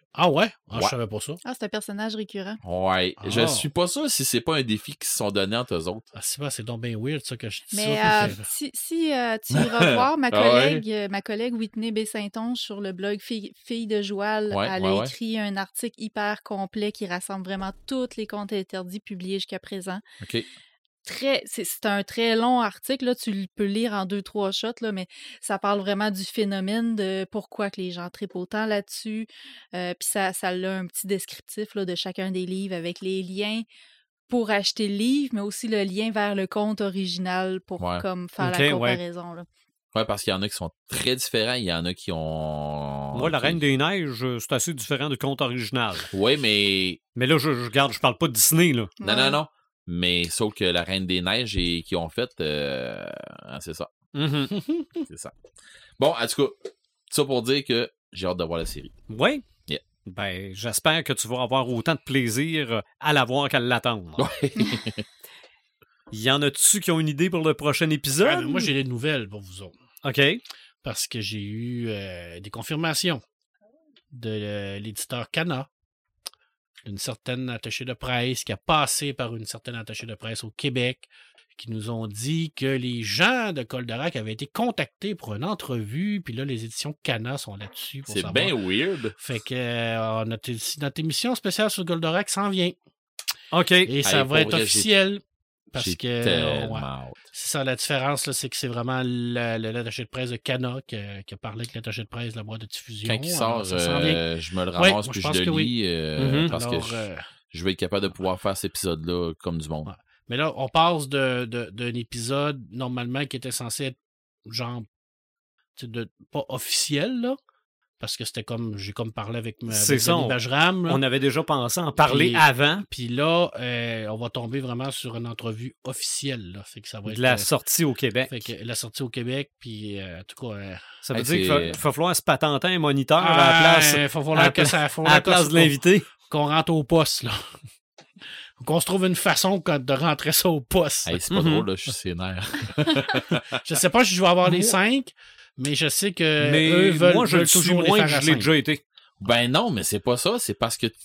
Ah ouais? Ah, Ouais. je savais pas ça. Ah, c'est un personnage récurrent. Ouais. Ah. Je suis pas sûr si c'est pas un défi qui se sont donnés entre eux autres. Ah, c'est, c'est donc bien weird, ça, que je dis Mais ça. euh, si, si euh, tu iras voir ma Ah ouais? collègue, euh, ma collègue Whitney Bessintonge sur le blog Fille, Fille de Joal, Ouais, elle ouais, a ouais. écrit un article hyper complet qui rassemble vraiment tous les contes interdits publiés jusqu'à présent. OK. Très, c'est, c'est un très long article, là, tu le peux lire en deux, trois shots, là, mais ça parle vraiment du phénomène, de pourquoi que les gens trippent autant là-dessus. Euh, Puis ça, ça a un petit descriptif là, de chacun des livres avec les liens pour acheter le livre, mais aussi le lien vers le conte original pour Ouais. comme faire Ok, la ouais. comparaison. Là. Ouais, parce qu'il y en a qui sont très différents. Il y en a qui ont... Moi, La Reine des Neiges, euh, c'est assez différent du conte original. Oui, mais... Mais là, je, je garde, je parle pas de Disney, là. Non, non, non. Mais sauf que La Reine des Neiges et qui ont fait... euh, C'est ça. Mhm. C'est ça. Bon, en tout cas, ça pour dire que j'ai hâte de voir la série. Oui. Yeah. Ben, j'espère que tu vas avoir autant de plaisir à la voir qu'à l'attendre. Ouais. Y en a-tu qui ont une idée pour le prochain épisode? Ah, mais moi, j'ai des nouvelles pour vous autres. OK. Parce que j'ai eu euh, des confirmations de euh, l'éditeur Cana, une certaine attachée de presse qui a passé par une certaine attachée de presse au Québec, qui nous ont dit que les gens de Goldorak avaient été contactés pour une entrevue, puis là, les éditions Cana sont là-dessus. Pour C'est savoir. bien weird. Fait que euh, notre, notre émission spéciale sur Goldorak s'en vient. OK. Et ça Hey, va pour être vrai, officiel. Parce J'ai que tellement ouais, hâte. c'est ça la différence, là, c'est que c'est vraiment la- la- l'attaché de presse de Cana qui a, qui a parlé avec l'attaché de presse de la boîte de diffusion. Quand il Alors, sort, ça s'en vient. euh, je me le Ouais, ramasse moi, puis je je pense le que oui. lis euh, Mhm. parce Alors, que je, euh, je vais être capable de pouvoir faire cet épisode-là comme du monde. Ouais. Mais là, on passe de, de- d'un épisode normalement qui était censé être genre tu sais, de, pas officiel, là. Parce que c'était comme j'ai comme parlé avec, ma- C'est avec ça, Denis on- Bajram, là. On avait déjà pensé en parler Puis- avant Puis là, euh, on va tomber vraiment sur une entrevue officielle. Là. Fait que ça va être de la euh, sortie au Québec. fait que la sortie au Québec, puis euh, en tout cas. euh, Ça veut Hey, dire qu'il c'est- va, il va falloir se patenter un moniteur à ah, la place, euh, faut à falloir la que ça, faut à la falloir place qu'on- de l'invité. qu'on rentre au poste, là. Faut qu'on se trouve une façon que- de rentrer ça au poste. Hey, c'est pas Mhm. drôle, là, je suis sénère. Je sais pas si je vais avoir les cinq, mais je sais que Mais eux veulent, moi, je le veulent suis toujours les moins faire que à je l'ai cinq. déjà été. Ben non, mais c'est pas ça. C'est parce que tu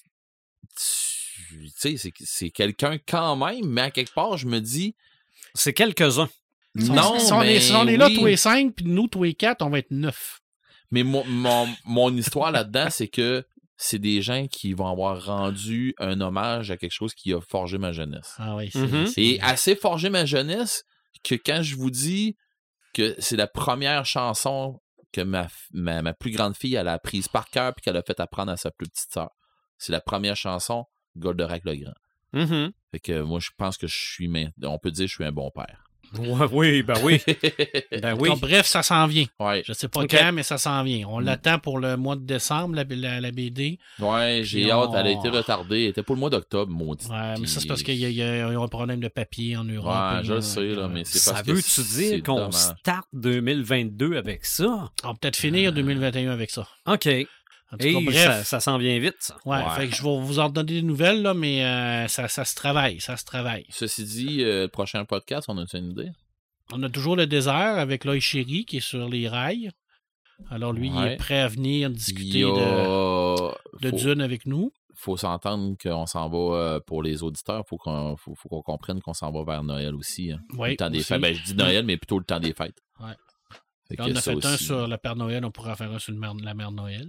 tu sais, c'est, c'est quelqu'un quand même, mais à quelque part, je me dis C'est quelques-uns. non, Si on, mais est, si on est là oui. tous les cinq, puis nous tous les quatre, on va être neuf. Mais mon, mon, mon histoire là-dedans, c'est que c'est des gens qui vont avoir rendu un hommage à quelque chose qui a forgé ma jeunesse. Ah oui, c'est, Mhm. c'est- Et assez forgé ma jeunesse que quand je vous dis que c'est la première chanson que ma, ma, ma plus grande fille elle a apprise par cœur puis qu'elle a fait apprendre à sa plus petite sœur. C'est la première chanson Goldorak le Grand. Mhm. Fait que moi, je pense que je suis, main- on peut dire que je suis un bon père. Ouais, oui, ben oui. Ben oui. Donc, bref, ça s'en vient. Ouais, Je sais pas Ok. quand, mais ça s'en vient. On Mm. l'attend pour le mois de décembre, la, la, la B D. ouais, j'ai Puis hâte. on- Elle a été retardée. Elle était pour le mois d'octobre, maudit. Ouais, mais Puis- ça, c'est parce qu'il y a, il y a un problème de papier en Europe. Ouais, et je là, le sais, là, euh, mais c'est Ça parce que veut-tu c'est dire qu'on dommage. starte deux mille vingt-deux avec ça? On va peut-être finir deux mille vingt et un avec ça. OK. En tout cas, Et bref. ça, ça s'en vient vite, ça. Ouais, Ouais. fait que je vais vous en donner des nouvelles, là, mais euh, ça, ça se travaille, ça se travaille. Ceci dit, euh, le prochain podcast, on a une idée? On a toujours le désert avec Loïc Chéri qui est sur les rails. Alors lui, il Ouais. est prêt à venir Il discuter y a... de, de faut, Dune avec nous. faut s'entendre qu'on s'en va euh, pour les auditeurs. Faut qu'on, faut, faut qu'on comprenne qu'on s'en va vers Noël aussi. Hein. Oui, le temps des aussi. fêtes. Ben, je dis Noël, mais plutôt le temps des fêtes. Ouais. Fait Là, que on a ça fait un aussi. sur le Père Noël, on pourra en faire un sur le mère- la Mère Noël.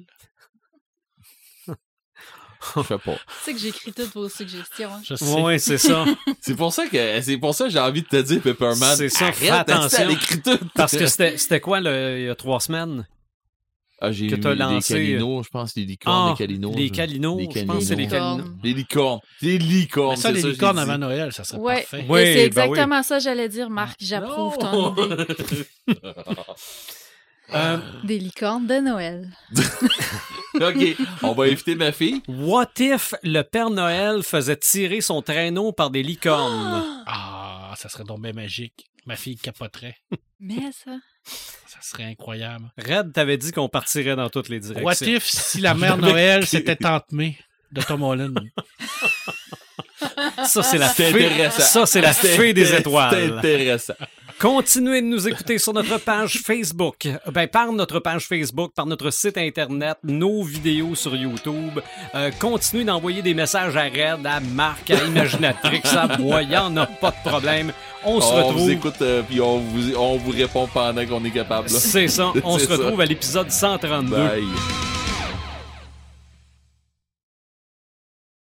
Je sais pas. Tu sais que j'écris toutes vos suggestions. hein. Je sais. Oui, c'est ça. C'est pour ça que c'est pour ça que j'ai envie de te dire, Pepperman. C'est ça, fais arrête, attention. elle écrit tout. Parce que c'était c'était quoi, le, il y a trois semaines? Ah, j'ai que vu t'as les lancé, Calinos, je pense, les licornes, Ah, les Calinos. les je- Calinos, les je pense que c'est les Calinos. Calinos. Les licornes. Les licornes. Mais ça, c'est les ça, licornes j'ai dit. avant Noël, ça serait Ouais, parfait. Oui, et c'est ben exactement ça j'allais dire, Marc. J'approuve Non. ton idée. Euh, Des licornes de Noël. OK, on va inviter ma fille. what if le Père Noël faisait tirer son traîneau par des licornes? Ah, ça serait donc bien magique. Ma fille capoterait. Mais ça. Ça serait incroyable. Red t'avait dit qu'on partirait dans toutes les directions. What if si la Mère Noël c'était Tante May de Tom Holland? Ça, c'est la C'est fée. intéressant. Ça, c'est la C'est fée des intér- C'est étoiles. intéressant. Continuez de nous écouter sur notre page Facebook, ben, par notre page Facebook, par notre site Internet, nos vidéos sur YouTube. Euh, continuez d'envoyer des messages à Red, à Marc, à Imaginatrix, à moi, il n'y en a pas de problème. On se on retrouve. vous écoute, euh, puis on vous, on vous répond pendant qu'on est capable. Là. C'est ça. On C'est se retrouve ça. à l'épisode cent trente-deux. Bye.